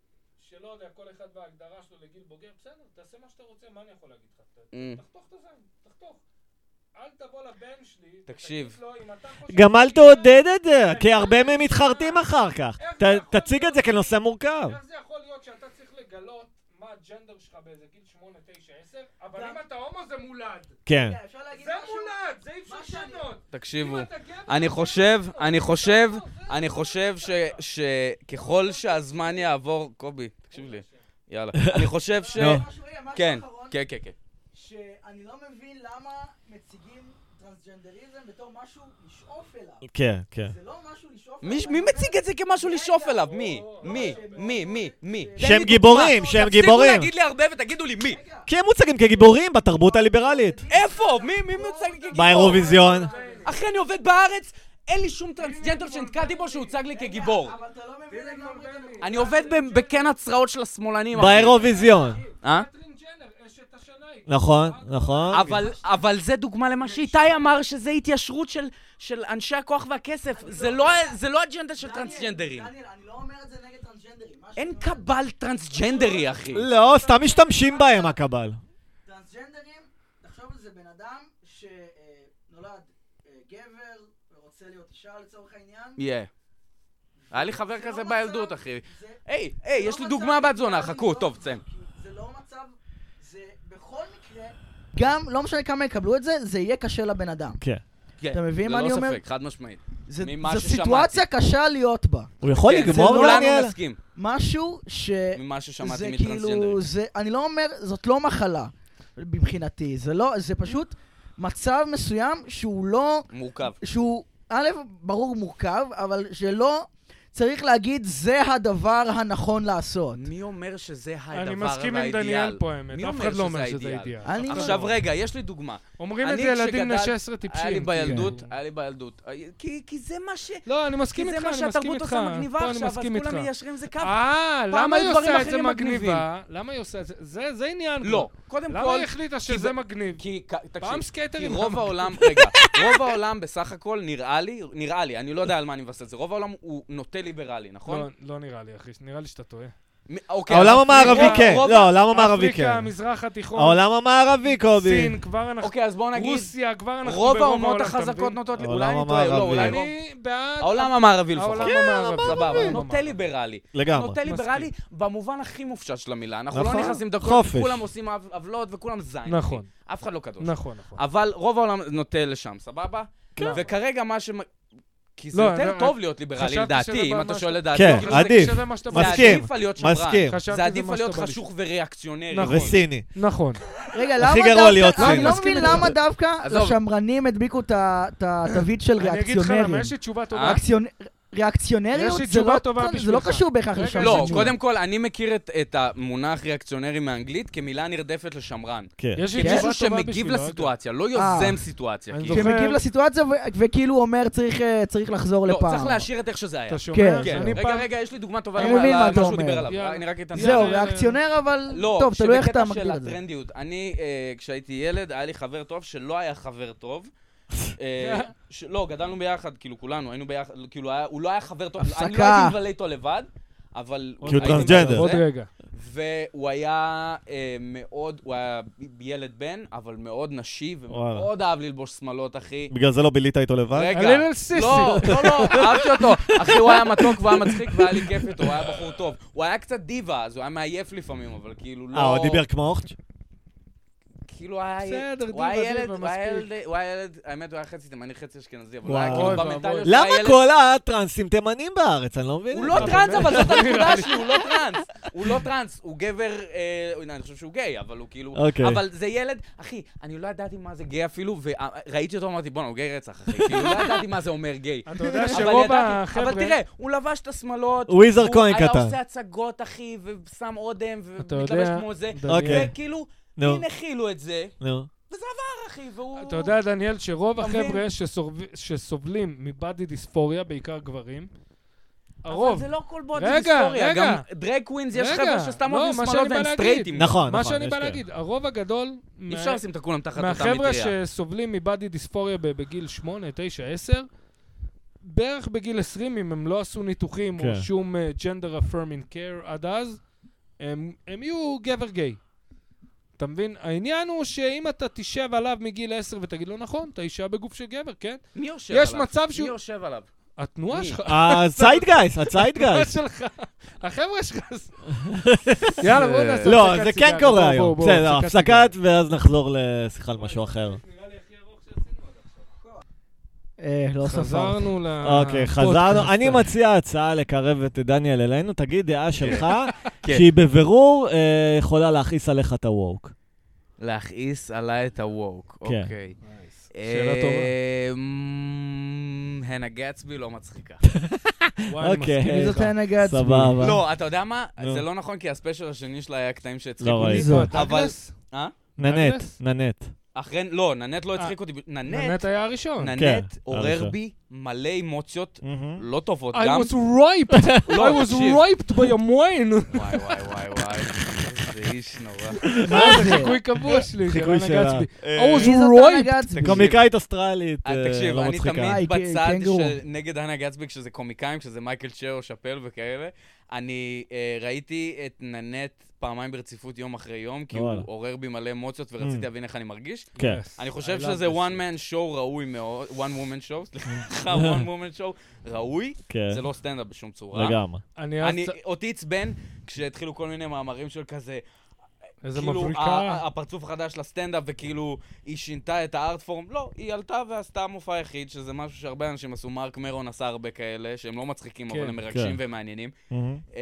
שלא יודע, כל אחד בהגדרה שלו לגיל בוגר, בסדר, תעשה מה שאתה רוצה, מה אני יכול להגיד לך? Mm. תחתוך את הזין, תחתוך. אל תבוא לבן שלי, תקשיב. ותגיד לו, אם אתה חושב... גם אל תעודד את זה, כי הרבה מהם מתחרטים אחר כך. ת- תציג את זה כנושא מורכב. איך זה יכול להיות שאתה צריך לגלות מה הג'נדר שלך באיזה גיל שמונה, תשע, עשר, אבל אם אתה הומו זה מולד. כן. זה מולד, זה אי אפשר לשנות. תקשיבו, אם אתה גבר, אני אתה חושב, גבר. אני חושב, זהו, זהו. אני חושב ש- שככל שהזמן יעבור... קובי, תקשיב לי. יאללה. אני חושב ש... נו. משהו, רגע, משהו כן, אחרון, כן, כן, כן. שאני לא מבין למה מציגים טרנסג'נדריזם בתור משהו לשאוף אליו. כן, כן. זה לא משהו לשאוף מי אליו. מי אני מציג את זה כמשהו לשאוף אליו? מי? מי? מי? מי? מי? תן שהם לי גיבורים, דוגמה. שהם תפסיקו גיבורים. להגיד לי הרבה ותגידו לי מי. כי הם מוצגים כגיבורים בתרבות הליברלית. איפה? מי? מי מוצג לי כגיבור? באירוויזיון. אחי, אני עובד בארץ, אין לי שום טרנסג'נדר שנתקעתי בו שהוצג לי כגיבור. אבל אתה לא מבין לגמרי את זה. אני עובד ב- בקן הצרעות של השמאלנים, אחי. באירוויזיון. אה? קטרין ג'נר, אשת השנאי. נכון, נכון. אבל, אבל זה דוגמה למה שאיתי אמר, שזה התיישרות של, של אנשי הכוח והכסף. זה לא, זה לא אג'נדה של טרנסג'נדרים. דניאל, אני לא אומר את זה נגד טרנסג'נדרים. אין קבל טרנסג'נדרי, אחי. לא, סתם משתמשים בהם, הקבל. טרנסג'נדרים, תחשוב על זה בן אדם שנולד גבר ורוצה להיות אישה לצורך העניין. Yeah. היה לי חבר כזה בילדות, אחי. היי, היי, יש לי דוגמה בת זונה, חכו, טוב, צם. זה לא מצב, זה בכל מקרה, גם, לא משנה כמה יקבלו את זה, זה יהיה קשה לבן אדם. כן. אתה מבין מה אני אומר? זה לא ספק, חד משמעית. זו סיטואציה קשה להיות בה. הוא יכול לגמור, כולנו נסכים. משהו ש... ממה ששמעתי זה מטרנסג'נדרים. כאילו, זה, אני לא אומר, זאת לא מחלה, מבחינתי. זה לא, זה פשוט מצב מסוים שהוא לא... מורכב. שהוא, א', ברור מורכב, אבל שלא... צריך להגיד, זה הדבר הנכון לעשות. מי אומר שזה הדבר והאידיאל? אני מסכים עם דניאל פה, האמת. אף אחד לא אומר שזה אידיאל. עכשיו רגע, יש לי דוגמה. אומרים את זה ילדים בני שש עשרה טיפשים. היה לי בילדות, היה לי בילדות. כי זה מה ש... לא, אני מסכים איתך, אני מסכים איתך. כי זה מה שהתרבות עושה מגניבה עכשיו, אז כולם מיישרים זה קו. אה, למה היא עושה את זה מגניבה? למה היא עושה את זה? זה עניין. לא, קודם כל... למה היא החליטה שזה מגניב? פעם סקייטרים. רוב העולם, רגע, רוב העולם בסך הכל נראה לי, נראה לי, אני לא יודע על מה אני מבסס את זה. רוב העולם הוא נוטה ליברלי, נכון? לא, לא נראה לי, אחי. נראה לי שאתה טועה. העולם המערבי כן. לא, העולם המערבי כן. אפריקה, המזרח התיכון. העולם המערבי, קובי. סין, כבר אנחנו... אוקיי, אז בואו נגיד... רוסיה, כבר אנחנו רוב האומות החזקות נוטות... אולי אני טועה, לא, אולי לא. אני בעד... העולם המערבי לפחות. העולם המערבי. סבבה, נוטה ליברלי. לגמרי. נוטה ליברלי במובן הכי מופשט של המילה. אנחנו לא נכון. נכנסים דקות, חופש. כולם עושים עוולות וכולם זין. נכון. אף אחד לא קדוש. נכון, נכון. אבל רוב העולם נוטה לשם, סבבה? כן. וכרגע מה ש... כי זה לא, יותר אני- טוב להיות ליברלי, חשבתי לדעתי, שזה אם בא אתה מה שואל שאתה- לדעתי. כן, כאילו זה- עדיף. שזה מה שאתה זה בא- מסכים. עדיף על להיות שמרן. מסכים. חשבתי זה עדיף מה על להיות שאתה בא חשוך וריאקציונרי. נכון. וסיני. נכון. רגע, למה הכי דווקא... גרוע להיות לא, אני ציני. לא מסכים מבין איתך. למה דווקא עזוב. לשמרנים הדביקו את ה- את התווית של אני אגיד לך למה, ריאקציונרים. יש לי תשובה טובה. ריאקציונ- ריאקציונריות יש לי זה תשובה לא- טובה זה לא בשבילך. קשור בהכרח רגע, לשמרנים. לא, קודם כל, אני מכיר את, את המונח ריאקציונרי מאנגלית כמילה נרדפת לשמרן. כן. יש לי כמישהו תשובה טובה שמגיב בשבילו. לסיטואציה, לא אה. יוזם סיטואציה. אני כאילו. זוכר- שמגיב לסיטואציה ו- וכאילו אומר צריך, אה, צריך לחזור לא, לפעם. צריך להשאיר את איך שזה היה. אתה שומע? כן. כן, אני רגע, פעם- רגע, יש לי דוגמה טובה אני למה- מבין מה למה אתה שהוא אומר. דיבר עליו. יאללה. אני רק אתן... זהו, יאללה, ריאקציונר, אבל... לא, טוב, תלוי איך אתה שבקטע של מגדיר את זה. הטרנדיות. אני, אה, כשהייתי ילד, היה לי חבר טוב שלא היה חבר טוב. אה, ש- לא, גדלנו ביחד, כאילו כולנו, היינו ביחד, כאילו היה- הוא לא היה חבר טוב, אני לא הפסקה. הייתי מבלה איתו לבד, אבל... כי הוא הייתי טרנסג'נדר. מבלה עוד זה, רגע. והוא היה אה, מאוד, הוא היה ב- ילד בן, אבל מאוד נשי, וואלה. ומאוד אהב ללבוש שמלות, אחי. בגלל זה לא בילית איתו לבד? רגע, הליל סיסי. לא, לא, לא, אהבתי אותו. אחי, הוא היה מתוק והוא היה מצחיק והיה לי כיף איתו, הוא היה בחור טוב. הוא היה קצת דיבה, אז הוא היה מעייף לפעמים, אבל כאילו לא... אה, הוא דיבר כמו אוכץ'? כאילו היה... בסדר, הוא היה דיבה, ילד, דיבה, הוא היה מספיק. ילד, הוא היה ילד, האמת הוא היה חצי תימני, חצי אשכנזי, אבל הוא וואו. היה כאילו אוי במנטליות ואבוי. של למה הילד... כל הטרנסים תימנים בארץ? אני לא מבין. הוא את לא זה. טרנס, אבל זאת הנקודה שלי, הוא לא טרנס. הוא לא טרנס, הוא גבר... אה, אני חושב שהוא גיי, אבל הוא כאילו... אוקיי. אבל זה ילד... אחי, אני לא ידעתי מה זה גיי אפילו, וראיתי אותו, אמרתי, בוא'נה, הוא גיי רצח, אחי. כאילו, לא ידעתי מה זה אומר גיי. אתה יודע אבל שרוב ידעתי- החבר'ה... אבל תראה, הוא לבש את השמלות, הוא יזהר כהן הוא קטן. היה עושה הצגות, אחי, ושם אודם, אתה ומתלבש יודע... כמו זה, דניאל, אוקיי. וכאילו, נו, הנה חילו את זה, נו. אחי, והוא... אתה יודע, דניאל, שרוב אתה מבין? החבר'ה שסוב- שסובלים מבאדי דיספוריה, בעיקר גברים, אבל הרוב, זה לא כל בודי רגע, היסטוריה, רגע. גם דרג קווינס יש רגע, חבר'ה שסתם לא, אוהבים מה שמאלות שאני בא והם להגיד. סטרייטים. נכון, מה נכון. שאני יש בא כאלה. להגיד, הרוב הגדול אי אפשר לשים את הכולם תחת אותה מהחבר'ה מטריה. שסובלים מבאדי דיספוריה ב- בגיל שמונה, תשע, עשר, בערך בגיל עשרים, אם הם לא עשו ניתוחים כן. או שום uh, gender affirming care עד אז, הם, הם יהיו גבר גיי. אתה מבין? העניין הוא שאם אתה תשב עליו מגיל עשר ותגיד לו נכון, אתה אישה בגוף של גבר, כן? מי יושב יש עליו? מצב מי שהוא... יושב עליו? התנועה מי? שלך... הציידגייסט, התנועה הציידגייסט. שלך, החבר'ה שלך... יאללה, בואו נעשה לא, הפסקת זה כן סיגריה. קורה בואו, היום. בואו, בואו, בסדר, הפסקת הפסקת ואז נחזור לשיחה על משהו אחר. נראה לי הכי ארוך שעשינו עד עכשיו. אה, לא ספרתי. חזרנו ל... אוקיי, חזרנו. אני מציע הצעה לקרב את דניאל אלינו. תגיד דעה שלך, כן. שהיא בבירור אה, יכולה להכעיס עליך את הווק. להכעיס עליי את הווק, כן. אוקיי. שאלה טובה. אמ, הנה גטסבי לא מצחיקה. וואי, אני אוקיי. מסכים מי איתך. זאת הנה גטסבי? סבבה. לא, אתה יודע מה? נו. זה לא נכון, כי הספיישל השני שלה היה קטעים לא שהצחיקו ראיתי. לי. זאת. אבל... דגלס? אה? ננט, דגלס? ננט. אחרי... לא, ננט לא אה. הצחיק אותי. ננט, ננט היה הראשון. ננט כן, עורר הראשון. בי מלא אמוציות מהמם. לא טובות I גם. was raped! לא, I was תקשיב. raped by a moine! וואי וואי וואי וואי. איזה איש נורא. מה זה חיקוי קבוע שלי, חיקוי דנה שלה. גצבי. אה, Oh, מי זאת right. דנה גצבי? קומיקאית אוסטרלית, אה, אה, תקשיב, לא אני מצחיקה. תמיד אה, בצד קנגורו. שנגד דנה גצבי, כשזה קומיקאים, כשזה מייקל צ'ר או שאפל וכאלה, אני אה, ראיתי את ננט פעמיים ברציפות יום אחרי יום, כי הוא וואלה. עורר בי מלא אמוציות ורציתי להבין איך אני מרגיש. כן. אני חושב I love שזה this one man show ראוי מאוד, one woman show, סליחה, one woman show ראוי, כן. זה לא סטנדאפ בשום צורה. לגמרי. אני אז... אני, אותי עצבן כשהתחילו כל מיני מאמרים של כזה, איזה כאילו, מבריקה. ה- ה- הפרצוף החדש לסטנדאפ, וכאילו, היא שינתה את הארט פורם. לא, היא עלתה ועשתה מופע יחיד, שזה משהו שהרבה אנשים עשו. מרק מרון עשה הרבה כאלה, שהם לא מצחיקים, כן, אבל הם מרגשים כן. ומעניינים. מהמם. אמ,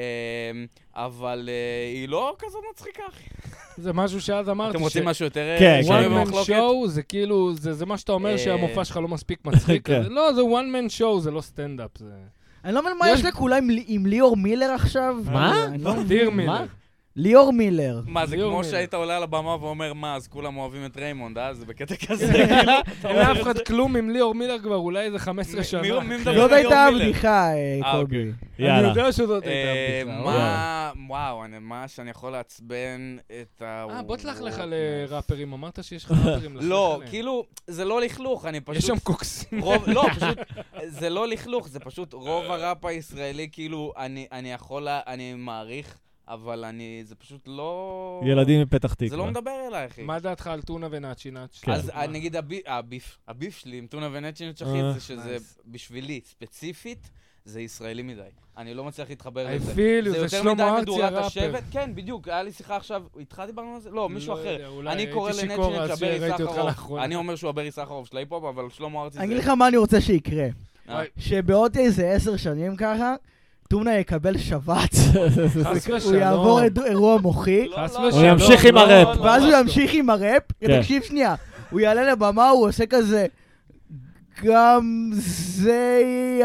אבל אה, היא לא כזאת מצחיקה, אחי. זה משהו שאז אמרתי אתם רוצים משהו יותר... אה, כן, שנוי one man במחלוקת? show זה כאילו, זה זה מה שאתה אומר אה, שהמופע שלך לא מספיק מצחיק. כן. זה- לא, זה one man show, זה לא סטנדאפ. זה... אני לא מבין מה יש- יש לכולם עם לי- עם ליאור מילר עכשיו. מה? אני לא מבין. דיר מה? מילר. ליאור מילר. מה, זה ליאור כמו מילר. שהיית עולה על הבמה ואומר, מה, אז כולם אוהבים את ריימונד, אה? זה בקטע כזה. אין לאף אחד כלום עם ליאור מילר כבר אולי איזה חמש עשרה מי- שנה. מי- מי מדבר? זאת ליאור הייתה מילר. הבדיחה, אה, אה, קובי. אוקיי. אני יאללה. יודע שזאת אה, הייתה הבדיחה. מה, וואו, אני- מה שאני יכול לעצבן את ה... אה, בוא תלך לך לראפרים, אמרת שיש לך ראפרים. לחלק לא, עליהם. כאילו, זה לא לכלוך, אני פשוט... יש שם קוקסים. רוב, לא, פשוט, זה לא לכלוך, זה פשוט רוב הראפ הישראלי, כאילו, אני, אני יכול, לה- אני מעריך, אבל אני, זה פשוט לא... ילדים מפתח תקווה. זה לא מדבר אליי, אחי. מה דעתך על טונה ונאצ'י נאצ'? כן. אז אה, נגיד הבי- הביף, הביף שלי עם טונה ונצ'ינץ' אחי, אה. זה שזה בשבילי, ספציפית, זה ישראלי מדי. אני לא מצליח להתחבר I לזה. feel you, זה יותר שלמה מדי ארצי מדורת הראפר. השבט. כן, בדיוק, היה לי שיחה עכשיו, איתך דיברנו על זה? לא, מישהו לא אחר. יודע, אולי אני הייתי קורא שיכור לנצ'ינץ' אז הברי שראיתי אותך סחרוף. לאחרונה. אני אומר שהוא הברי סחרוף של ההיפ-הופ, אבל שלמה ארצי זה... אני אגיד לך מה אני רוצה שיקרה. אה. שבעוד איזה עשר שנים ככה, טונה יקבל שבץ. חס הוא ושלום. יעבור איד- אירוע מוחי, לא, חס לא, ושלום. לא, הוא ימשיך לא, עם לא, הראפ. לא, ואז לא, הוא לא. ימשיך עם הראפ. כן. תקשיב שנייה, הוא יעלה לבמה, הוא עושה כזה, גם זה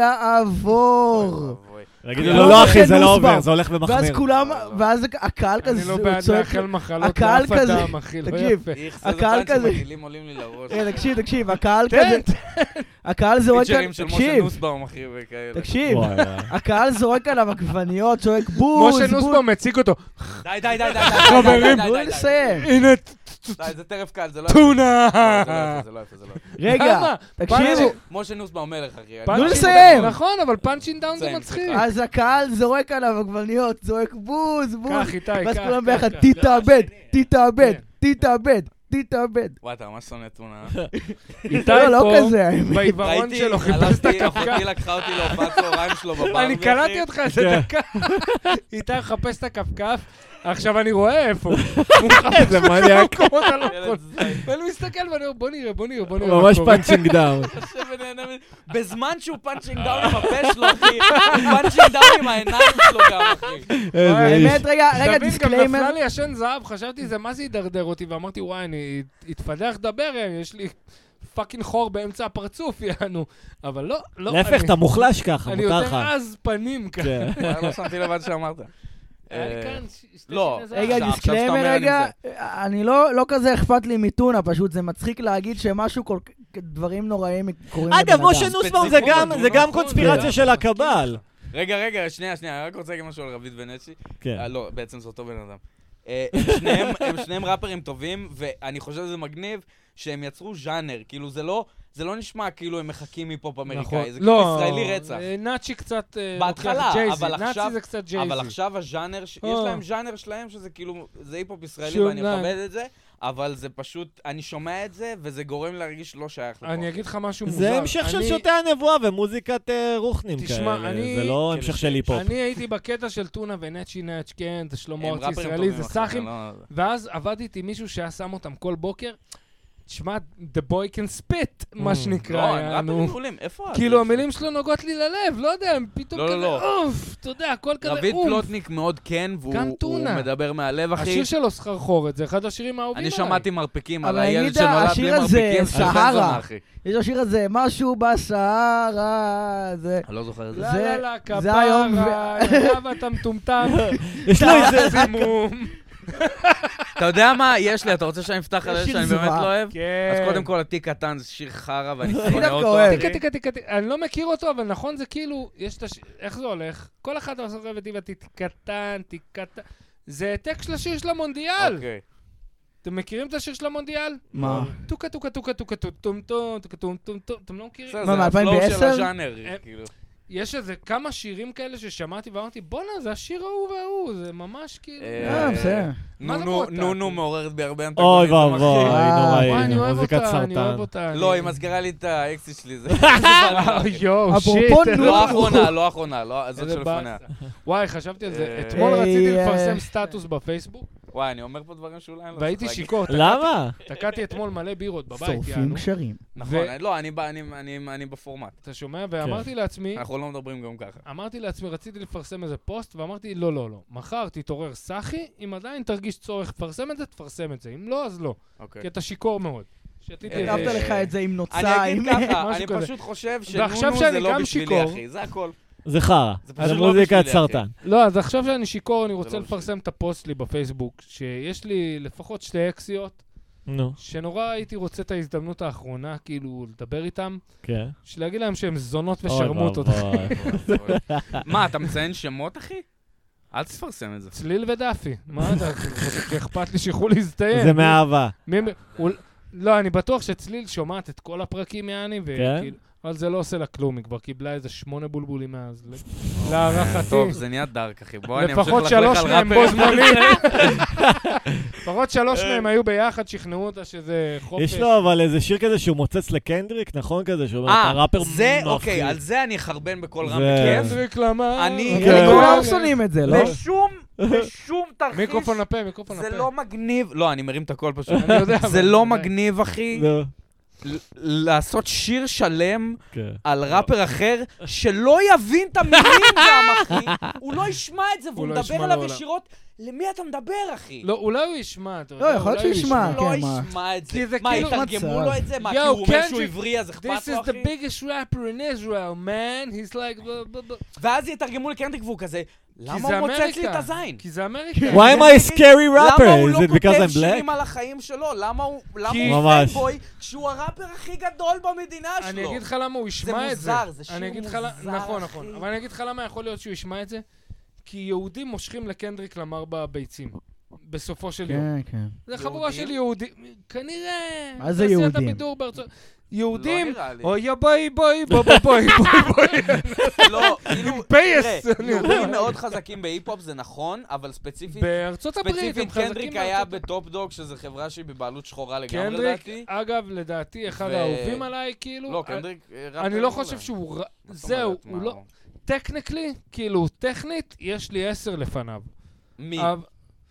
יעבור. יגידו לא לו, לא אחי, זה לא נוסבאום. עובר, זה הולך ואז ומחמיר. כולם, לא, לא. ואז הקהל אני כזה, לא הוא בעד צועק, לאחל מחלות הקהל לאף כזה- אדם, אחי, לא תקשיב, יפה. איך זה הקהל פאנצ'ים כזה- מגעילים עולים לי לראש. אה, תקשיב, תקשיב, הקהל כזה, הקהל זורק, פיצ'רים של משה תקשיב, נוסבאום, אחי, וכאלה. תקשיב, וואי, וואי. הקהל זורק עליו עגבניות, צועק בוז, משה בוז. נוסבאום מציג אותו. די, די, די, די, די, חברים, די, די, תנו די, לי די. לסיים. הנה, די, זה טרף קל, זה לא יפה. טונה! זה לא יפה, זה לא יפה. רגע, למה? תקשיבו, משה נוסבאום מלך, אחי. תנו פאנצ'ין לסיים. דאון, נכון, אבל פאנצ'ין דאון זה סיים, מצחיק. סליחה. אז הקהל זורק עליו עגבניות, זורק בוז, בוז, קח איתי, ואז קח, כולם קח, ביחד, קח. תתאבד, תתאבד, כן. תתאבד, תתאבד. וואי, אתה ממש שונא טונה. איתי לא, לא פה, כזה, האמת. בעיוורון ראיתי, שלו, חיפש את הלכתי, הקפקף. אחותי לקחה אותי להופעת צהריים שלו בבר. אני קלטתי אותך איזה כן. דקה. איתי מחפש את הכפכף, עכשיו אני רואה איפה הוא. הוא מחפש זה מניאק. במקומות הלא נכונים. ואני מסתכל ואני אומר, בוא נראה, בוא נראה, בוא נראה. ממש מה קורה." פאנצ'ינג דאון. בזמן שהוא פאנצ'ינג דאון עם הפה שלו, אחי, הוא פאנצ'ינג דאון עם העיניים שלו גם, אחי. איזה איש. האמת, רגע, רגע, תבין, גם דיסקליימר. נפלה לי ישן זהב, חשבתי זה מה זה ידרדר אותי, ואמרתי, וואי, אני אתפדח לדבר, יש לי פאקינג חור באמצע הפרצוף, יענו. אבל לא, לא. להפך, אני- אתה מוחלש ככה, אני מותר יותר לך. עז פנים כאן. כן. לא שמתי לבד שאמרת. היה לי אה, כאן ש- שתי לא, שיני זהב. רגע, עכשיו- עכשיו שאתה דיסקליימר אומר, אני רגע, אני לא לא כזה אכפת לי מטונה, פשוט זה מצחיק להגיד שמשהו כל כך, דברים נוראים קורים לבן אגב, אדם. משה נוסבאום זה ספציפית, גם- נכון, זה גם נכון, קונספירציה כן. של הקבל. רגע, רגע, שנייה, שנייה, אני רק רוצה להגיד משהו על רביד ונצ'י. כן. אה, לא, בעצם זה אותו בן אדם. אה, הם שניהם- הם שניהם ראפרים טובים, ואני חושב שזה מגניב שהם יצרו ז'אנר, כאילו זה לא... זה לא נשמע כאילו הם מחכים מפופ אמריקאי, זה כאילו לא, ישראלי רצח. אה, נאצ'י קצת אה, בהתחלה, לוקח ג'ייזי. אבל עכשיו- נאצי זה קצת ג'ייזי. אבל עכשיו הז'אנר, ש- יש אה. להם ז'אנר שלהם שזה כאילו, זה היפ-הופ ישראלי שוב, ואני לא. מכבד את זה, אבל זה פשוט, אני שומע את זה וזה גורם להרגיש לא שייך לפה. אני אגיד לך משהו מוזר. זה המשך של אני- שוטי הנבואה ומוזיקת אה, רוחנים תשמע, כאלה. אני- זה לא כן, המשך ש- של היפ-הופ. אני הייתי בקטע של טונה ונאצ'י נאצ', כן, זה שלמה הם ארצי ראפרים ישראלי, טובים, זה אחי, סאחים. לא- ואז עבדתי עם מישהו שהיה שם אותם כל בוקר. תשמע, the boy can spit, מה Mm. שנקרא, לא, הם יענו. ראפרים מעולים, איפה? כאילו זה- המילים שלו נוגעות לי ללב, לא יודע, הם פתאום לא, לא, כזה, לא. אוף, אתה יודע, הכל כזה רביד אוף. פלוטניק מאוד כן, והוא גם הוא טונה. מדבר מהלב, אחי. השיר שלו סחרחורת, זה אחד השירים האהובים אני עליי. שמעתי מרפקים על אבל הילד נגיד, שנולד השיר בלי הזה, מרפקים. של בן סהרה. זונה, אחי. יש השיר הזה, משהו בסהרה, זה... אני לא זוכר את זה. לא, זה- לא, לא, זה היום כפרה, ילדה ואתה מטומטם. יש לו איזה... סימום. אתה יודע מה? יש לי, אתה רוצה שאני אפתח על יש זה שיר שאני באמת זוועה. לא אוהב? כן. אז קודם כל, התיק קטן זה שיר חרא ואני אני שונא דווקא אותו. אוהב. אחי. טיקה, טיקה, טיקה, טיקה. אני לא מכיר אותו, אבל נכון זה כאילו, יש את הש... איך זה הולך? כל אחד עושה רבע טיבה, תיק קטן, תיק קטן. זה העתק של השיר של המונדיאל. אוקיי. אתם מכירים את השיר של המונדיאל? מה? טוקה טוקה טוקה טוקה טום טום טוקה טום טום טום, אתם לא מכירים? זה הפלואו של הז'אנר, כאילו. יש איזה כמה שירים כאלה ששמעתי ואמרתי, בואנה, זה השיר ההוא וההוא, זה ממש כאילו... אה, בסדר. נו נו מעוררת בי הרבה אוי אנטגוניזם. ואבוי, נוראי, אני אוהב מוזיקת אותה, אני אוהב סרטן. אותה. לא, היא מזכירה לי את האקסיט שלי. יואו, שיט. אפרופו נו. לא האחרונה, לא האחרונה, זאת שלפניה. וואי, חשבתי על זה. אתמול רציתי לפרסם סטטוס בפייסבוק. וואי, אני אומר פה דברים שאולי אני לא והייתי צריך שיכור. למה? תקעתי אתמול מלא בירות בבית, שורפים יענו. קשרים. נכון, לא, אני בפורמט. אתה שומע? ואמרתי לעצמי, אנחנו לא מדברים גם ככה. אמרתי לעצמי, רציתי לפרסם איזה פוסט, ואמרתי, לא, לא, לא. מחר תתעורר סחי, אם עדיין תרגיש צורך לפרסם את זה, תפרסם את זה. אם לא, אז לא. כי אתה שיכור מאוד. כתבת לך את זה עם נוצה. אני אגיד ככה, אני פשוט חושב שנונו זה לא בשבילי, אחי. זה הכל. זה חרא. פשוט זה לא מוזיקת בשבילי, סרטן. לא, אז עכשיו שאני שיכור, אני רוצה לא לפרסם את הפוסט שלי בפייסבוק, שיש לי לפחות שתי אקסיות, נו. שנורא הייתי רוצה את ההזדמנות האחרונה, כאילו, לדבר איתם, כן. שלהגיד להם שהם זונות אוי ושרמוטות. ואבוי. מה, אתה מציין שמות, אחי? אל תפרסם את זה. צליל ודאפי. מה אתה חושב שאכפת לי שיכולו להזדיין? זה מאהבה. לא, אני בטוח שצליל שומעת את כל הפרקים יעני, כן? אבל זה לא עושה לה כלום, היא כבר קיבלה איזה שמונה בולבולים מאז. להערכתי. טוב, זה נהיה דארק, אחי. בוא אני אמשיך לפחות לך שלוש על מהם בו ראפר. זמנית. לפחות שלוש מהם היו ביחד, שכנעו אותה שזה חופש. יש לו אבל איזה שיר כזה שהוא מוצץ לקנדריק, נכון כזה? שהוא אומר, אתה ראפר מפחיד. זה, אוקיי, על זה אני אחרבן בכל רם זה- בכיף. קנדריק למר. אני- כן. כולם שונאים את זה, לא? בשום, בשום תרחיש. מיקרופון לפה, מיקרופון לפה. זה לא מגניב. לא, אני מרים את הכל פשוט. אני יודע, זה אבל- לא מגניב, אחי, לא. ל- לעשות שיר שלם כן. על ראפר אחר שלא יבין את המילים גם, אחי. הוא לא ישמע את זה, והוא הוא לא מדבר ישמע עליו לעולם. ישירות. למי אתה מדבר, אחי? לא, אולי הוא ישמע, אתה לא, יודע, יכול להיות אולי הוא שהוא ישמע. הוא לא כן, מה? ישמע את כי זה. זה מה, כאילו יתרגמו מצב. לו את זה? מה, Yo, כי הוא אומר שהוא Kendrick, עברי, אז This אכפת לו, is the אחי? biggest rapper in Israel, man. He's like... blah, blah, blah. ואז יתרגמו לקנדריק והוא כזה, כי למה זה הוא מוצץ לי אמריקה. את הזין? כי זה אמריקה. Why am I a scary rapper? למה הוא Is לא it because כותב I'm שירים black? על החיים שלו? למה הוא למה כי- הוא ממש. פנבוי כשהוא הראפר הכי גדול במדינה שלו? אני אגיד לך למה הוא ישמע את זה. מוזר, זה שיר אני אגיד לך למה- מוזר, נכון, אחי. נכון. אבל אני אגיד לך למה יכול להיות שהוא ישמע את זה. כי יהודים מושכים לקנדריק למר בביצים. בסופו של יום. כן, כן. זה חבורה של יהודים. כנראה. מה זה תעשיית יהודים? הבידור בארצות... יהודים, לא נראה לי. אוי יא בואי בואי בואי בואי בואי לא, כאילו, פייס. תראה, יהודים מאוד חזקים בהיפ-הופ, זה נכון, אבל ספציפית, בארצות הברית הם ספציפית חזקים. קנדריק היה בארצות- בטופ דוג, שזו חברה שהיא בבעלות שחורה לגמרי, קנדריק, לדעתי. אגב, לדעתי, אחד ו- האהובים עליי, כאילו... לא, קנדריק אה, ראפר אני לא מעולה. חושב שהוא... ר- מה זאת זהו, אומרת, הוא מה, לא... טכניקלי, כאילו, טכנית, יש לי עשר לפניו. מי? אבל-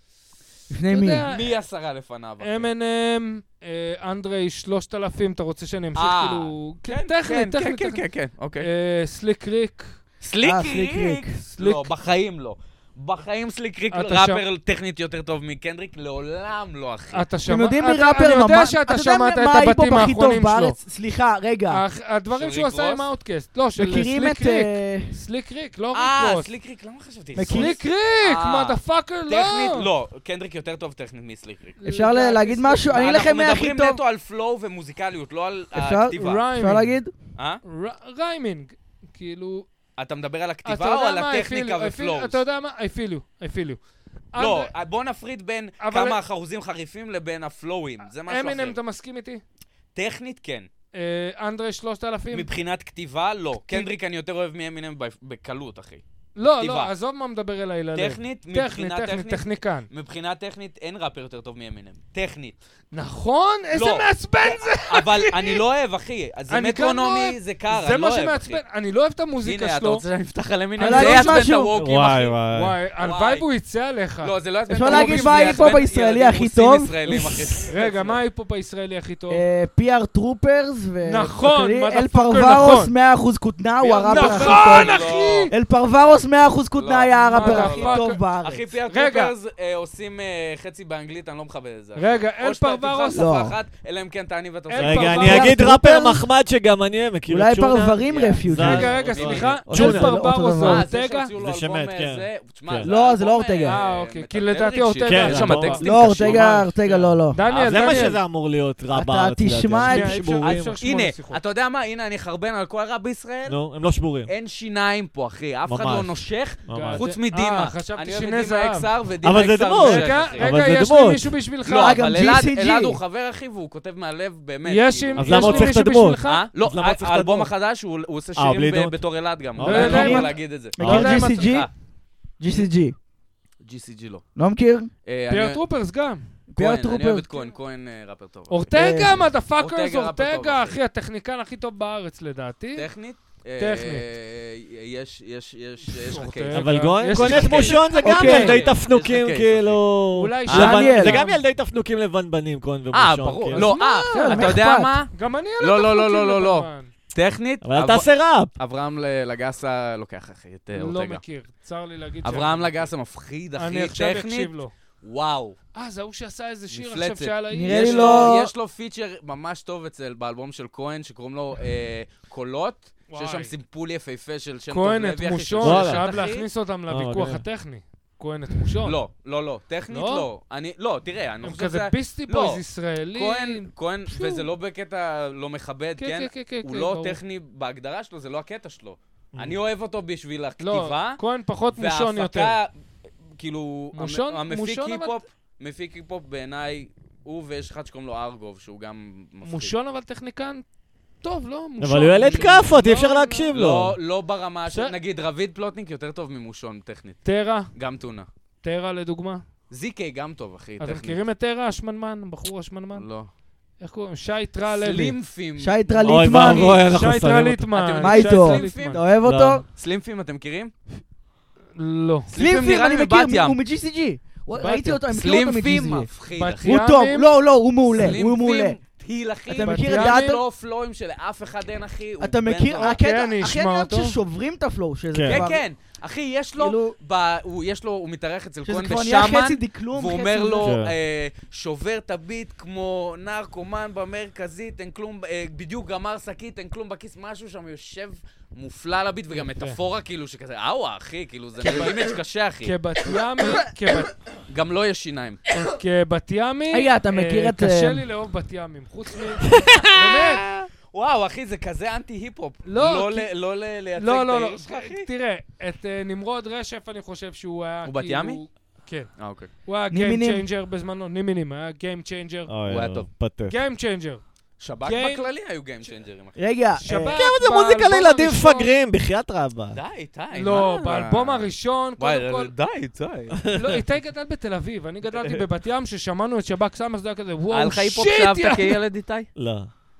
לפני אתה מי? יודע, מי עשרה לפניו? אחי? אם אנד אם, אה, אנדרי שלושת אלפים, אתה רוצה שאני אמשיך אה, כאילו... כן, טכנית, כן, טכנית, כן, טכנית. כן, כן, אוקיי. אה, סליק ריק. סליק אה, סליק ריק. ריק. סליק. לא, בחיים לא. בחיים סליק ריק אתה ראפר טכנית יותר טוב מקנדריק, לעולם לא, אחי. אתה אתם שמע... יודעים מי אתה- ראפר אני יודע ממש... שאתה אתה יודע שמעת מה את ההיפ-הופ הבתים הכי טוב האחרונים שלו. בארץ? סליחה, רגע. הח- הדברים של שהוא ריק עשה עם רוס? האוטקאסט. לא, של מכירים סליק את... ריק. אה, סליק ריק, לא אה, ריק רוס. סליק ריק, למה חשבתי? מכיר- סליק ריק, אה, מה דה פאקר, לא. טכנית, לא. קנדריק יותר טוב טכנית מסליק ריק. אפשר ל- להגיד משהו? אני אגיד לכם מי הכי אנחנו מדברים טוב. נטו על פלואו ומוזיקליות, לא על אפשר? הכתיבה. ריימינג. אפשר להגיד? אה? ר- ריימינג. כאילו... אתה מדבר על אתה הכתיבה או יודע על מה, I הטכניקה feel you, I feel- ופלואוס? אתה יודע מה? I feel you, I feel you. לא, אנד- בוא נפריד בין אבל- כמה אחוזים חריפים לבין הפלואוים, זה משהו אחר. אמינם, אתה מסכים איתי? טכנית, כן. אה, אנדרי שלושת אלפים? מבחינת כתיבה, לא. קנדריק אני יותר אוהב מאמינם ב- בקלות, אחי. לא, כתיבה. לא, עזוב מה מדבר אליי ללב. טכנית, טכנית, מבחינה טכנית, טכנית, טכניקן. מבחינה טכנית אין ראפר יותר טוב מאמינם. טכנית. נכון? איזה לא. מעצבן זה! אבל אני לא אוהב, אחי. אז זה אני גם לא מטרונומי, אוהב. זה קר, זה אני לא מה אוהב, אחי. שמעצבן. אני לא אוהב את המוזיקה הנה, אתה שלו. רוצה שאני אפתח על אמינם? אני זה אגיד יעצבן את משהו. הווקים, וואי, אחי. וואי. וואי, הלוואי והוא יצא עליך. לא, זה לא יעצבן את אפשר הווקים, להגיד זה מה ההיפ-הופ יעצבן הישראלי ילדים הכי רוסים טוב? ישראלים, אחי. רגע, מה ההיפ-הופ הישראלי הכי טוב? פי אר טרופרס ו... נכון, אל motherfucker, פרוורוס נכון. מאה אחוז כותנה הוא הראפר הכי נכון, טוב. אחי! אל פרוורוס מאה אחוז כותנה לא. היה הראפר מה, הכי לא. טוב בארץ. אחי, פי רגע. הטרופרס אה, עושים אה, חצי באנגלית, אני לא מכבד את זה. אחי. רגע, או אל שאתה פרוורוס... תבחר לא. שפה אחת, אלא אם כן תעני ואתה עושה... אל רגע, פרוורוס. אני אגיד טרופר? ראפר מחמד שגם אני מכיר את אולי שונה. פרברים רפיוג'י. זה- רגע, רגע, זה- סליחה. זה- אל זה- אותו פרוורוס זה דבר. אה, זה אורטגה? שהוציאו לו זה אלבום, שמת, אה, כן. זה- תשמע, כן. זה לא, זה לא אלבום, אורטגה. אה, אוקיי, כי מטלטל לדעתי רגשי. אורטגה, כן, יש שם לא. טקסטים לא, קשים. אורטגה, אורטגה לא, לא. דניאל, זה מה דניאל. שזה אמור להיות רע אתה בארץ. תשמע לדעתי. את- הם שבורים. אפשר- אפשר- הנה, שמונה שיחות. אתה יודע מה? הנה, אני חרבן על כל הרב בישראל. נו, הם לא שבורים. אין שיניים פה, אחי. אף אחד ממש. לא נושך, ממש. חוץ מדימה. אה, חשבתי אני אוהב שיני את דימה זהב. אקס אר ודימה אבל זה אקס אר דמות. נושך, רגע, אחי. אבל רגע, זה יש לי דמות. מישהו בשבילך. לא, גם אבל ג'י אלעד- סי ג'י. אלעד הוא חבר אחי והוא כותב מהלב באמת. יש כאילו. עם- אז יש למה הוא לי צריך את מישהו הדמות? בשבילך. אה? לא, אז למה הוא צריך את האלבום הדמות? החדש הוא הוא עושה אה, בלי שירים ב- דמות? בתור אלעד גם. לא אבל יודע אני לא יכול מה- להגיד את זה. לא מכיר יודע ג'י מה סי ג'י? אה, ג'י סי ג'י. ג'י סי ג'י לא. לא מכיר? אה, פייר אני- טרופרס גם. פייר כהן, אני טרופר. אוהב את כהן, כהן אה, ראפר טוב. אורטגה, אה, מה דה פאקרס, אורטגה, ראפר טוב, אורטגה, אחי. אחי, הטכניקן הכי טוב בארץ לדעתי. טכנית? טכנית. אה, יש, יש, יש, יש לך אוקיי. קייס. אבל רגע, גויין יש קונה לך את מושון זה גם אוקיי. ילדי יש לך תפנוקים קייס, כאילו... אולי לבן- דניאל. זה גם ילדי תפנוקים לבן בנים, כהן ומושון. אה, ברור. כאילו. לא, אה, בסדר, אתה מה יודע אכפת? מה? גם אני לא, על לא, לא, התפקיד לא, לא, לא. לבן. טכנית, אבל אל אב- תעשה ראפ. אברהם ל- לגסה לוקח אחי את אה, לא אורטגה. מכיר, צר לי להגיד אברהם שאני- לגסה מפחיד, אני אחי, עכשיו טכנית. אקשיב לו. וואו. אה, זה ההוא שעשה איזה שיר מפלצת. עכשיו שהיה לאי. נראה יש לי לו- לא- יש לו פיצ'ר ממש טוב אצל, באלבום של כהן, שקוראים לו אה, קולות, וואי. שיש שם סימפול יפהפה של שם טוב כהן לוי, את אחי, של מושון, וואלה. חייב אחי. להכניס אותם אה, לוויכוח כן. הטכני. כהן את מושון. לא, לא, לא. טכנית לא? לא. אני, לא, תראה, אני הם חושב כזה שזה... פיסטי לא. בויז ישראלים. כהן, כהן, פשו. וזה לא בקטע לא מכבד, כן, כן? כן, כן, כן, הוא כן, לא ברור. טכני בהגדרה שלו, זה לא הקטע שלו. אני אוהב אותו בשביל לא, הכתיבה, כהן פחות מושון יותר. וההפקה, כאילו, מושון- המ- המפיק מושון אבל- היפ-הופ, מפיק היפ-הופ בעיניי, הוא ויש אחד שקוראים לו ארגוב, שהוא גם מפחיד. מושון אבל טכניקן טוב, לא? מושון. אבל הוא ילד כאפות, אי לא, אפשר לא. להקשיב לו. לא, לא ברמה של, בסדר. נגיד, רביד פלוטניק יותר טוב ממושון טכנית. טרה, גם טונה. טרה לדוגמה. זיקי גם טוב, אחי, אתם טכנית. מכירים את טרה, השמנמן, הבחור השמנמן? לא. איך קוראים? שי טרה לוי. סלימפים. שי אוי טרליטמן. ואבוי, אנחנו שי שמים אותו. טרליטמן. אתם מה שי איתו? טרליטמן. אתה אוהב לא. אותו? סלימפים, אתם מכירים? לא. סלימפים, אני מבת מכיר, ים. הוא מ-ג'י סי ג'י. בת ראיתי ים. אותו, אני מכיר אותו מ-ג'י סי סלימפים ג'י. מפחיד, בת אחי. הוא טוב, ימים. לא, לא, הוא מעולה, הוא סלימפים, מעולה. טיל, אחי. אתה מכיר את בת דעת- ים לא פלואים שלאף אחד אין, אחי. הוא אתה בן מכיר, זונה. אוקיי, הקטע, אני הכי אשמע עניין אותו. ששוברים את הפלואו, שזה כן. כן, כבר... כן. אחי, יש לו, כאילו- ב- הוא יש לו, הוא מתארח אצל שזה כהן כבר נהיה בשמן, חצי דקלום, והוא חצי אומר זה. לו, כן. אה, שובר את הביט כמו נרקומן במרכזית, אין כלום, אה, בדיוק גמר שקית, אין כלום בכיס, משהו שם יושב מופלא לביט, וגם מטאפורה כאילו שכזה, אאווה, אחי, כאילו זה אימג' קשה, אחי. כבת ימי, כבת- גם לא יש שיניים. כבת ימי, רגע, אתה אה, מכיר את, קשה אה, לי לאהוב בת ימים, חוץ מ... באמת, וואו, אחי, זה כזה אנטי היפ-הופ. לא, לא כי- ל- לא ל- לייצג לא, את לא, לא, העיר שלך, אחי? תראה, את אה, נמרוד רשף אני חושב שהוא היה הוא בת ימי? כן, אה, אוקיי. הוא היה נימינים. Game Changer בזמנו, נימינים, היה Game Changer. אוי, הוא היה טוב. פתט. Game Changer. שב"כ כן. בכללי היו גיים צ'יינג'רים, אחי. רגע, שב"כ אה, זה מוזיקה באלבום לילדים הראשון- מפגרים, בחייאת רבה. די, די, לא, מה? באלבום הראשון, וואי, קודם כל... די, די. לא, איתי גדל בתל אביב, אני גדלתי בבת ים, ששמענו את שב"כ סמך, זה היה כזה, היה וואו, לך היפ-הופ שיט, שאהבת יא! כילד, איתי? לא.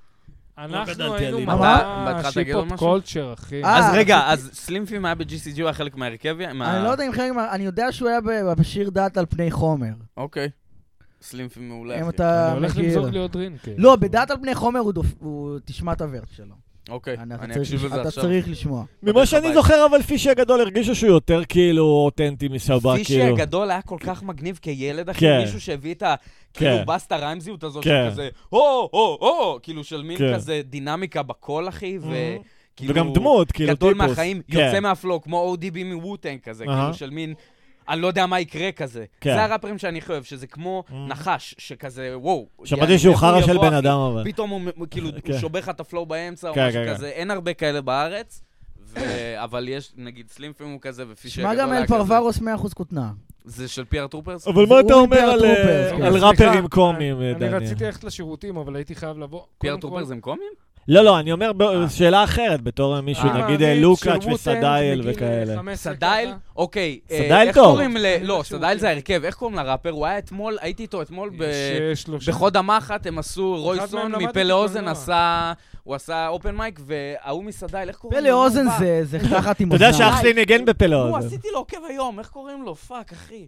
אנחנו גדלתי היינו על היפ-הופ. ממש באתך תגיד עוד היפ-הופ משהו? קולצ'ר, אחי. אה, אז אז רגע, זה- אז סלימפים היה ב-ג'י סי ג'י, הוא היה חלק מהרכב? אני לא יודע אם חלק מה... אני יודע שהוא היה ב- בשיר דת על פני חומר. אוקיי. סלימפים מעולה, אם אחי. אתה אני הולך מכיר. למזוג לי עוד דרינק. לא, בדת על פני חומר הוא דופ- הוא תשמע את הוורט שלו. אוקיי, אני- אתה אני צריך אקשיב לש- לזה אתה עכשיו. צריך לשמוע. ממה שאני בבית. זוכר, אבל פישי הגדול הרגישו שהוא יותר כאילו אותנטי משב"כ, פישי כאילו. הגדול היה כל כך מגניב כילד, אחי, כן. מישהו שהביא את ה... כאילו כן. בסטה ריימזיות הזאת, כן. שכזה, הו, הו, הו, כאילו של מין כן. כזה דינמיקה בקול, אחי, וכאילו... וגם דמות, כאילו גדול טיפוס. מהחיים, כן. יוצא מהפלו, כמו או די בי מווטנג כזה, אהה. כאילו של מין... אני לא יודע מה יקרה כזה. כן. זה הראפרים שאני חייב, שזה כמו נחש, שכזה, וואו. שמעתי יעני, שהוא מאיפה הוא חרא של יבוא, בן אחי? אדם, אבל. פתאום הוא מ- כאילו, כן. הוא שובר לך את הפלואו באמצע או כן, משהו כן, כזה, אין הרבה כאלה בארץ, ו- אבל יש, נגיד, סלימפים הוא כזה, ופישי שמע הגדול גם היה אל כזה. פרוורוס מאה אחוז כותנה. זה של פייר טרופרס? אבל זה מה אתה הוא אומר מפייר על, טרופרס, אה, כן. על סליחה, ראפרים קומיים, אני דניאל? רציתי ללכת לשירותים, אבל הייתי חייב לבוא. פייר קודם כל, טרופרס הם קומיים? לא, לא, אני אומר ב- שאלה אחרת, בתור מישהו, אה. נגיד מעריץ לוקאץ' של וסדייל ווטנג וכאלה. מגיל חמש עשרה סדייל? ככה. אוקיי. אה, סדייל איך טוב. קוראים ל... אני לא, הולך סדייל שירותים. זה ההרכב, איך קוראים לראפר? הוא היה אתמול, הייתי איתו אתמול ב... יש שלושה. בחוד המחט, הם עשו, רויסון מהם למדתי מפה לאוזן בקולנוע. עשה... הוא עשה אופן מייק, וההוא מסדייל, איך קוראים פלא לו? אוזן נו, זה- זה תחת עם אתה יודע אוזניים. שאח שלי ניגן בפלא הוא, אוזן. עשיתי לו עוקב היום, איך קוראים לו? פאק, אחי.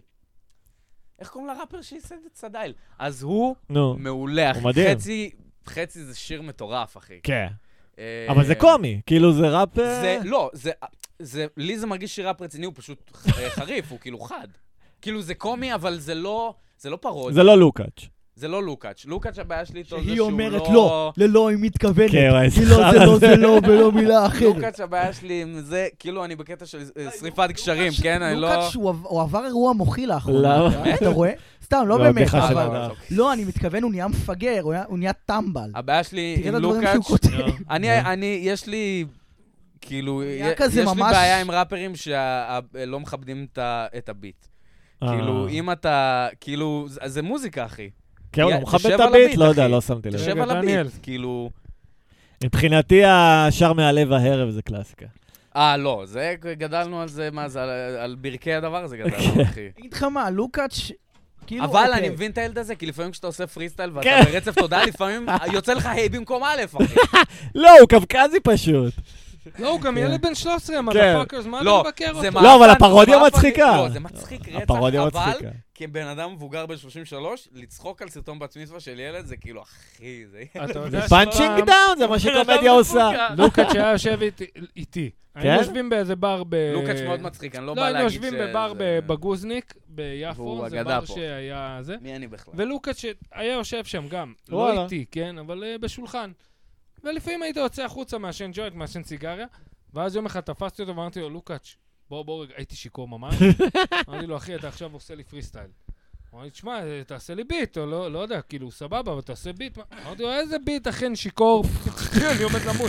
איך קוראים לראפר שייסד את סדייל? אז הוא נו, מעולה, אחי. הוא מדהים. חצי, חצי זה שיר מטורף, אחי. כן. אה, אבל זה קומי, כאילו זה ראפ... זה, לא, זה, זה, לי זה מרגיש שראפ רציני, הוא פשוט אה, חריף, הוא כאילו חד. כאילו זה קומי, אבל זה לא, זה לא פרוד. זה לא לוקאץ'. זה לא לוקאץ'. לוקאץ' הבעיה שלי איתו זה שהיא שהוא אומרת לא... לא, ללא היא מתכוונת. כן, וואי, היא לא, זה לא, זה לא, ולא מילה אחרת. לוקאץ' הבעיה שלי עם זה, כאילו אני בקטע של אה, שריפת גשרים, כן? אני לא... לוקאץ' הוא עב- הוא עבר אירוע מוחי לאחרונה. למה? אתה רואה? סתם, לא לא, באמת. בדיחה של אבל- אדם. לא, אני מתכוון, הוא נהיה מפגר, הוא נהיה- הוא נהיה טמבל. הבעיה שלי תראה את עם הדברים שהוא לוקאץ', כותב. לא. אני, אני, יש לי כאילו, יש לי בעיה עם ראפרים שלא מכבדים את הביט. כאילו, אם אתה, כאילו, זה מוזיקה, אחי. כן, הוא מכבד את הביט? לא יודע, לא שמתי לב. תשב על הביט, כאילו... מבחינתי, השאר מהלב הערב זה קלאסיקה. אה, לא, זה, גדלנו על זה, מה זה, על ברכי הדבר הזה גדלנו, אחי. אגיד לך מה, לוקאץ' אבל אני מבין את הילד הזה, כי לפעמים כשאתה עושה פרי סטייל ואתה ברצף תודה, לפעמים יוצא לך היי במקום א', אחי. לא, הוא קווקזי פשוט. לא, הוא גם ילד בן שלוש עשרה, מלאפאקרס, מה אתה מבקר אותו? לא, אבל הפרודיה מצחיקה. לא, זה מצחיק רצח, אבל כבן אדם מבוגר בן שלושים ושלוש, לצחוק על סרטון בת מצווה של ילד, זה כאילו, אחי, זה... זה פאנצ'ינג דאון, זה מה שקומדיה עושה. לוקאץ' שהיה יושב איתי. היינו יושבים באיזה בר ב... לוקאץ' מאוד מצחיק, אני לא בא לא, להגיד ש... היינו יושבים בבר בגוזניק, ביפו, זה בר שהיה זה. מי אני בכלל? ולוקאץ' שהיה יושב שם גם, לא איתי, כן, אבל בשולחן. ולפעמים היית יוצא החוצה מהשן ג'וינט, מהשן סיגריה, ואז יום אחד תפסתי אותו ואמרתי לו, לוקאץ', בוא, בוא, הייתי שיקור ממש. אמרתי לו, אחי, אתה עכשיו עושה לי פרי סטייל. אמרתי, תשמע, תעשה לי ביט, או לא, לא יודע, כאילו, סבבה, אבל תעשה ביט. אמרתי לו, איזה ביט, אכן, שיקור, אני עומד למות,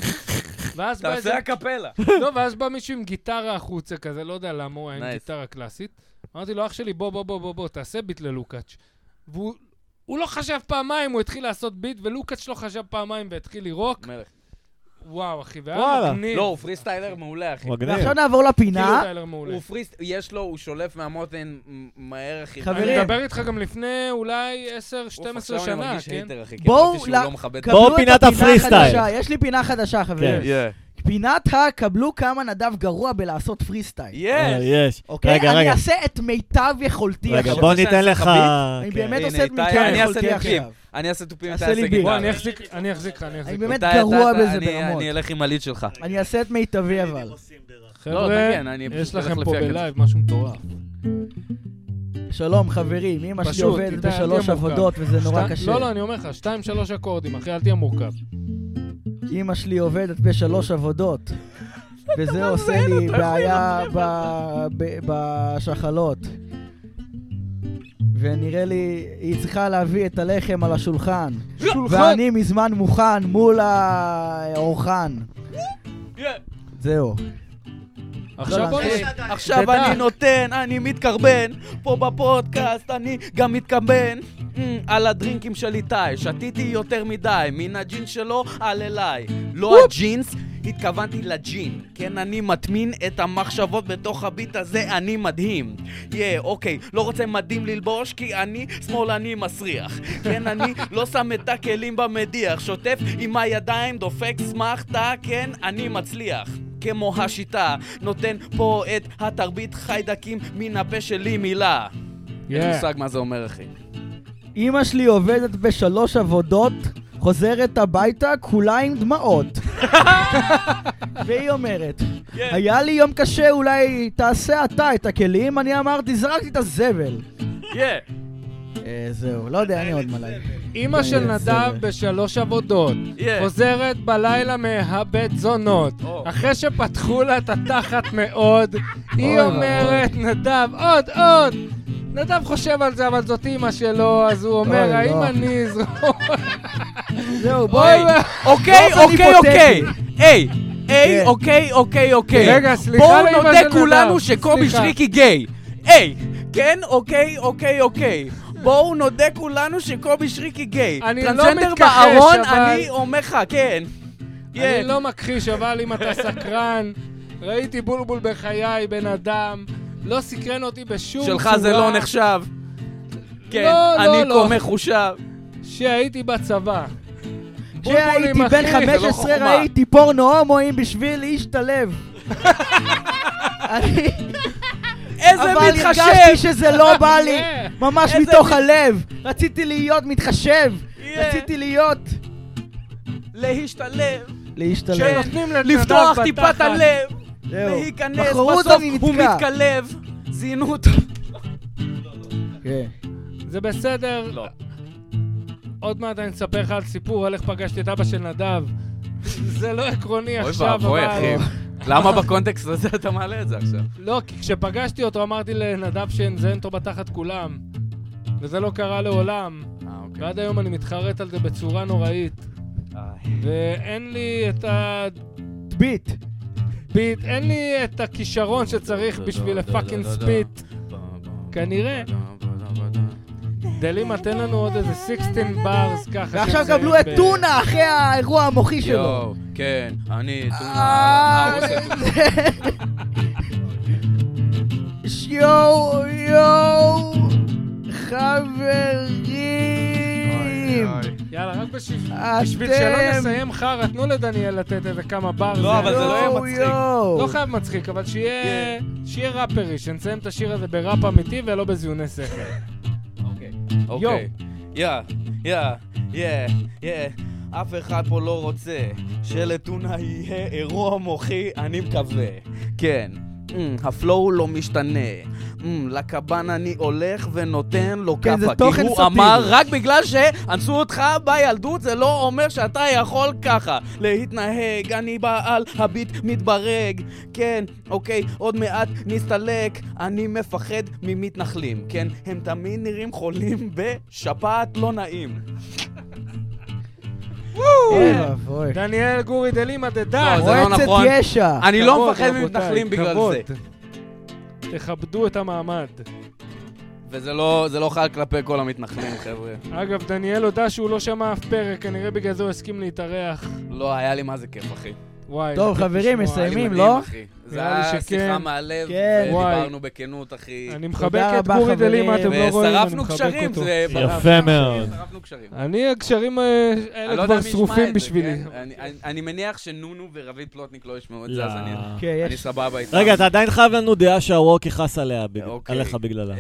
תעשה הקפלה. לא, ואז בא מישהו עם גיטרה החוצה כזה, לא יודע למה הוא היה עם גיטרה קלאסית. אמרתי לו, אח שלי, בוא, בוא, בוא, בוא, בוא, תעשה ביט ללוקאץ'. והוא הוא לא חשב פעמיים, הוא התחיל לעשות ביט, ולוקאץ' לא חשב פעמיים והתחיל לירוק. מלך. וואו, אחי, והיה מגניב. לא, הוא פרי סטיילר מעולה, אחי. ועכשיו נעבור לפינה. הוא פרי, יש לו, הוא שולף מהמותן מהר, אחי. חברים. אני מדבר איתך גם לפני אולי עשר שתים עשרה שנה, כן? בואו פינת הפרי סטייל. יש לי פינה חדשה, חברים. פינת הקבלו כמה נדב גרוע בלעשות פרי סטייל. יש. אוקיי? אני אעשה את מיטב יכולתי. רגע, בוא ניתן לך... אני באמת עושה את מיטב יכולתי עכשיו. אני אעשה טופים את ההישגים. בוא, אני אחזיק, אני אחזיק לך, אני אחזיק. אני באמת גרוע בזה ברמות. אני אלך עם הליד שלך. אני אעשה את מיטבי אבל. חבר'ה, יש לכם פה בלייב משהו מטורף. שלום חברים, אמא שלי עובדת בשלוש עבודות וזה נורא קשה. לא, לא, אני אומר לך, שתיים, שלוש אקורדים, אחי, אל תהיה מורכב. אמא שלי עובדת בשלוש עבודות, וזה עושה לי בעיה בשחלות. ונראה לי, היא צריכה להביא את הלחם על השולחן. ואני מזמן מוכן מול האורחן. זהו. עכשיו אני נותן, אני מתקרבן, פה בפודקאסט אני גם מתקרבן על הדרינקים של איתי, שתיתי יותר מדי, מן הג'ינס שלו על אליי. לא הג'ינס, התכוונתי לג'ין. כן, אני מטמין את המחשבות בתוך הביט הזה, אני מדהים. יא, אוקיי, לא רוצה מדהים ללבוש כי אני שמאלני מסריח. כן, אני לא שם את הכלים במדיח, שוטף עם הידיים, דופק סמכתה, כן, אני מצליח. כמו השיטה, נותן פה את התרבית חיידקים מן הפה שלי מילה. אין מושג מה זה אומר, אחי. אמא שלי עובדת בשלוש עבודות, חוזרת הביתה כולה עם דמעות. והיא אומרת, היה לי יום קשה, אולי תעשה אתה את הכלים, אני אמרתי, זרקתי את הזבל. זהו, לא יודע, אני עוד מה להגיד. אמא של נדב בשלוש עבודות, חוזרת בלילה מהבית זונות, אחרי שפתחו לה את התחת מאוד, היא אומרת, נדב, עוד, עוד. נדב חושב על זה, אבל זאת אמא שלו, אז הוא אומר, האם אני זרוק? זהו, בואו... אוקיי, אוקיי, אוקיי. היי, היי, אוקיי, אוקיי, אוקיי. רגע, סליחה לאמא של נדב. בואו נודה כולנו שקובי שריקי גיי. היי, כן, אוקיי, אוקיי, אוקיי. בואו נודה כולנו שקובי שריקי גיי. אני לא מתכחש, אבל... אני אומר לך, כן. אני לא מכחיש, אבל אם אתה סקרן, ראיתי בולבול בחיי, בן אדם, לא סקרן אותי בשום צורה. שלך זה לא נחשב. כן, אני כה מחושב. שהייתי בצבא. כשהייתי בן חמש עשרה ראיתי פורנו הומואים בשביל להשתלב. אני... איזה מתחשב! אבל הרגשתי שזה לא בא לי, ממש מתוך הלב. רציתי להיות מתחשב, רציתי להיות... להשתלב. להשתלב. לפתוח טיפת הלב. להיכנס, בסוף הוא מתקלב. זינו אותו. זה בסדר. לא. עוד מעט אני אספר לך על סיפור על איך פגשתי את אבא של נדב. זה לא עקרוני עכשיו, אבל... אוי ואבוי, אחי. למה בקונטקסט הזה אתה מעלה את זה עכשיו? לא, כי כשפגשתי אותו אמרתי לנדב שנזיין אותו בתחת כולם. וזה לא קרה לעולם. ועד היום אני מתחרט על זה בצורה נוראית. ואין לי את ה... ביט. ביט, אין לי את הכישרון שצריך בשביל לפאקינג ספיט. כנראה. דלימה, תן לנו עוד איזה שש עשרה ברס ככה. ועכשיו קבלו את טונה אחרי האירוע המוחי שלו. יואו, כן, אני טונה. יואו, יואו, חברים. יאללה, רק בשביל שלא נסיים חרא, תנו לדניאל לתת איזה כמה ברס. לא, אבל זה לא יהיה מצחיק. לא חייב מצחיק, אבל שיהיה ראפרי, שנסיים את השיר הזה בראפ אמיתי ולא בזיוני שכל. אוקיי. יא, יא, יא, יא. אף אחד פה לא רוצה שלטונה יהיה אירוע מוחי, אני מקווה. כן, הפלואו לא משתנה. לקבן אני הולך ונותן לו כפה, כי הוא אמר רק בגלל שאנסו אותך בילדות זה לא אומר שאתה יכול ככה להתנהג. אני בעל הביט מתברג. כן, אוקיי, עוד מעט נסתלק. אני מפחד ממתנחלים. כן, הם תמיד נראים חולים בשפעת לא נעים. דניאל גורי דלימה דדה. מועצת ישע. אני לא מפחד ממתנחלים בגלל זה. תכבדו את המעמד. וזה לא, זה לא חל כלפי כל המתנחלים, חבר'ה. אגב, דניאל הודע שהוא לא שמע אף פרק, כנראה בגלל זה הוא הסכים להתארח. לא, היה לי מה זה כיף, אחי. וואי. טוב, חברים, מסיימים, לא? זה היה שיחה מהלב, ודיברנו בכנות, אחי. אני מחבק את גורי דלימה, אתם לא רואים, אני מחבק אותו. יפה מאוד. אני, הקשרים האלה כבר שרופים בשבילי. אני מניח שנונו ורביד פלוטניק לא ישמעו את זה, אז אני סבבה איתם. רגע, אתה עדיין חייב לנו דעה שהווק יכעס עליך בגללה.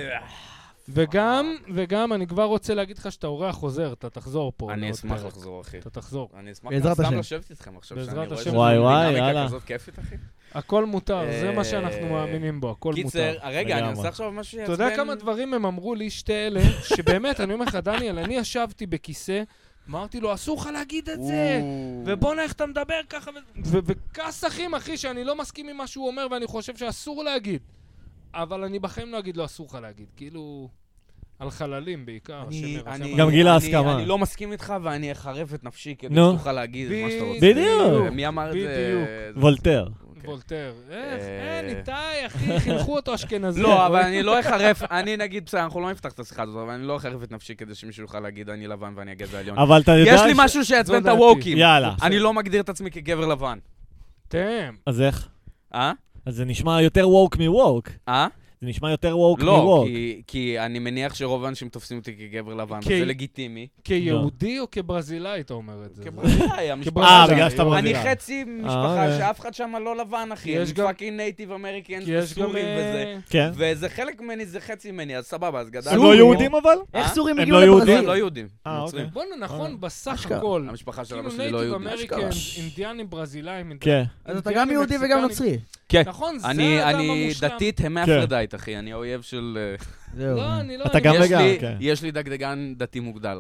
וגם, וגם, אני כבר רוצה להגיד לך שאתה אורח חוזר, אתה תחזור פה. אני אשמח לחזור, אחי. אתה תחזור. אני אשמח גם לשבת איתכם עכשיו, שאני רואה שזה וואי וואי, יאללה. כזאת כיפית, אחי. הכל מותר, זה מה שאנחנו מאמינים בו, הכל מותר. קיצר, רגע, אני עושה עכשיו משהו שיעצבן. אתה יודע כמה דברים הם אמרו לי, שתי אלה, שבאמת, אני אומר לך, דניאל, אני ישבתי בכיסא, אמרתי לו, אסור לך להגיד את זה, ובוא נע איך אתה מדבר ככה, וכעס אחים, אחי, שאני לא מסכים עם מה שהוא אומר, ואני חושב שאסור להגיד. אבל אני בחיים לא אגיד לו, אסור לך להגיד, כאילו... על חללים בעיקר. גם גיל ההסכמה. אני לא מסכים איתך ואני אחרף את נפשי כדי שתוכל להגיד את מה שאתה רוצה. בדיוק. מי אמר את זה? וולטר. וולטר. איך, אין, איתי, אחי, חינכו אותו אשכנזי. לא, אבל אני לא אחרף, אני נגיד, בסדר, אנחנו לא נפתח את השיחה הזאת, אבל אני לא אחרף את נפשי כדי שמישהו יוכל להגיד אני לבן ואני הגזע העליון. אבל אתה יודע... יש לי משהו שיעצבן את הווקים. יאללה. אני לא מגדיר את עצמי כגבר לבן. תאם. אז איך? אה? אז זה נשמע יותר ווק מווק. אה? זה נשמע יותר ווק מווק. לא, כי אני מניח שרוב האנשים תופסים אותי כגבר לבן, וזה לגיטימי. כיהודי או כברזילאי, אתה אומר את זה? כברזילאי, המשפחה אה, בגלל שאתה ברזילאי. אני חצי משפחה שאף אחד שם לא לבן, אחי. הם פאקינג נייטיב אמריקאנס וסורים וזה. כן. וזה חלק ממני, זה חצי ממני, אז סבבה, אז גדלנו. הם לא יהודים אבל? איך סורים הם הגיעו לא לברזיל? הם לא יהודים. אה, אוקיי. בוא נכון, בסך הכל. המשפחה של כאילו אבא שלי לא נייטיב יהודים. אמריקאנס, אינדיאנים, ברזילאים. כן. אז אתה גם יהודי וגם נוצרי. כן. נכון, זה אני האדם אני המושלם. דתית המאפרדאית, אחי. אני האויב של... לא, אני לא... אתה גם יש וגם, לי- כן. יש לי דגדגן דתי מוגדל.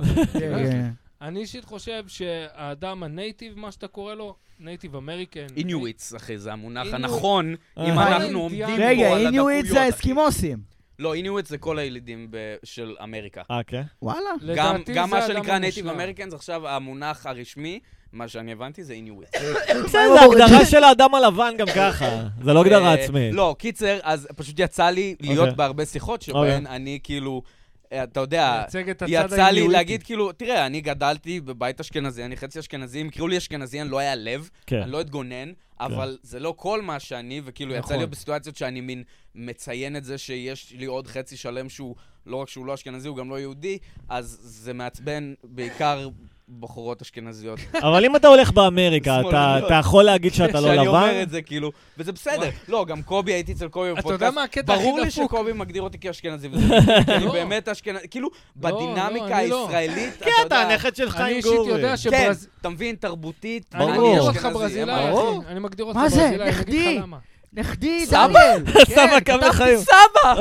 אני אישית חושב שהאדם הנייטיב, מה שאתה קורא לו, נייטיב אמריקן. איניוויטס, אחי, זה המונח איניוויט. הנכון, אה. אם אה. אנחנו עומדים פה על רגע, הדקויות. איניוויט זה אחי. האסקימוסים. לא, איניוויט זה כל הילידים ב- של אמריקה. אה, כן? וואלה. גם לדעתי גם זה מה האדם שנקרא נייטיב המושלם. אמריקנס, עכשיו המונח הרשמי, מה שאני הבנתי זה איניוויט. בסדר, זה הגדרה של האדם הלבן גם ככה. זה לא הגדרה עצמית. לא, קיצר, אז פשוט יצא לי להיות אוקיי. בהרבה שיחות שבהן אני כאילו, אתה יודע, מייצג את הצד יצא לי האיניוויטי. להגיד כאילו, תראה, אני גדלתי בבית אשכנזי, אני חצי אשכנזי, אם קראו לי אשכנזי, אני לא היה לב, כן. אני לא אתגונן, אבל זה לא כל מה שאני, וכאילו יצא נכון. לי בסיטואציות שאני מין מציין את זה שיש לי עוד חצי שלם שהוא, לא רק שהוא לא אשכנזי, הוא גם לא יהודי, אז זה מעצבן בעיקר בחורות אשכנזיות. אבל אם אתה הולך באמריקה, אתה- שמאלניות. אתה יכול להגיד שאתה לא שאני אומר לבן? את זה, כאילו, וזה בסדר. לא, גם קובי, הייתי אצל קובי אתה יודע בפודקאסט. מה הקטע הכי ברור לי דפוק? שקובי מגדיר אותי כאשכנזי, וזה אני לא. באמת אשכנזי. כאילו, לא, בדינמיקה אני לא. הישראלית, אתה כן, אתה יודע... הנכד של אני חיים אישית גורי. יודע כן, שברז... אתה מבין, תרבותית, אני ברור. מגדיר אותך אשכנזי, ברזילאי, ברור. אחי. אני מגדיר אותך מה זה? ברזילאי, אני אגיד נכדי. לך למה. נכדי, סבא? דניאל. סבא כן, קם כתבתי לחיים. סבא!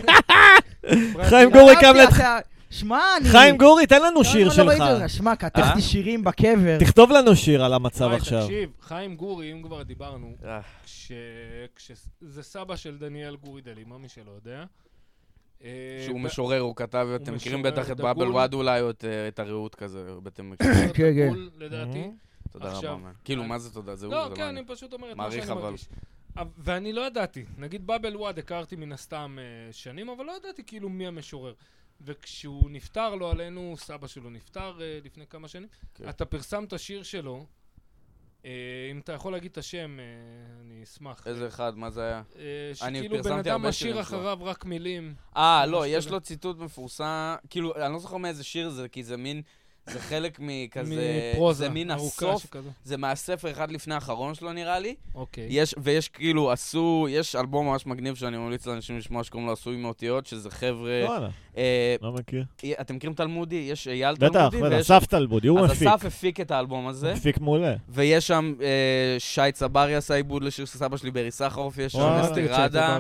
חיים גורי קם כתבתי לתח... אחרי- שמע, אני... חיים גורי, תן לנו שיר לא, לא ראיתי שלך. את זה. שמע, כתבתי שירים בקבר. תכתוב לנו שיר על המצב וואי, עכשיו. תקשיב, חיים גורי, אם כבר דיברנו, אה. כש... כש... זה סבא של דניאל גורי דלימה, מי שלא יודע. אה, שהוא ב- משורר, הוא כתב, אתם מכירים משורר בטח את דגול. באבל וואד אולי, או את, אה, את הרעות כזה, אתם מכירים. כן, כן. דגול, לדעתי. תודה רבה, man. כאילו, מה זה תודה? זה הוא, לא, זה לא כן, אני. אני פשוט אומר את מה מעריך, שאני אבל. מרגיש. ואני לא ידעתי. נגיד בבל וואד הכרתי מן הסתם שנים, אבל לא ידעתי כאילו מי המשורר. וכשהוא נפטר, לא עלינו, סבא שלו נפטר לפני כמה שנים, אתה פרסמת שיר שלו, אם אתה יכול להגיד את השם, אני אשמח. איזה אחד, מה זה היה? שכאילו בן אדם משאיר אחריו רק מילים. אה, לא, יש לו ציטוט מפורסם, כאילו, אני לא זוכר מאיזה שיר זה, כי זה מין, זה חלק מכזה, מפרוזה, זה מין הסוף, זה מהספר אחד לפני האחרון שלו נראה לי. אוקיי. יש, ויש כאילו, עשו, יש אלבום ממש מגניב שאני ממליץ לאנשים לשמוע שקוראים לו עשוי מאותיות, שזה חבר'ה... וואלה, לא מכיר. אתם מכירים תלמודי? יש אייל תלמודי? בטח, בטח, אסף תלמודי, הוא מפיק. אז אסף הפיק את האלבום הזה. מפיק מעולה. ויש שם שי צברי עשה עיבוד לשיר של סבא שלי ברי סחרוף, יש שם אסתירדה,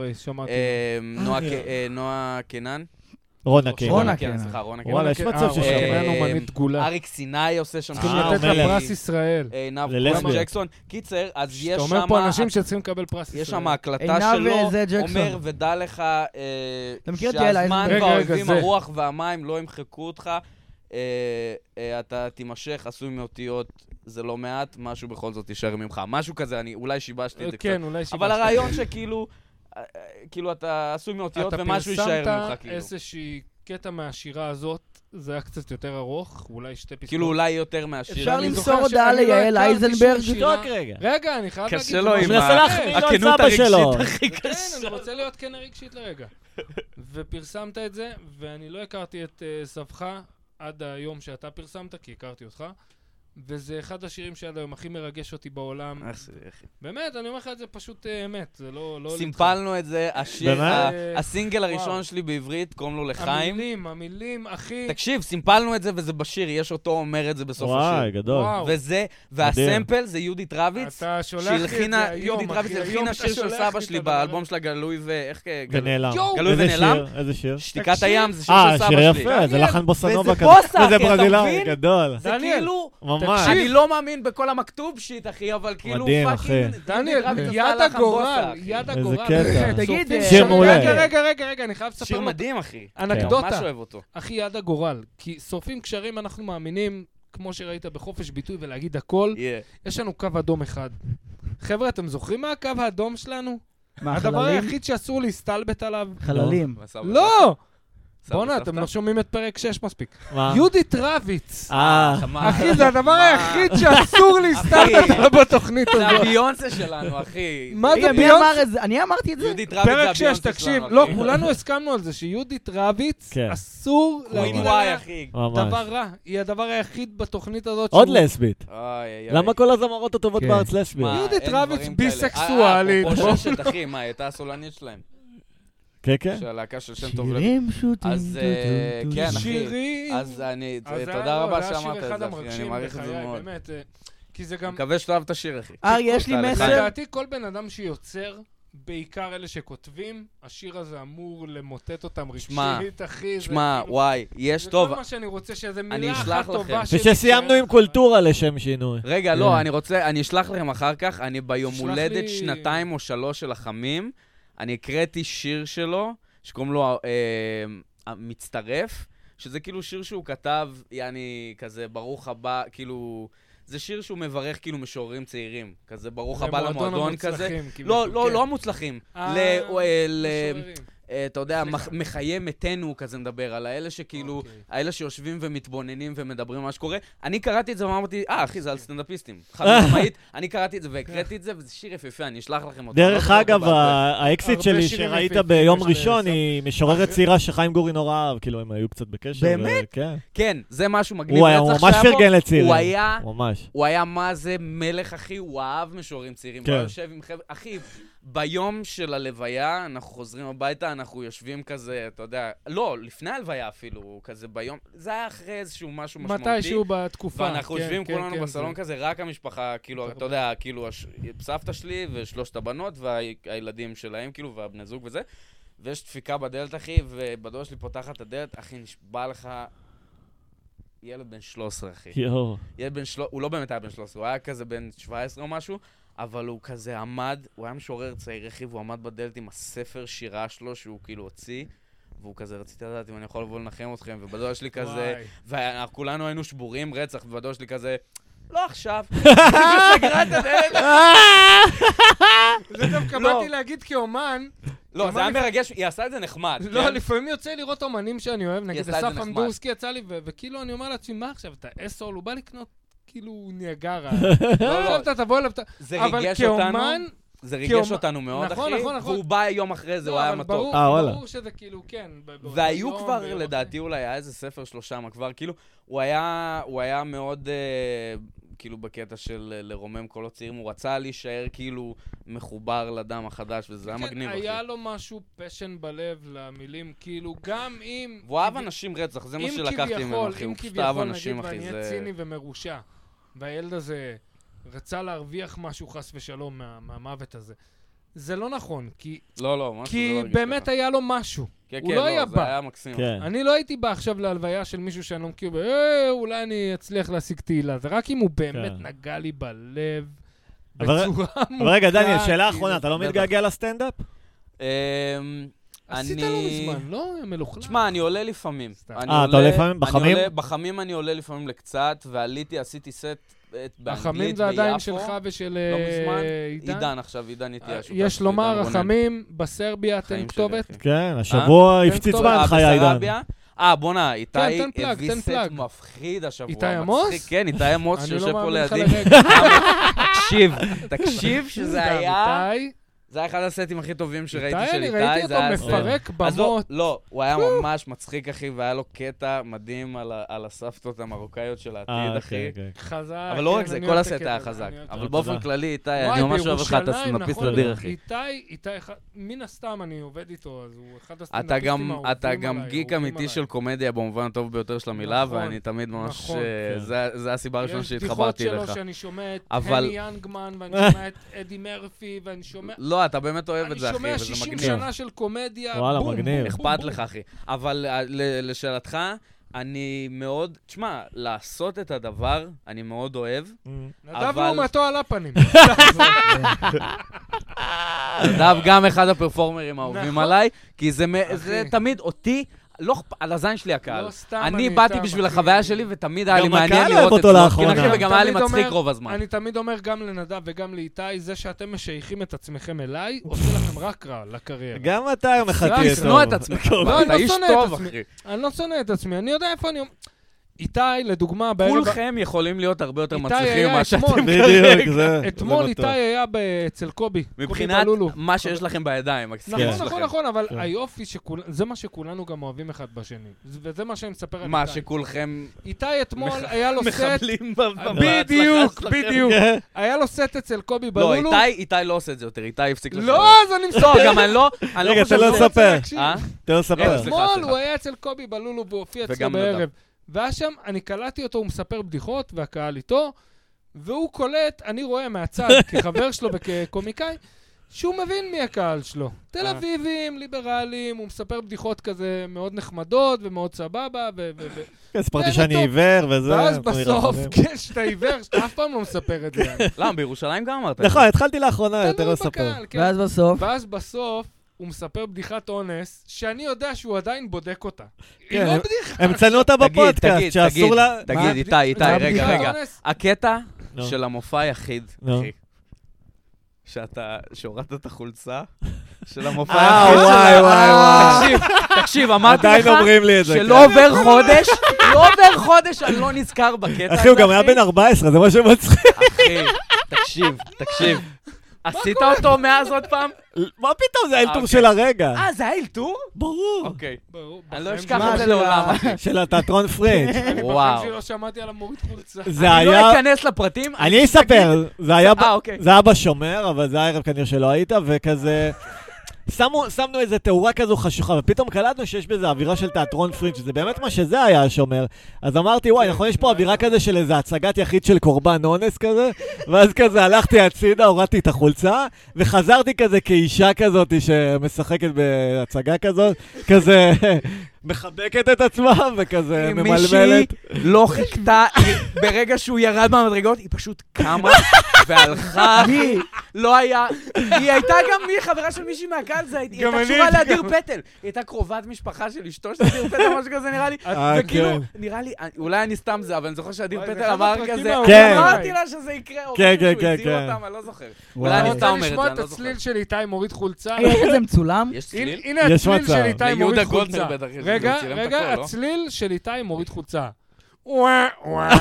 נועה קנן. רונה קנן. רונה קנן. סליחה, רונה קנן. וואלה, יש מצב ששם. קנן אומנית דגולה. אריק סיני עושה שם. צריכים לתת לה פרס ישראל. עינב ג'קסון. קיצר, אז יש שם... אתה אומר פה אנשים שצריכים לקבל פרס ישראל. יש שם הקלטה שלו, אומר, ודע לך שהזמן והאויבים, הרוח והמים לא ימחקו אותך, אתה תימשך, עשוי מאותיות, זה לא מעט, משהו בכל זאת יישאר ממך. משהו כזה, אני אולי שיבשתי את זה קצת. כן, אולי שיבשתי. אבל הרעיון שכאילו... כאילו אתה עשוי מאותיות ומשהו יישאר ממך, כאילו. אתה פרסמת איזושהי קטע מהשירה הזאת, זה היה קצת יותר ארוך, אולי שתי פסקאות. כאילו אולי יותר מהשירה. אפשר למסור הודעה ליעל אייזנברג? תשתוק רגע. רגע, אני חייב להגיד... קשה לו עם הכנות הרגשית הכי קשה. כן, אני רוצה להיות כן הרגשית לרגע. ופרסמת את זה, ואני לא הכרתי את סבך עד היום שאתה פרסמת, כי הכרתי אותך. וזה אחד השירים שעד היום הכי מרגש אותי בעולם. באמת, אני אומר לך את זה פשוט אמת, זה לא... סימפלנו את זה, הסינגל הראשון שלי בעברית, קוראים לו לחיים. המילים, המילים, אחי... תקשיב, סימפלנו את זה וזה בשיר, יש אותו אומר את זה בסוף השיר. וואי, גדול. וזה, והסמפל זה יהודית רביץ. אתה שולח לי את זה היום, אחי. יהודית רביץ הלחינה שיר של סבא שלי באלבום של הגלוי ואיך... ונעלם. גלוי ונעלם? איזה שיר? שתיקת הים, זה שיר של סבא שלי. אה, שלי. שיר יפה, זה לחן בוסנובה כזה. וזה בוסה, וזה אחי, אתה ברזילאי, מבין? גדול. זה כאילו... ממש. אני לא מאמין בכל המכתוב שיט, אחי, אבל כאילו מדהים, פאקינג... דניאל, יד הגורל, יד הגורל. איזה קטע. תגיד, שיר מעולה. רגע, רגע, רגע, רגע, אני חייב לספר... שיר מדהים, אחי. אנקדוטה. ממש אוהב אותו. אחי, יד הגורל. כי שורפים קשרים, אנחנו מאמינים, כמו שראית בחופש ביטוי ולהגיד הכל, יש לנו קו אדום אחד. חבר'ה, אתם זוכרים מה הקו האדום שלנו? מה, הדבר חללים? היחיד שאסור להסתלבט עליו. חללים. לא! בוא'נה, אתם לא שומעים את פרק שש מספיק. מה? יהודית רביץ. אה. אחי, זה הדבר היחיד שאסור להסתלבט עליו בתוכנית הזאת. זה הביונסה שלנו, אחי. מה זה מי ביונסה? אמר את זה? אני אמרתי את זה? יהודית רביץ זה פרק הביונסה שש, תקשיב, שלנו, לא, אחי. כולנו הסכמנו על זה שיהודית רביץ, כן. אסור להגיד וואי, עליה אחי. ממש. דבר רע. היא הדבר היחיד בתוכנית הזאת עוד שהוא- לסבית. אוי, אוי, אוי. למה כל הזמרות הטובות כן. בארץ לסביות? מה, יהודית אין רביץ דברים כאלה. ביסקסואלית. אה, אפרופו ששת, אחי, מה, היא הייתה הסולנית שלהם. כן, כן. של הלהקה של שם טוב לוי. שירים פשוטים. אז אה, כן, אחי. שירים. אז אני, אז זה תודה היה- רבה זה היה שאמרת שיר את אחד זה, אחי. אני המרגשים מעריך את זה בחיי, מאוד. באמת. אה, כי זה גם... מקווה שתאהב את השיר, אחי. אה, יש לי תודה לך. מסר. לדעתי כל בן אדם שיוצר, בעיקר אלה שכותבים, השיר הזה אמור למוטט אותם שמע, רגשית, אחי. זה שמע, כאילו- וואי, יש זה טוב. כל מה שאני רוצה, שזה אני מילה אשלח אחת לכם. טובה ושסיימנו עם קולטורה לשם שינוי. רגע, לא, אני רוצה, אני אשלח לכם אחר כך, אני ביום תשלח הולדת לי- שנתיים או שלוש של החמים, אני הקראתי שיר שלו, שקוראים לו אה, המצטרף, שזה כאילו שיר שהוא כתב, יעני, כזה, ברוך הבא, כאילו... זה שיר שהוא מברך כאילו משוררים צעירים, כזה ברוך הבא למועדון כזה. לא, לא, לא המוצלחים. אתה יודע, מחיי מתנו, הוא כזה מדבר, על האלה שכאילו, האלה שיושבים ומתבוננים ומדברים על מה שקורה. אני קראתי את זה ואמרתי, אה, אחי, זה על סטנדאפיסטים. חד-משמעית, אני קראתי את זה והקראתי את זה, וזה שיר יפיפה, אני אשלח לכם אותו. דרך אגב, האקסיט שלי שראית ביום ראשון היא משוררת צעירה שחיים גורי נורא אהב, כאילו הם היו קצת בקשר. באמת? כן. כן, זה משהו מגניב. הוא היה ממש פרגן לצעירים. הוא היה, ממש. הוא היה מה זה מלך, אחי, הוא אהב משוררים צעירים. הוא יושב עם חבר'ה, אחי, ביום של הלוויה, אנחנו חוזרים הביתה, אנחנו יושבים כזה, אתה יודע, לא, לפני הלוויה אפילו, כזה ביום, זה היה אחרי איזשהו משהו משמעותי. מתישהו בתקופה. ואנחנו יושבים כולנו בסלון כזה, רק המשפחה, כאילו, אתה יודע, כאילו, סבתא שלי ושלושת הבנות והילדים שלהם, כאילו, והבני זוג וזה, ויש דפיקה בדלת, אחי, ובדור שלי פותחת את הדלת, אחי, נשבע לך ילד בן שלוש עשרה, אחי. יואו. ילד בן שלוש, הוא לא באמת היה בן שלוש עשרה, הוא היה כזה בן שבע עשרה או משהו, אבל הוא כזה עמד, הוא היה משורר צעיר, אחי, והוא עמד בדלת עם הספר שירה שלו שהוא כאילו הוציא, והוא כזה, רציתי לדעת אם אני יכול לבוא לנחם אתכם, ובדור שלי כזה, וכולנו היינו שבורים רצח, ובדור שלי כזה, לא עכשיו. סגרה את הדלת. זה דווקא באתי להגיד כאומן. לא, זה היה מרגש, היא עשה את זה נחמד. לא, לפעמים יוצא לראות אומנים שאני אוהב, נגיד אסף אמדורסקי יצא לי, וכאילו אני אומר לעצמי, מה עכשיו, אתה אסול, הוא בא לקנות כאילו ניאגרה. עכשיו אתה תבוא אליו, זה ריגש אותנו. זה ריגש אותנו מאוד, אחי, והוא בא יום אחרי זה, הוא היה מתוק. ברור שזה כאילו, כן. והיו כבר, לדעתי, אולי היה איזה ספר שלושה כבר, כאילו, הוא היה מאוד, כאילו, בקטע של לרומם קולות צעירים, הוא רצה להישאר כאילו מחובר לדם החדש, וזה היה מגניב, אחי. כן, היה לו משהו פשן בלב למילים, כאילו, גם אם... והוא אהב אנשים רצח, זה מה שלקחתי ממנו, אחי, הוא פשוט אהב אנשים, אחי, זה... ואני אהיה ציני ומרושע, והילד הזה... רצה להרוויח משהו חס ושלום מה, מהמוות הזה. זה לא נכון, כי... לא, לא, משהו כי זה לא הרגיש באמת לך. היה לו משהו. כן, הוא כן, לא לא, היה זה בא. היה מקסים. כן. אני לא הייתי בא עכשיו להלוויה של מישהו שאני לא מכיר, אה, אולי אני אצליח להשיג תהילה. זה רק אם הוא באמת כן. נגע לי בלב, אבל- בצורה מוכרת. אבל רגע, דניאל, שאלה כאילו. אחרונה, אתה לא בטח. מתגעגע לסטנדאפ? אמ, עשית אני- לא מזמן, לא? מלוכלך. תשמע, אני עולה לפעמים. סתם. אני אה, אתה עולה לפעמים? אני בחמים? עולה- בחמים אני עולה לפעמים לקצת, ועליתי, עשיתי סט באנגלית ביפו. החמים זה עדיין שלך ושל לא אה, מזמן. עידן? עידן עכשיו, עידן איתי השותף. יש שלי, לומר, עידן רונן. החמים בסרביה, חיים תן שלי, כתובת. אחי. כן, השבוע תן הפציץ כתובת. בהנחיה, אה, עידן. בסרביה? אה, בואנה, איתי תן פלאג, הביא תן סט פלאג. מפחיד השבוע. איתי עמוס? מצחיק, כן, איתי עמוס אני שיושב לא פה מאמין לך לידי. לרגע. תקשיב, תקשיב שזה היה... איתי, זה היה אחד הסטים הכי טובים שראיתי איתי, של אני איתי. ראיתי זה אותו היה מפרק סט. אז לא, במות. לא, הוא היה ממש מצחיק, אחי, והיה לו קטע מדהים על ה- על הסבתות המרוקאיות של העתיד, אה, אחי. אוקיי, אוקיי. חזק. אבל לא רק כן, זה, אני כל אוהב הסט את הקטע היה הזה, חזק. אני אוהב את אבל זה. באופן תודה. כללי, איתי, וואי, אני ממש אוהב לך את בירושלים, הסטנדאפיסט נכון, אדיר, אחי. איתי, איתי, אחד- מן הסתם אני עובד איתו, אז הוא אחד אתה הסטנדאפיסטים גם, האהובים אתה גם עליי, גיק אהובים אמיתי עליי. של קומדיה במובן הטוב ביותר של המילה, נכון, ואני תמיד ממש... נכון. אה, כן. זה- זה הסיבה הראשונה יש שהתחברתי בדיחות אליך. שלו שאני שומע את אבל- הני ינגמן, ואני שומע את אדי מרפי, ואני שומע... לא, אתה באמת אוהב אני את זה, אחי, שומע וזה שישים מגניב. שנה של קומדיה, וואלה, בום, מגניב. בום, אכפת בום, לך, אחי. אבל אה, ל- לשאלתך, אני מאוד... תשמע, לעשות את הדבר, אני מאוד אוהב. נדב אבל- לעומתו על הפנים. נדב גם אחד הפרפורמרים האהובים נכון. עליי, כי זה מ- אחי. זה תמיד אותי, לא אכפ- על הזין שלי הקהל. לא סתם אני איתם, באתי בשביל אחי. החוויה שלי, ותמיד היה לי גם מעניין הקהל אוהב לראות אותו את לאחרונה. סלוטקין, אחי, וגם היה לי תמיד מצחיק אומר- רוב הזמן. אני תמיד אומר גם לנדב וגם לאיתי, זה שאתם משייכים את עצמכם אליי, עושה לכם רק רע לקריירה. גם אתה היום אחד רק תהיה טוב. תשנוא את עצמך, לא, אני אתה לא איש שונא את טוב, עצמי. אחי. אני לא שונא את עצמי, אני יודע איפה אני... איתי, לדוגמה, בערב... כולכם יכולים להיות הרבה יותר איתי מצליחים היה ממה שאתם אתמול. בדיוק, זה... זה אתמול בטוח. איתי היה אצל קובי. קובי מבחינת בלולו. מה שיש לכם בידיים, הכספים נכון, כן. נכון, שלכם. נכון, אבל כן. היופי, שכול- זה מה שכולנו גם אוהבים אחד בשני. וזה מה שאני מספר על מה, איתי. שכולכם איתי אתמול היה לו סט... מחבלים ב- בדיוק, בהצלחה שלכם? בדיוק. כן. היה לו סט אצל קובי לא, בלולו. איתי, איתי לא עושה את זה יותר, איתי הפסיק לשבת. לא, אז אני מספר. לא, גם אני לא, אני לא רגע, חושב תן לו שזה- לספר. אה? תן לו לספר. סליחה, אתמול סליחה. הוא היה אצל קובי בלולו והוא הופיע אצלו וגם נדב. בערב. והיה שם, אני קלטתי אותו, הוא מספר בדיחות, והקהל איתו, והוא קולט, אני רואה מהצד, כחבר שלו וכקומיקאי, שהוא מבין מי הקהל שלו. תל אביבים, ליברלים, הוא מספר בדיחות כזה מאוד נחמדות ומאוד סבבה, ו... ו- ו- כן, סיפרתי זה שאני טוב. עיוור וזה. ואז אתה נראה בסוף, חברים. כן, שאתה עיוור, שאתה אף פעם לא מספר את זה. למה, בירושלים גם אמרת? את זה? נכון, התחלתי לאחרונה יותר תלוי לספר. בקהל, כן. ואז בסוף, ואז בסוף, הוא מספר בדיחת אונס, שאני יודע שהוא עדיין בודק אותה. היא כן, לא הם- בדיחה. הם ציינו אותה תגיד, בפודקאסט, תגיד, שאסור תגיד, לה... תגיד, מה? איתי, איתי, מה רגע, בדיחת רגע. אונס? הקטע נו. של המופע היחיד, נו. אחי, שאתה, שהורדת את החולצה של המופע אה, היחיד וואי, שלה. וואי, וואי. תקשיב, תקשיב, אמרתי עדיין לך אומרים לי את זה. שלא עובר חודש, לא עובר חודש, אני לא נזכר בקטע הזה, אחי, הוא גם היה בן ארבע עשרה, זה מה שמצחיק. אחי, תקשיב, תקשיב. עשית אותו מאז עוד פעם? מה פתאום, זה האלתור אוקיי. של הרגע. אה, זה היה אלתור? ברור. אוקיי. ברור, אני לא בחיים אשכח שלי- את זה לעולם, אחי. של התיאטרון פרינג'. אני וואו. בחיים שלי לא שמעתי על המוריד חולצה. זה אני לא היה... אכנס לפרטים. אני אספר, זה היה ב- אה, אוקיי. זה היה בשומר, אבל זה הערב כנראה שלא היית, וכזה... שמו, שמנו איזה תאורה כזו חשוכה, ופתאום קלטנו שיש בזה אווירה של תיאטרון פרינג', שזה באמת מה שזה היה השומר. אז אמרתי, וואי, נכון, יש פה אווירה כזה של איזה הצגת יחיד של קורבן אונס כזה, ואז כזה הלכתי הצידה, הורדתי את החולצה, וחזרתי כזה כאישה כזאת שמשחקת בהצגה כזאת, כזה מחבקת את עצמה, וכזה מישהי ממלמלת. לא חיכתה, היא- ברגע שהוא ירד מהמדרגות, היא פשוט קמה והלכה. מי? לא היה, היא הייתה גם מי, חברה של מישהי מהקהל, היא הייתה קשורה לאדיר פטל. היא הייתה קרובת משפחה של אשתו של אדיר פטל, משהו כזה נראה לי. וכאילו, נראה לי, אולי אני סתם זה, אבל אני זוכר שאדיר פטל אמר כזה, אמרתי לה שזה יקרה, או כן, משהו, כן, הזיר כן. אותם, אני לא זוכר. אולי אני סתם אומר את זה, לשמוע אני את לא זוכר. הצליל של איתי מוריד חולצה. יש זה מצולם? יש צליל? הנה הצליל של איתי מוריד ליהודה חולצה. גולדברג בטח, יש רגע, לו צילם את רגע, הכל, לא? הצליל של איתי מוריד חולצה. וואה, וואה.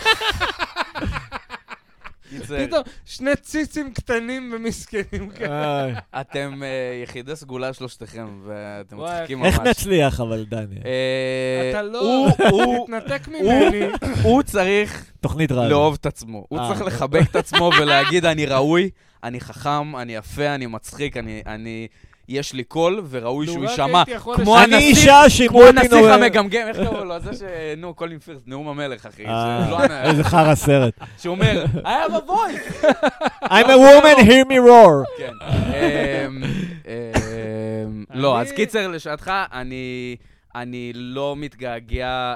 פתאום שני ציצים קטנים ומסכנים כאלה. אתם יחידי סגולה שלושתכם, ואתם מצחיקים ממש. איך נצליח אבל, דניאל? אתה לא, תתנתק ממני. הוא צריך תוכנית רעיון. לאהוב את עצמו. הוא צריך לחבק את עצמו ולהגיד, אני ראוי, אני חכם, אני יפה, אני מצחיק, אני... יש לי קול, וראוי שהוא יישמע. כמו אני אישה שימו אותי הנסיך המגמגם, איך קראו לו? זה ש... נו, קולין פירסט, נאום המלך, אחי. איזה חרא סרט. שאומר, I have a voice. I'm a woman, hear me roar. כן. לא, אז קיצר, לשעתך, אני לא מתגעגע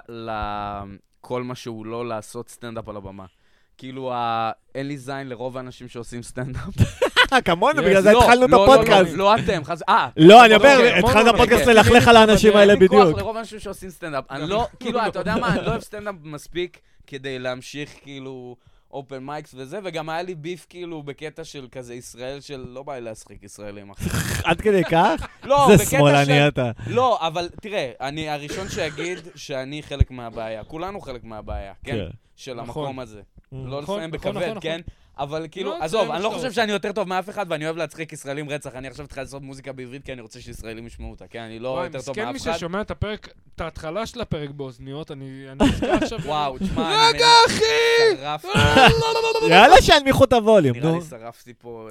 לכל מה שהוא לא לעשות סטנדאפ על הבמה. כאילו, אין לי זין לרוב האנשים שעושים סטנדאפ. כמונו, בגלל זה התחלנו את הפודקאסט. לא אתם, חס... אה. לא, אני אומר, התחלנו את הפודקאסט ללכלך על האנשים האלה בדיוק. אין לי כוח לרוב האנשים שעושים סטנדאפ. אני לא, כאילו, אתה יודע מה, אני לא אוהב סטנדאפ מספיק כדי להמשיך, כאילו, אופן מייקס וזה, וגם היה לי ביף, כאילו, בקטע של כזה ישראל של לא בא לי להשחיק ישראלים, אחי. עד כדי כך? לא, זה בקטע שמאלני אתה. לא, אבל תראה, אני הראשון שיגיד שאני חלק מהבעיה. כולנו חלק מהבעיה, כן? של המקום הזה. לא לסיים בכבד, כן? אבל כאילו, עזוב, אני לא חושב שאני יותר טוב מאף אחד, ואני אוהב להצחיק ישראלים רצח. אני עכשיו התחלתי לעשות מוזיקה בעברית, כי אני רוצה שישראלים ישמעו אותה, כן? אני לא יותר טוב מאף אחד. מסכן מי ששומע את הפרק, את ההתחלה של הפרק באוזניות, אני נזכר עכשיו... וואו, תשמע, אני... רגע, אחי! שרפתי... יאללה שינמיכו את הווליום, נראה נו. לי שרפתי פה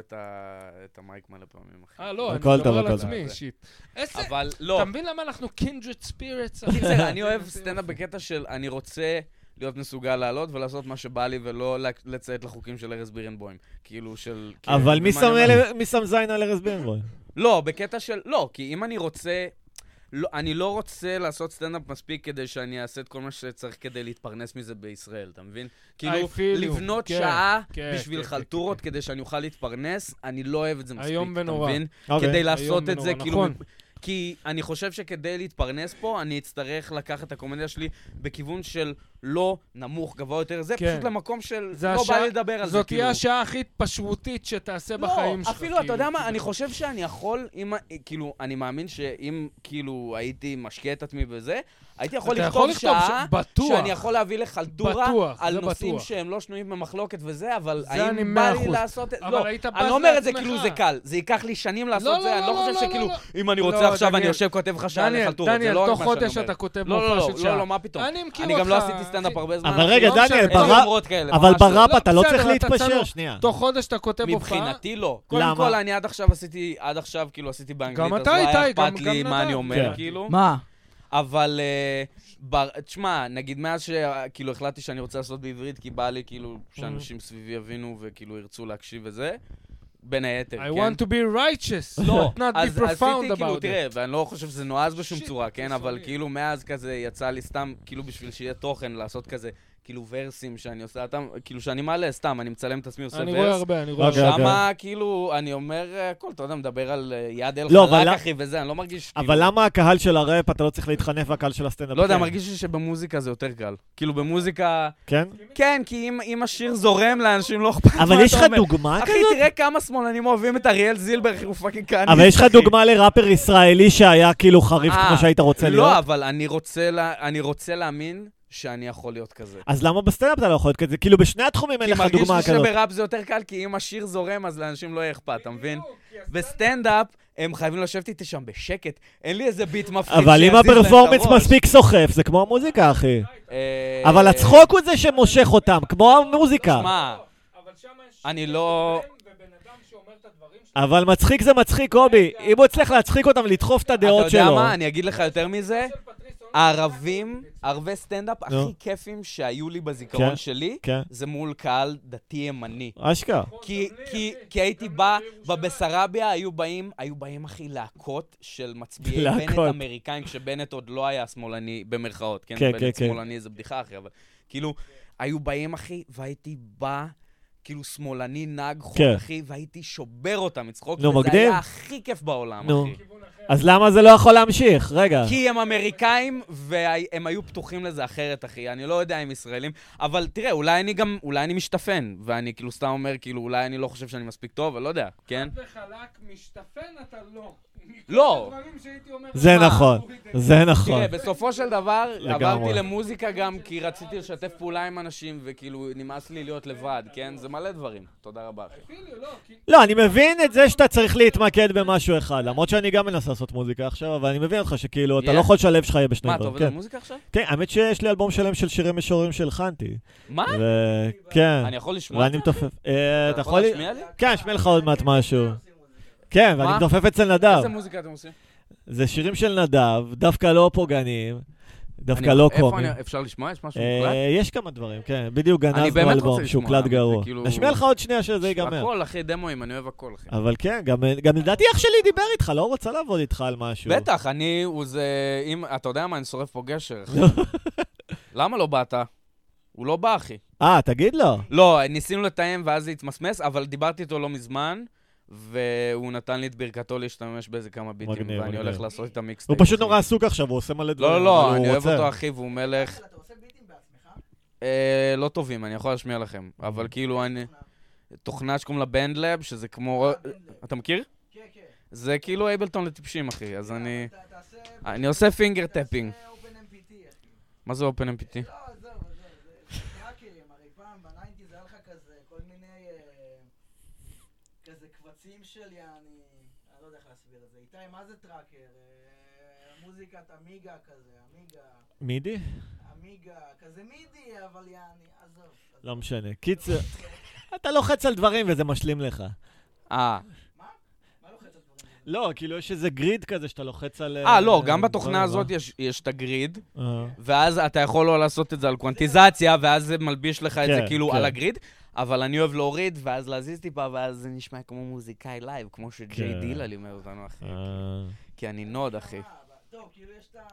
את המייק מלא פעמים, אחי. אה, לא, אני הכל טוב, מדבר על הכל עצמי, טוב. אישית. אבל לא. אתה מבין למה אנחנו kindred spirits? קיצר, אני אוהב סטנדאפ בקטע של אני רוצה להיות מסוגל לעלות ולעשות מה שבא לי ולא לציית לחוקים של ארז בירנבוים. כאילו של... אבל מי שם זין על ארז בירנבוים? לא, בקטע של... לא, כי אם אני רוצה... אני לא רוצה לעשות סטנדאפ מספיק כדי שאני אעשה את כל מה שצריך כדי להתפרנס מזה בישראל, אתה מבין? כאילו, לבנות שעה בשביל חלטורות כדי שאני אוכל להתפרנס, אני לא אוהב את זה מספיק, אתה מבין? כדי לעשות את זה, כאילו... כי אני חושב שכדי להתפרנס פה, אני אצטרך לקחת את הקומדיה שלי בכיוון של לא נמוך, גבוה יותר. זה פשוט למקום של לא בא לי לדבר על זה. זאת תהיה השעה הכי פשוטית שתעשה בחיים שלך. לא, אפילו, אתה יודע מה, אני חושב שאני יכול, כאילו, אני מאמין שאם, כאילו, הייתי משקיע את עצמי בזה, הייתי יכול לכתוב שעה שאני יכול להביא לחלטורה על נושאים שהם לא שנויים במחלוקת וזה, אבל האם בא לי לעשות את זה? לא, אני לא אומר את זה כאילו זה קל. זה ייקח לי שנים לעשות זה, אני לא חושב שכאילו, אם אני רוצה עכשיו אני יושב כותב לך שעה לחלטורות, זה לא רק מה שאני אומר. דניאל, תוך חודש אתה כותב מופע של שעה. לא, לא, מה פתאום? אני גם לא עשיתי סטנדאפ הרבה זמן. אבל רגע, דניאל, אבל בראפ אתה לא צריך להתפשר, שנייה. תוך חודש אתה כותב מופע. מבחינתי לא. קודם כל, אני עד עכשיו עשיתי, עד עכשיו כאילו עשיתי באנגלית, אז לא היה אכפת לי מה אני אומר, כאילו. מה? אבל, תשמע, נגיד מאז שכאילו החלטתי שאני רוצה לעשות בעברית, כי בא לי כאילו שאנשים סביבי יבינו וכאילו ירצו להקשיב וזה, בין היתר, כן? I want to be righteous, לא, not not be profound about it. תראה, ואני לא חושב שזה נועז בשום צורה, כן? אבל כאילו מאז כזה יצא לי סתם, כאילו בשביל שיהיה תוכן, לעשות כזה, כאילו ורסים שאני עושה, כאילו שאני מעלה, סתם, אני מצלם את עצמי, עושה ורס. אני רואה הרבה, אני רואה הרבה. שמה, כאילו, אני אומר, הכל, אתה יודע, מדבר על יד אל חלק, אחי, וזה, אני לא מרגיש... אבל למה הקהל של הראפ, אתה לא צריך להתחנף והקהל של הסטנדאפ? לא יודע, מרגיש לי שבמוזיקה זה יותר קל. כאילו, במוזיקה... כן? כן, כי אם השיר זורם לאנשים לא אכפת מה אתה אומר. אבל יש לך דוגמה כזאת? אחי, תראה כמה שמאלנים אוהבים את אריאל זילבר, הוא פאקינג כהניסט, אבל יש לך דוגמה לראפר ישראלי שהיה כאילו חריף כמו שהיית רוצה להיות? לא, אבל אני רוצה להאמין שאני יכול להיות כזה. אז למה בסטנדאפ אתה לא יכול להיות כזה? כאילו בשני התחומים אין לך דוגמה כזאת. כי מרגיש לי שבראפ זה יותר קל, כי אם השיר זורם, אז לאנשים לא יהיה אכפת, אתה מבין? בסטנדאפ, הם חייבים לשבת איתי שם בשקט. אין לי איזה ביט מפחיד אבל אם הפרפורמנס מספיק סוחף, זה כמו המוזיקה, אחי. אבל הצחוק הוא זה שמושך אותם, כמו המוזיקה. שמע, אני לא... אבל מצחיק זה מצחיק, קובי. אם הוא הצליח להצחיק אותם, לדחוף את הדעות שלו. אתה יודע מה? אני אגיד לך יותר מזה. הערבים, ערבי סטנדאפ הכי כיפים שהיו לי בזיכרון שלי, זה מול קהל דתי ימני. אשכרה. כי הייתי בא, בבסרביה היו באים, היו באים הכי להקות של מצביעי בנט אמריקאים, כשבנט עוד לא היה שמאלני במרכאות, כן? בנט שמאלני זה בדיחה אחי, אבל כאילו, היו באים אחי, והייתי בא כאילו שמאלני נהג חול, כן. אחי, והייתי שובר אותם מצחוק, נו, וזה מגניב. היה הכי כיף בעולם, נו. אחי. אז למה זה לא יכול להמשיך? רגע. כי הם אמריקאים, והם היו פתוחים לזה אחרת, אחי. אני לא יודע אם ישראלים, אבל תראה, אולי אני גם, אולי אני משתפן, ואני כאילו סתם אומר, כאילו, אולי אני לא חושב שאני מספיק טוב, אבל לא יודע, כן? חד וחלק, משתפן אתה לא. לא. זה נכון, זה נכון. תראה, בסופו של דבר, לגמרי. עברתי למוזיקה גם כי רציתי לשתף פעולה עם אנשים, וכאילו, נמאס לי להיות לבד, כן? זה מלא דברים. תודה רבה, אחי. לא, אני מבין את זה שאתה צריך להתמקד במשהו אחד, למרות שאני גם מנסה לעשות מוזיקה עכשיו, אבל אני מבין אותך שכאילו, אתה Yeah. לא יכול שהלב שלך יהיה בשני מה, אתה דברים. עובד על כן. מוזיקה עכשיו? כן, האמת שיש לי אלבום שלם של שירי משוררים שהלחנתי. מה? ו- כן. אני יכול לשמוע את ואני זה? מתופף. אה, אתה יכול... להשמיע לי? כן, אשמיע לך עוד מעט משהו. כן, ואני מה? מתופף אצל נדב. איזה מוזיקה אתם עושים? זה שירים של נדב, דווקא לא פוגעניים, דווקא אני- לא איפה קומיים. אני- אפשר לשמוע? יש משהו אה, מוקלט? יש כמה דברים, כן. בדיוק אני גנזנו באמת אלבום רוצה לשמוע, שהוקלט אבל גרוע. זה כאילו- נשמיע לך עוד שנייה שזה ייגמר. הכל, אחי, דמוים, אני אוהב הכל, אחי. אבל כן, גם, גם לדעתי אח שלי דיבר איתך, לא רוצה לעבוד איתך על משהו. בטח, אני, הוא זה... אם, אתה יודע מה, אני שורף פה גשר, אחי. למה לא באת? הוא לא בא, אחי. אה, תגיד לו. לא, ניסינו לתאם ואז זה התמסמס, אבל דיברתי איתו לא מזמן, והוא נתן לי את ברכתו להשתמש באיזה כמה ביטים, מגניב, ואני מגניב. הולך לעשות את המיקסטייפ. הוא פשוט אחי. נורא עסוק עכשיו, הוא עושה מלא דברים. לא, לא, אבל לא, הוא אני אוהב רוצה. אותו, אחי, והוא מלך. אתה עושה ביטים בעצמך? אה, לא טובים, אני יכול להשמיע לכם, אבל כאילו אני... תוכנה שקוראים לה בנדלאב, שזה כמו... אתה מכיר? כן, כן. זה כאילו אייבלטון לטיפשים, אחי, אז אני... אתה תעשה... אני עושה פינגר טפינג. תעשה OpenMPT, אחי. מה זה אופן אם פי טי? לא, עזוב, עזוב. זה טראקרים, הרי פעם בניינטיז היה לך כזה כל מיני... אה, כזה קבצים של יעני... אני לא יודע איך להסביר את זה. איתי, מה זה טראקר? אה, מוזיקת אמיגה כזה, אמיגה... מידי? אמיגה, כזה מידי, אבל יעני... עזוב. עזוב. לא משנה. קיצר, אתה לוחץ על דברים וזה משלים לך. אה. מה לוחץ על דברים? לא, כאילו יש איזה גריד כזה שאתה לוחץ על... אה, לא, גם דברים, בתוכנה לא? הזאת יש- יש את הגריד, אה. ואז אתה יכול לא לעשות את זה על קוונטיזציה, ואז זה מלביש לך את זה כן, כאילו כן. על הגריד, אבל אני אוהב להוריד, ואז להזיז טיפה, ואז זה נשמע כמו מוזיקאי לייב, כמו שג'יי כן. דילה לימד אותנו, אחי. אה. כי אני נוד, אחי. אה, אבל- טוב, כאילו יש את ה...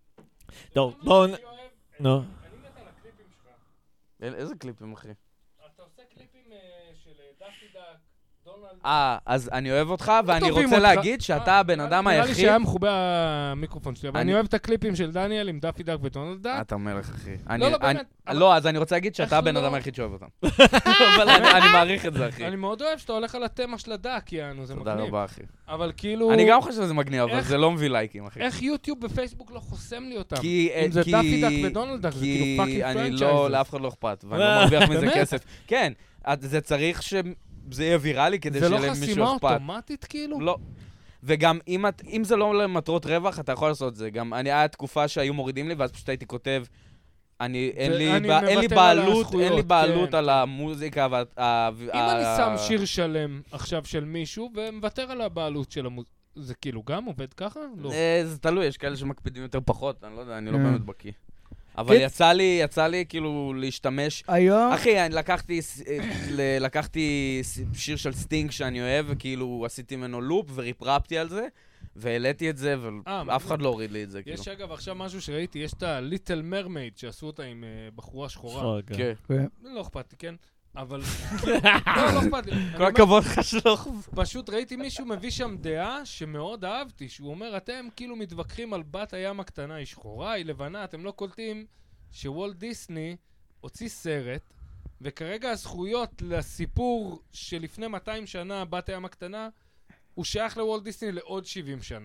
טוב, בואו... נ- נו. אני מת על הקליפים שלך. אל- איזה קליפים, אחי? אתה עושה קליפים אה, של אה, דאפי דאק, דונלד... אה, אז אני אוהב אותך, ואני טובים רוצה אותך. להגיד שאתה אה, הבן נראה- אדם נראה לי היחיד... שהיה מחובר המיקרופון שלי, אבל אני- אני אוהב את הקליפים של דניאל עם דאפי דאק ודונלד דאק. אתה מלך, אחי. לא, אני- לא, אני- באמת, אבל- לא, אז אני רוצה להגיד שאתה איך הבן לא- אדם היחיד שאוהב אותם. אבל אני אני מעריך את זה, אחי. אני מאוד אוהב שאתה הולך על התמה של הדאק, יענו, זה תודה מגניב. רבה, אחי. אבל כאילו... אני גם חושב שזה מגניב, אבל איך- זה לא מביא לייקים, אחי. איך יוטיוב ופייסבוק לא חוסם לי אותם? כי... אם זה כי- דאפי דאק ודונלד דאק, זה כאילו כי פאקינג אני פרנצ'ייז. לא, לאף אחד לא אכפת, ואני לא מרוויח מזה באמת? כסף. כן, אז זה צריך שזה יהיה ויראלי כדי זה לא שיהיה למישהו חסימה אכפת. אוטומטית כאילו? לא. וגם אם, את, אם זה לא למטרות רווח, אתה יכול לעשות את זה. גם אני, היה תקופה שהיו מורידים לי, ואז פשוט הייתי כותב, אני, אין, לי, ואני בע- אין לי מוותר על בעלות, אין הזכויות, לי בעלות כן, על כן. המוזיקה וה... ה- אם ה- אני שם שיר שלם עכשיו של מישהו ומוותר על הבעלות של המוזיקה, זה כאילו גם עובד ככה? לא. אה, זה תלוי, יש כאלה שמקפידים יותר פחות, אני לא יודע, אני לא אה. באמת בקיא. אבל כן. יצא לי, יצא לי כאילו להשתמש... היום... אחי, אני לקחתי, ס- אה, ל- לקחתי ס- שיר של סטינג שאני אוהב, וכאילו עשיתי ממנו לופ וריפרפתי על זה, והעליתי את זה, אה, ואף אחד לא הוריד לי את זה, כאילו. יש אגב עכשיו משהו שראיתי, יש את ה-Little Mermaid שעשו אותה עם אה, בחורה שחורה. שחור, כן. כן. כן. לא אכפת לי, כן? אבל... לא, לא אכפת לי. אני כל אומר, הכבוד לך שלא... פשוט ראיתי מישהו מביא שם דעה שמאוד אהבתי, שהוא אומר, אתם כאילו מתווכחים על בת הים הקטנה, היא שחורה, היא לבנה, אתם לא קולטים שוולט דיסני הוציא סרט, וכרגע הזכויות לסיפור שלפני מאתיים שנה, בת הים הקטנה, הוא שייך לוולט דיסני לעוד שבעים שנה.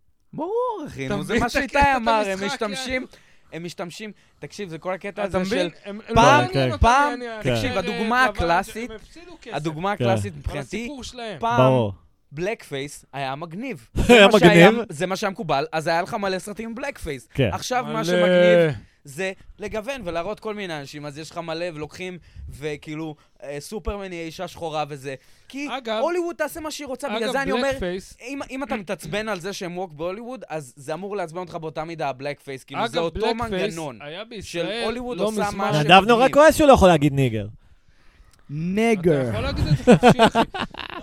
ברור, אחי, אתה נו, זה מבין מה את שאיתי הקטע, את אמר, הם המשחק, משתמשים, הם משתמשים, תקשיב, זה כל הקטע אתה הזה של... מבין? הם- לא פעם- מעניין אותם פעם- העניין, כן. תקשיב, הסרט, הדוגמה אבל הקלאסית- הם הפסידו כסף. הדוגמה הקלאסית על מבחינתי, הסיפור שלהם. פעם ברור. בלק פייס היה מגניב. היה זה מה שהיה- מגניב? זה מה שהיה מקובל, אז היה לך מלא סרטים עם בלק פייס. כן. עכשיו מה מלא. שמגניב זה לגוון ולהראות כל מיני אנשים, אז יש לך מלא ולוקחים, וכאילו, אה, סופרמן היא אישה שחורה וזה. כי אגב- הוליווד תעשה מה שהיא רוצה, בגלל זה אני אגב, אומר, בלק פייס, אם, אם אתה מתעצבן על זה שהם ווק בהוליווד, אז זה אמור לעצבן אותך באותה מידה הבלק פייס, כאילו זה אגב, אותו בלק פייס מנגנון. היה של בישראל הוליווד לא עושה מזמן. מה נדב נורא שמגניב. כועס שהוא לא יכול להגיד ניגר. אתה נגר. יכול להגיד את זה חופשי, אחי.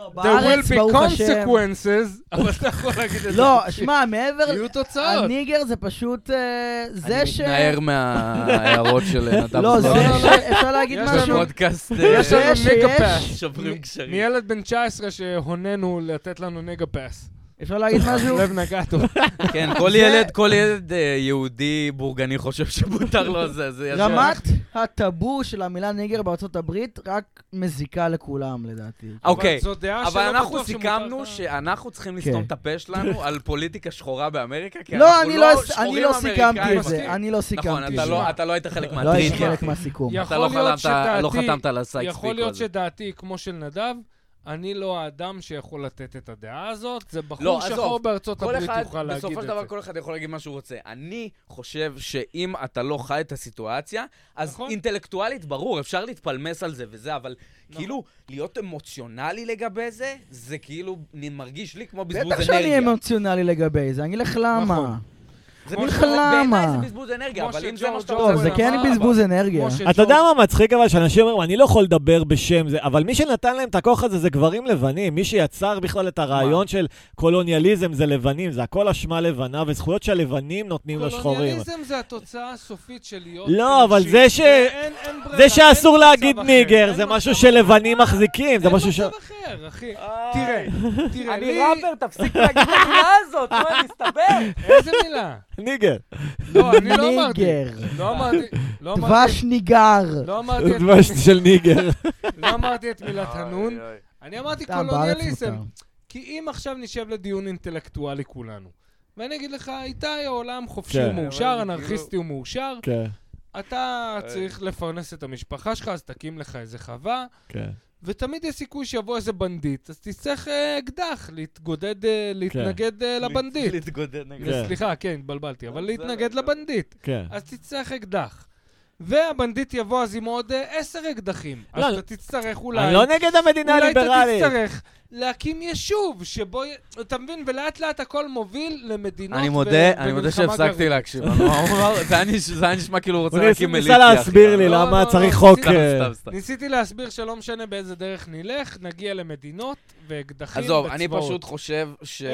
there will be consequences, אבל אתה יכול להגיד את זה. לא, שמע, מעבר... יהיו תוצאות. הניגר זה פשוט... זה ש... אני מתנער מההערות של נדב. לא, זה אפשר להגיד משהו. יש לנו פודקאסט. יש לנו נגה פאס. שוברים קשרים. מילד בן תשע עשרה שהוננו לתת לנו נגה פאס. אפשר להגיד משהו? לב נגעתו. כן, כל ילד, כל ילד יהודי בורגני חושב שמותר לו זה. רמת הטאבו של המילה ניגר בארצות הברית רק מזיקה לכולם, לדעתי. אוקיי, אבל אנחנו סיכמנו שאנחנו צריכים לסתום את הפה שלנו על פוליטיקה שחורה באמריקה, כי לא, אנחנו לא שחורים אני לא סיכמתי אמריקאים. את זה, אני לא סיכמתי. נכון, אתה לא היית חלק לא מהטריד. הייתי חלק מהסיכום. אתה לא חתמת על הסייקס יכול להיות שדעתי כמו של נדב, אני לא האדם שיכול לתת את הדעה הזאת, זה בחור שחור בארצות הברית יוכל להגיד את זה. בסופו של דבר כל אחד יכול להגיד מה שהוא רוצה. אני חושב שאם אתה לא חי את הסיטואציה, אז אינטלקטואלית ברור, אפשר להתפלמס על זה וזה, אבל כאילו להיות אמוציונלי לגבי זה, זה כאילו מרגיש לי כמו בזבוז אנרגיה. בטח שאני אמוציונלי לגבי זה, אני אגיד לך למה. זה בעיניי זה בזבוז אנרגיה, אבל אם זה מה שאתה רוצה... טוב, זה כן בזבוז אנרגיה. אתה יודע מה מצחיק אבל שאנשים אומרים, אני לא יכול לדבר בשם זה, אבל מי שנתן להם את הכוח הזה זה גברים לבנים, מי שיצר בכלל את הרעיון של קולוניאליזם זה לבנים, זה הכל אשמה לבנה, וזכויות שהלבנים נותנים לשחורים. קולוניאליזם זה התוצאה הסופית של להיות... לא, אבל זה ש... זה שאסור להגיד ניגר, זה משהו שלבנים מחזיקים, זה משהו ש... אין מצב אחר, אחי. תראה, תראה, אני ראפר, תפסיק להגיד את המילה הזאת, לא, נסתבר. איזה מילה? ניגר. לא, אני לא אמרתי. לא אמרתי. דבש ניגר. לא אמרתי את... דבש של ניגר. לא אמרתי את מילת הנון. אני אמרתי קולוניאליזם. כי אם עכשיו נשב לדיון אינטלקטואלי כולנו, ואני אגיד לך, איתי העולם חופשי ומאושר, אנרכיסטי ומאושר, אתה צריך לפרנס את המשפחה שלך, אז תקים לך איזה חווה, ותמיד יש סיכוי שיבוא איזה בנדיט, אז תצטרך אקדח, להתגודד, להתנגד לבנדיט. להתגודד נגד. סליחה, כן, התבלבלתי, אבל להתנגד לבנדיט. אז תצטרך אקדח. והבנדיט יבוא אז עם עוד עשר אקדחים. אז אתה תצטרך אולי... אני לא נגד המדינה הליברלית. אולי אתה תצטרך להקים יישוב שבו... אתה מבין? ולאט לאט הכל מוביל למדינות... אני מודה, אני מודה שהפסקתי להקשיב. זה היה נשמע כאילו הוא רוצה להקים מיליציה. הוא ניסה להסביר לי למה צריך חוק... ניסיתי להסביר שלא משנה באיזה דרך נלך, נגיע למדינות ואקדחים וצבאות. עזוב, אני פשוט חושב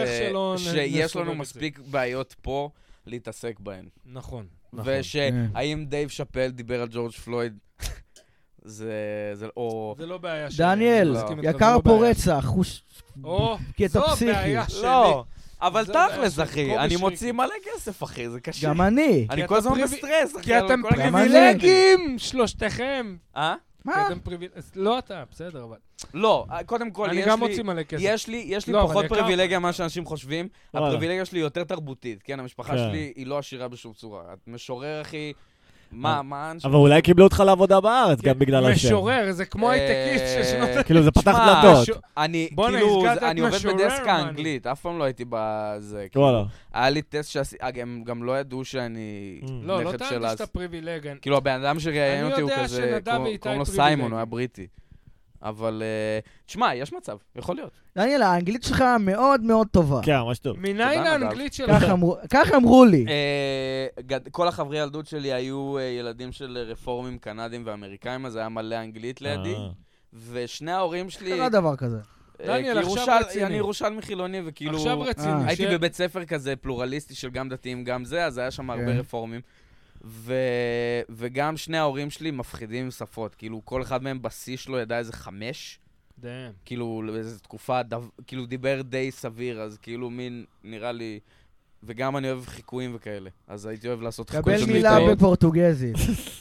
שיש לנו מספיק בעיות פה להתעסק בהן. נכון. ושהאם דייב שאפל דיבר על ג'ורג' פלויד, זה... זה לא בעיה שלי. דניאל, יקר פה רצח. או, קטע זו פסיכי. בעיה שלי. לא, אבל תכלס, אחי, אני מוציא מלא כסף, אחי, זה קשה. גם אני. אני כל הזמן בסטרס, אחי. כי אתם פריבילגים, שלושתכם. אה? מה? לא אתה, בסדר, אבל... לא, קודם כל, אני גם מוציא מלא כסף. יש לי, יש לי פחות פריבילגיה ממה שאנשים חושבים. הפריבילגיה שלי יותר תרבותית, כן? המשפחה שלי היא לא עשירה בשום צורה. את משורר, אחי... מה, מה אנשים... אבל אולי קיבלו אותך לעבודה בארץ, גם בגלל השם. משורר, זה כמו הייטקיסט ששנות... כאילו, זה פתח דלתות. אני, כאילו, אני עובד בדסק האנגלית, אף פעם לא הייתי בזה. וואלה. היה לי טסט שעשי... הם גם לא ידעו שאני לא, לא נכד של טענתי אז. שאתה פריבילג. כאילו, הבן אדם שראיין אותי הוא כזה... אני יודע שנדב ואיתי קוראים לו סיימון, הוא היה בריטי. אבל, תשמע, יש מצב, יכול להיות. דניאל, האנגלית שלך מאוד מאוד טובה. כן, ממש טוב. מניין האנגלית שלך? ככה אמרו לי. כל החברי ילדות שלי היו ילדים של רפורמים קנדים ואמריקאים, אז היה מלא אנגלית לידי. ושני ההורים שלי... קרה דבר כזה. דניאל, עכשיו רציני. אני ירושלמי חילוני, וכאילו... עכשיו רציני. הייתי בבית ספר כזה פלורליסטי של גם דתיים, גם זה, אז היה שם הרבה רפורמים. ו... וגם שני ההורים שלי מפחידים שפות, כאילו כל אחד מהם בשיא שלו ידע איזה חמש, דאם. כאילו באיזו תקופה, דו... כאילו דיבר די סביר, אז כאילו מין, נראה לי, וגם אני אוהב חיקויים וכאלה, אז הייתי אוהב לעשות חיקויים של מיטאות. קבל מילה בפורטוגזית.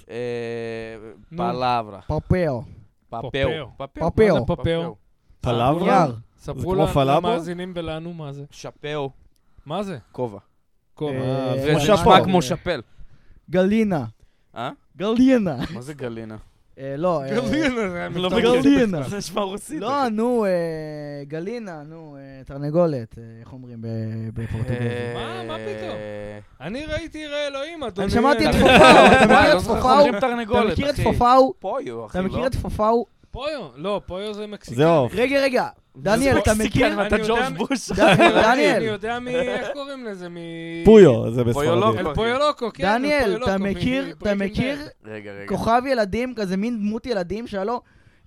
פלאברה. פאפאו. פאפאו. פאפאו. מה זה פאפאו? פלאברה? ספרו למאזינים ולנו מה זה. שפאו. מה זה? כובע. כובע. וזה נשמע כמו שפל. גלינה. אה? גלינה. מה זה גלינה? לא, גלינה זה לא גלינה. זה נשמע רוסית. לא, נו, גלינה, נו, תרנגולת, איך אומרים בפורטוגזית? מה? מה פתאום? אני ראיתי ראה אלוהים, אדוני. אני שמעתי את פופאו, אתה מכיר את פופאו? אתה מכיר את פופאו? פויו, אחי, אתה מכיר את פופאו? פויו? לא, פויו זה מקסיקני. זה עוף. רגע, רגע. דניאל, אתה מכיר? אתה ג'ורג' בוש. דניאל. אני יודע מי, איך קוראים לזה? פויו, זה בספרדית. פויו לוקו, כן. דניאל, אתה מכיר, אתה מכיר רגע, רגע. כוכב ילדים, כזה מין דמות ילדים שהיה לו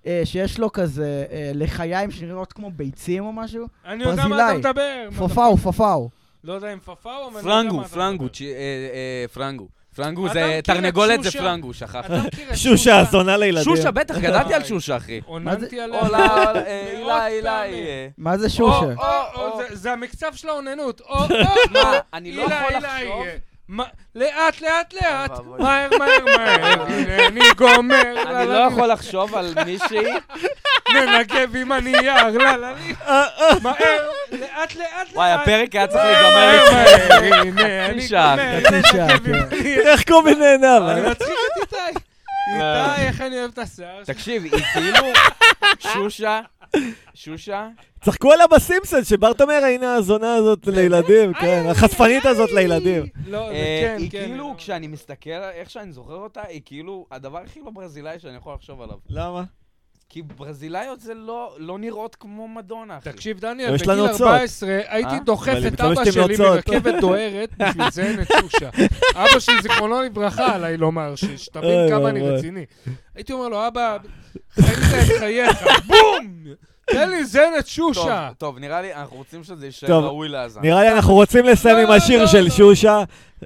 שיש לו כזה לחיים שנראות כמו ביצים או משהו. אני יודע מה אתה מדבר. פפאו, פפאו. לא יודע אם פפאו, אבל... פרנגו, פרנגו, פרנגו. פרנגו זה תרנגולת, זה פרנגו, שכחת. שושה, זונה לילדים. שושה, בטח, גדלתי על שושה, אחי. עוננתי עליה. אילי, אילי. מה זה שושה? זה המקצב של העוננות. מה, אני לא יכול לחשוב. לאט, לאט, לאט. מהר, מהר, מהר. אני גומר. אני לא יכול לחשוב על מישהי. מנגב עם הנייר, לא, לא, מהר, לאט, לאט. וואי, הפרק היה צריך להיגמר לפני. הנה, אני גומר. איך קובי נהנה, אני מצחיק את איתי. איתי, איך אני אוהב את השיער. תקשיב, היא כאילו שושה, שושה. צחקו עליה בסימפסון, שברטומר הנה הזונה הזאת לילדים, כן, החשפנית הזאת לילדים. לא, זה כן, כן. היא כאילו, כשאני מסתכל, איך שאני זוכר אותה, היא כאילו הדבר הכי לא ברזילאי שאני יכול לחשוב עליו. למה? כי ברזילאיות זה לא נראות כמו מדונה, אחי. תקשיב, דניאל, בגיל ארבע עשרה הייתי דוחף את אבא שלי מרכבת דוהרת בשביל זה נצושה. אבא שלי זיכרונו לברכה עליי לומר, שתבין כמה אני רציני. הייתי אומר לו, אבא, חיית את חייך, בום! תן לי זנת שושה. טוב, נראה לי, אנחנו רוצים שזה יישאר ראוי להאזנה. נראה לי אנחנו רוצים לסיים עם השיר של שושה.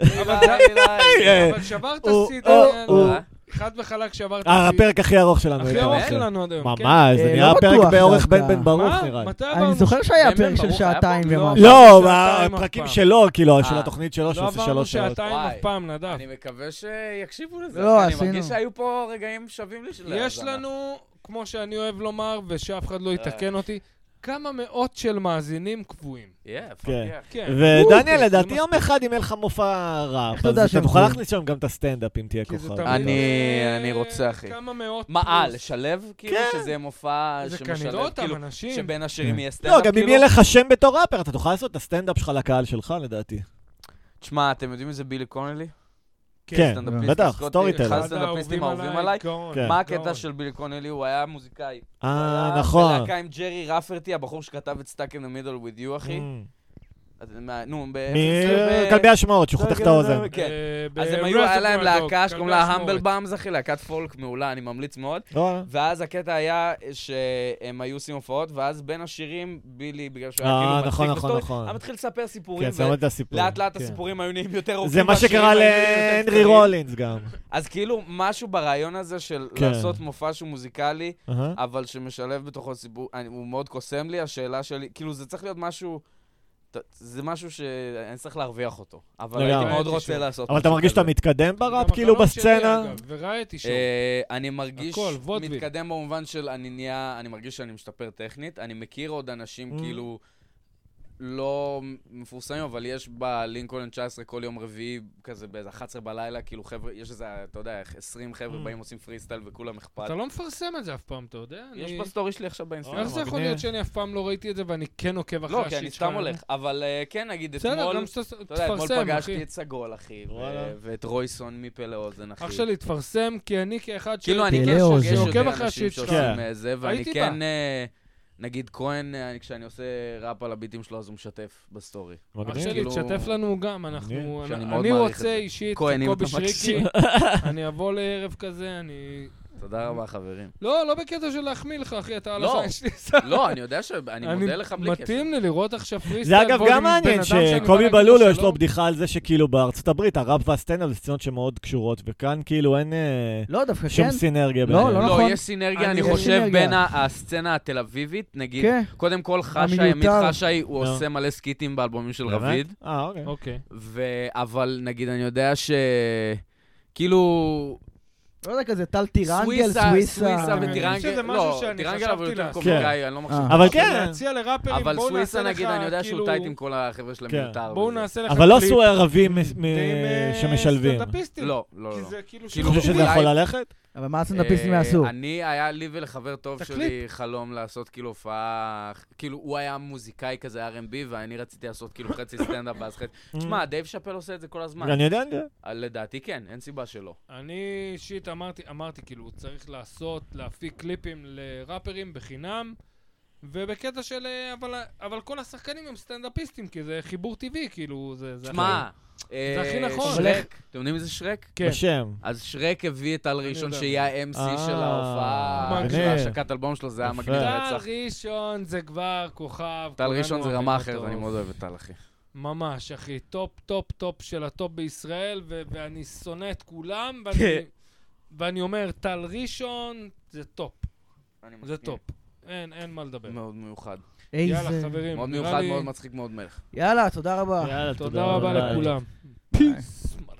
אבל שברת שיא, דניאל. חד וחלק שברת שיא. הפרק הכי ארוך שלנו. הכי ארוך שלנו עד היום. ממש, זה נראה פרק באורך בן בן ברוך נראה. אני זוכר שהיה פרק של שעתיים ומשהו. לא, הפרקים שלו, כאילו, של התוכנית שלו, שעושה שלוש שעות. לא עברנו שעתיים אף פעם, נדב. אני מקווה שיקשיבו לזה. לא, אני עשינו. מרגיש שהיו פה רגעים שווים לי של להאזנה. יש לנו, כמו שאני אוהב לומר, ושאף אחד לא יתקן אותי, כמה מאות של מאזינים קבועים. כן. ודניאל, לדעתי יום אחד אם יהיה לך מופע ראפ, אז אתה תוכל להכניס שם גם את הסטנדאפ אם תהיה כוכב. אני רוצה, אחי. כמה מאות... מה, אה, לשלב? כאילו שזה יהיה מופע זה שמשלב, כנראה אותם אנשים. שבין השירים יהיה סטנדאפ, לא, גם אם יהיה לך שם בתור ראפר, אתה תוכל לעשות את הסטנדאפ שלך לקהל שלך, לדעתי. תשמע, אתם יודעים איזה בילי קונלי? כן, בטח, סטוריטלר. אחד הסטנדאפיסטים האהובים עליי. מה הקטע של בילי קונלי? הוא היה מוזיקאי. אה, נכון. בלהקה עם ג'רי רפרטי, הבחור שכתב את Stuck in the Middle with You, אחי. נו, מכלבי השמעות, שהוא חותך את האוזן. כן. אז הם היו, היה להם להקה שקוראים לה המבל באמס, אחי, להקת פולק מעולה, אני ממליץ מאוד. ואז הקטע היה שהם היו עושים הופעות, ואז בין השירים, בילי, בגלל שהוא היה כאילו מצחיק בסטורי, היה מתחיל לספר סיפורים, ולאט לאט הסיפורים היו נהיים יותר ארוכים. זה מה שקרה להנרי רולינס גם. אז כאילו, משהו ברעיון הזה של לעשות מופע שהוא מוזיקלי, אבל שמשלב בתוכו סיפור, הוא מאוד קוסם לי, השאלה שלי, כאילו זה צריך להיות משהו... זה משהו שאני צריך להרוויח אותו, אבל הייתי מאוד רוצה לעשות. אבל אתה מרגיש שאתה מתקדם בראפ, כאילו בסצנה? וראיתי שוב. אני מרגיש מתקדם במובן של אני נהיה, אני מרגיש שאני משתפר טכנית, אני מכיר עוד אנשים כאילו לא מפורסמים, אבל יש בלינקולן תשע עשרה כל יום רביעי, כזה באיזה אחת עשרה בלילה, כאילו חבר'ה, יש איזה, אתה יודע, עשרים חבר'ה באים עושים פרי סטייל וכולם אכפת. אתה לא מפרסם את זה אף פעם, אתה יודע? יש בסטורי שלי עכשיו באינסטגרם. איך זה יכול להיות שאני אף פעם לא ראיתי את זה ואני כן עוקב אחרי השיט שלך? לא, כי אני סתם הולך, אבל כן, נגיד, אתמול, אתה יודע, אתמול פגשתי את סגול, אחי, ואת רויסון מפה לאוזן, אחי. אח שלי, תפרסם, כי אני כאחד כאילו, אני כן שעוקב אחרי השיט שלך, ואני כן... נגיד כהן, כשאני עושה ראפ על הביטים שלו, אז הוא משתף בסטורי. אח שלי, תשתף לנו גם, אנחנו... אני רוצה אישית, קובי שריקי, אני אבוא לערב כזה, אני... תודה רבה, חברים. לא, לא בקטע של להחמיא לך, אחי, אתה על החיים שלי. לא, אני יודע שאני מודה לך בלי קשר. מתאים לי לראות עכשיו פריסטייל. זה אגב גם מעניין שקובי בלולו יש לו בדיחה על זה שכאילו בארצות הברית, הראפ והסטנדאפ זה סצנות שמאוד קשורות, וכאן כאילו אין שום סינרגיה. לא, יש סינרגיה, אני חושב, בין הסצנה התל אביבית, נגיד, קודם כל חשאי, עמית חשאי, הוא עושה מלא סקיטים באלבומים של רביד. אה, אוקיי. אבל נגיד, אני יודע ש... כאילו... לא יודע כזה, טל טירנגל, סוויסה. סוויסה וטירנגל, שזה משהו שאני חשבתי לעשות. אני לא מחשב. אבל כן. להציע לראפרים, אבל בואו נעשה סוויסה לך, נגיד, אני יודע שהוא טייט עם כל החבר'ה של המיותר. בואו נעשה לך אבל לא עשו ערבים שמשלבים. סטנדאפיסטים. לא, לא, לא. כי זה כאילו... אתה חושב שזה יכול ללכת? אבל מה הסטנדאפיסטים יעשו? אני, היה לי ולחבר טוב שלי חלום לעשות כאילו הופעה, כאילו הוא היה מוזיקאי כזה אר אנד בי, ואני רציתי לעשות כאילו חצי סטנדאפ ואז חצי. תשמע, דייב שאפל עושה את זה כל הזמן. אני יודע, אני יודע. לדעתי כן, אין סיבה שלא. אני אישית אמרתי, אמרתי כאילו, צריך לעשות, להפיק קליפים לראפרים בחינם, ובקטע של... אבל, אבל כל השחקנים הם סטנדאפיסטים, כי זה חיבור טבעי, כאילו, זה... שמה, זה הכי נכון. שרק, אתם יודעים מי זה שרק? כן. בשם. אז שרק הביא את טל ראשון שיהיה ה-אם סי אה, של ההופעה, של ההשקת אלבום שלו, זה היה מגניב רצח. טל ראשון זה כבר כוכב. טל ראשון זה רמה אחרת, אני מאוד אוהב את טל, אחי. ממש, אחי. טופ, טופ, טופ של הטופ בישראל, ו- ואני שונא את כולם, ואני, ואני אומר, טל ראשון זה טופ. זה טופ. אין, אין מה לדבר. מאוד מיוחד. יאללה, חברים. מאוד מיוחד, מאוד מצחיק, מאוד מלך. יאללה, תודה רבה. יאללה, תודה רבה לכולם. פיס.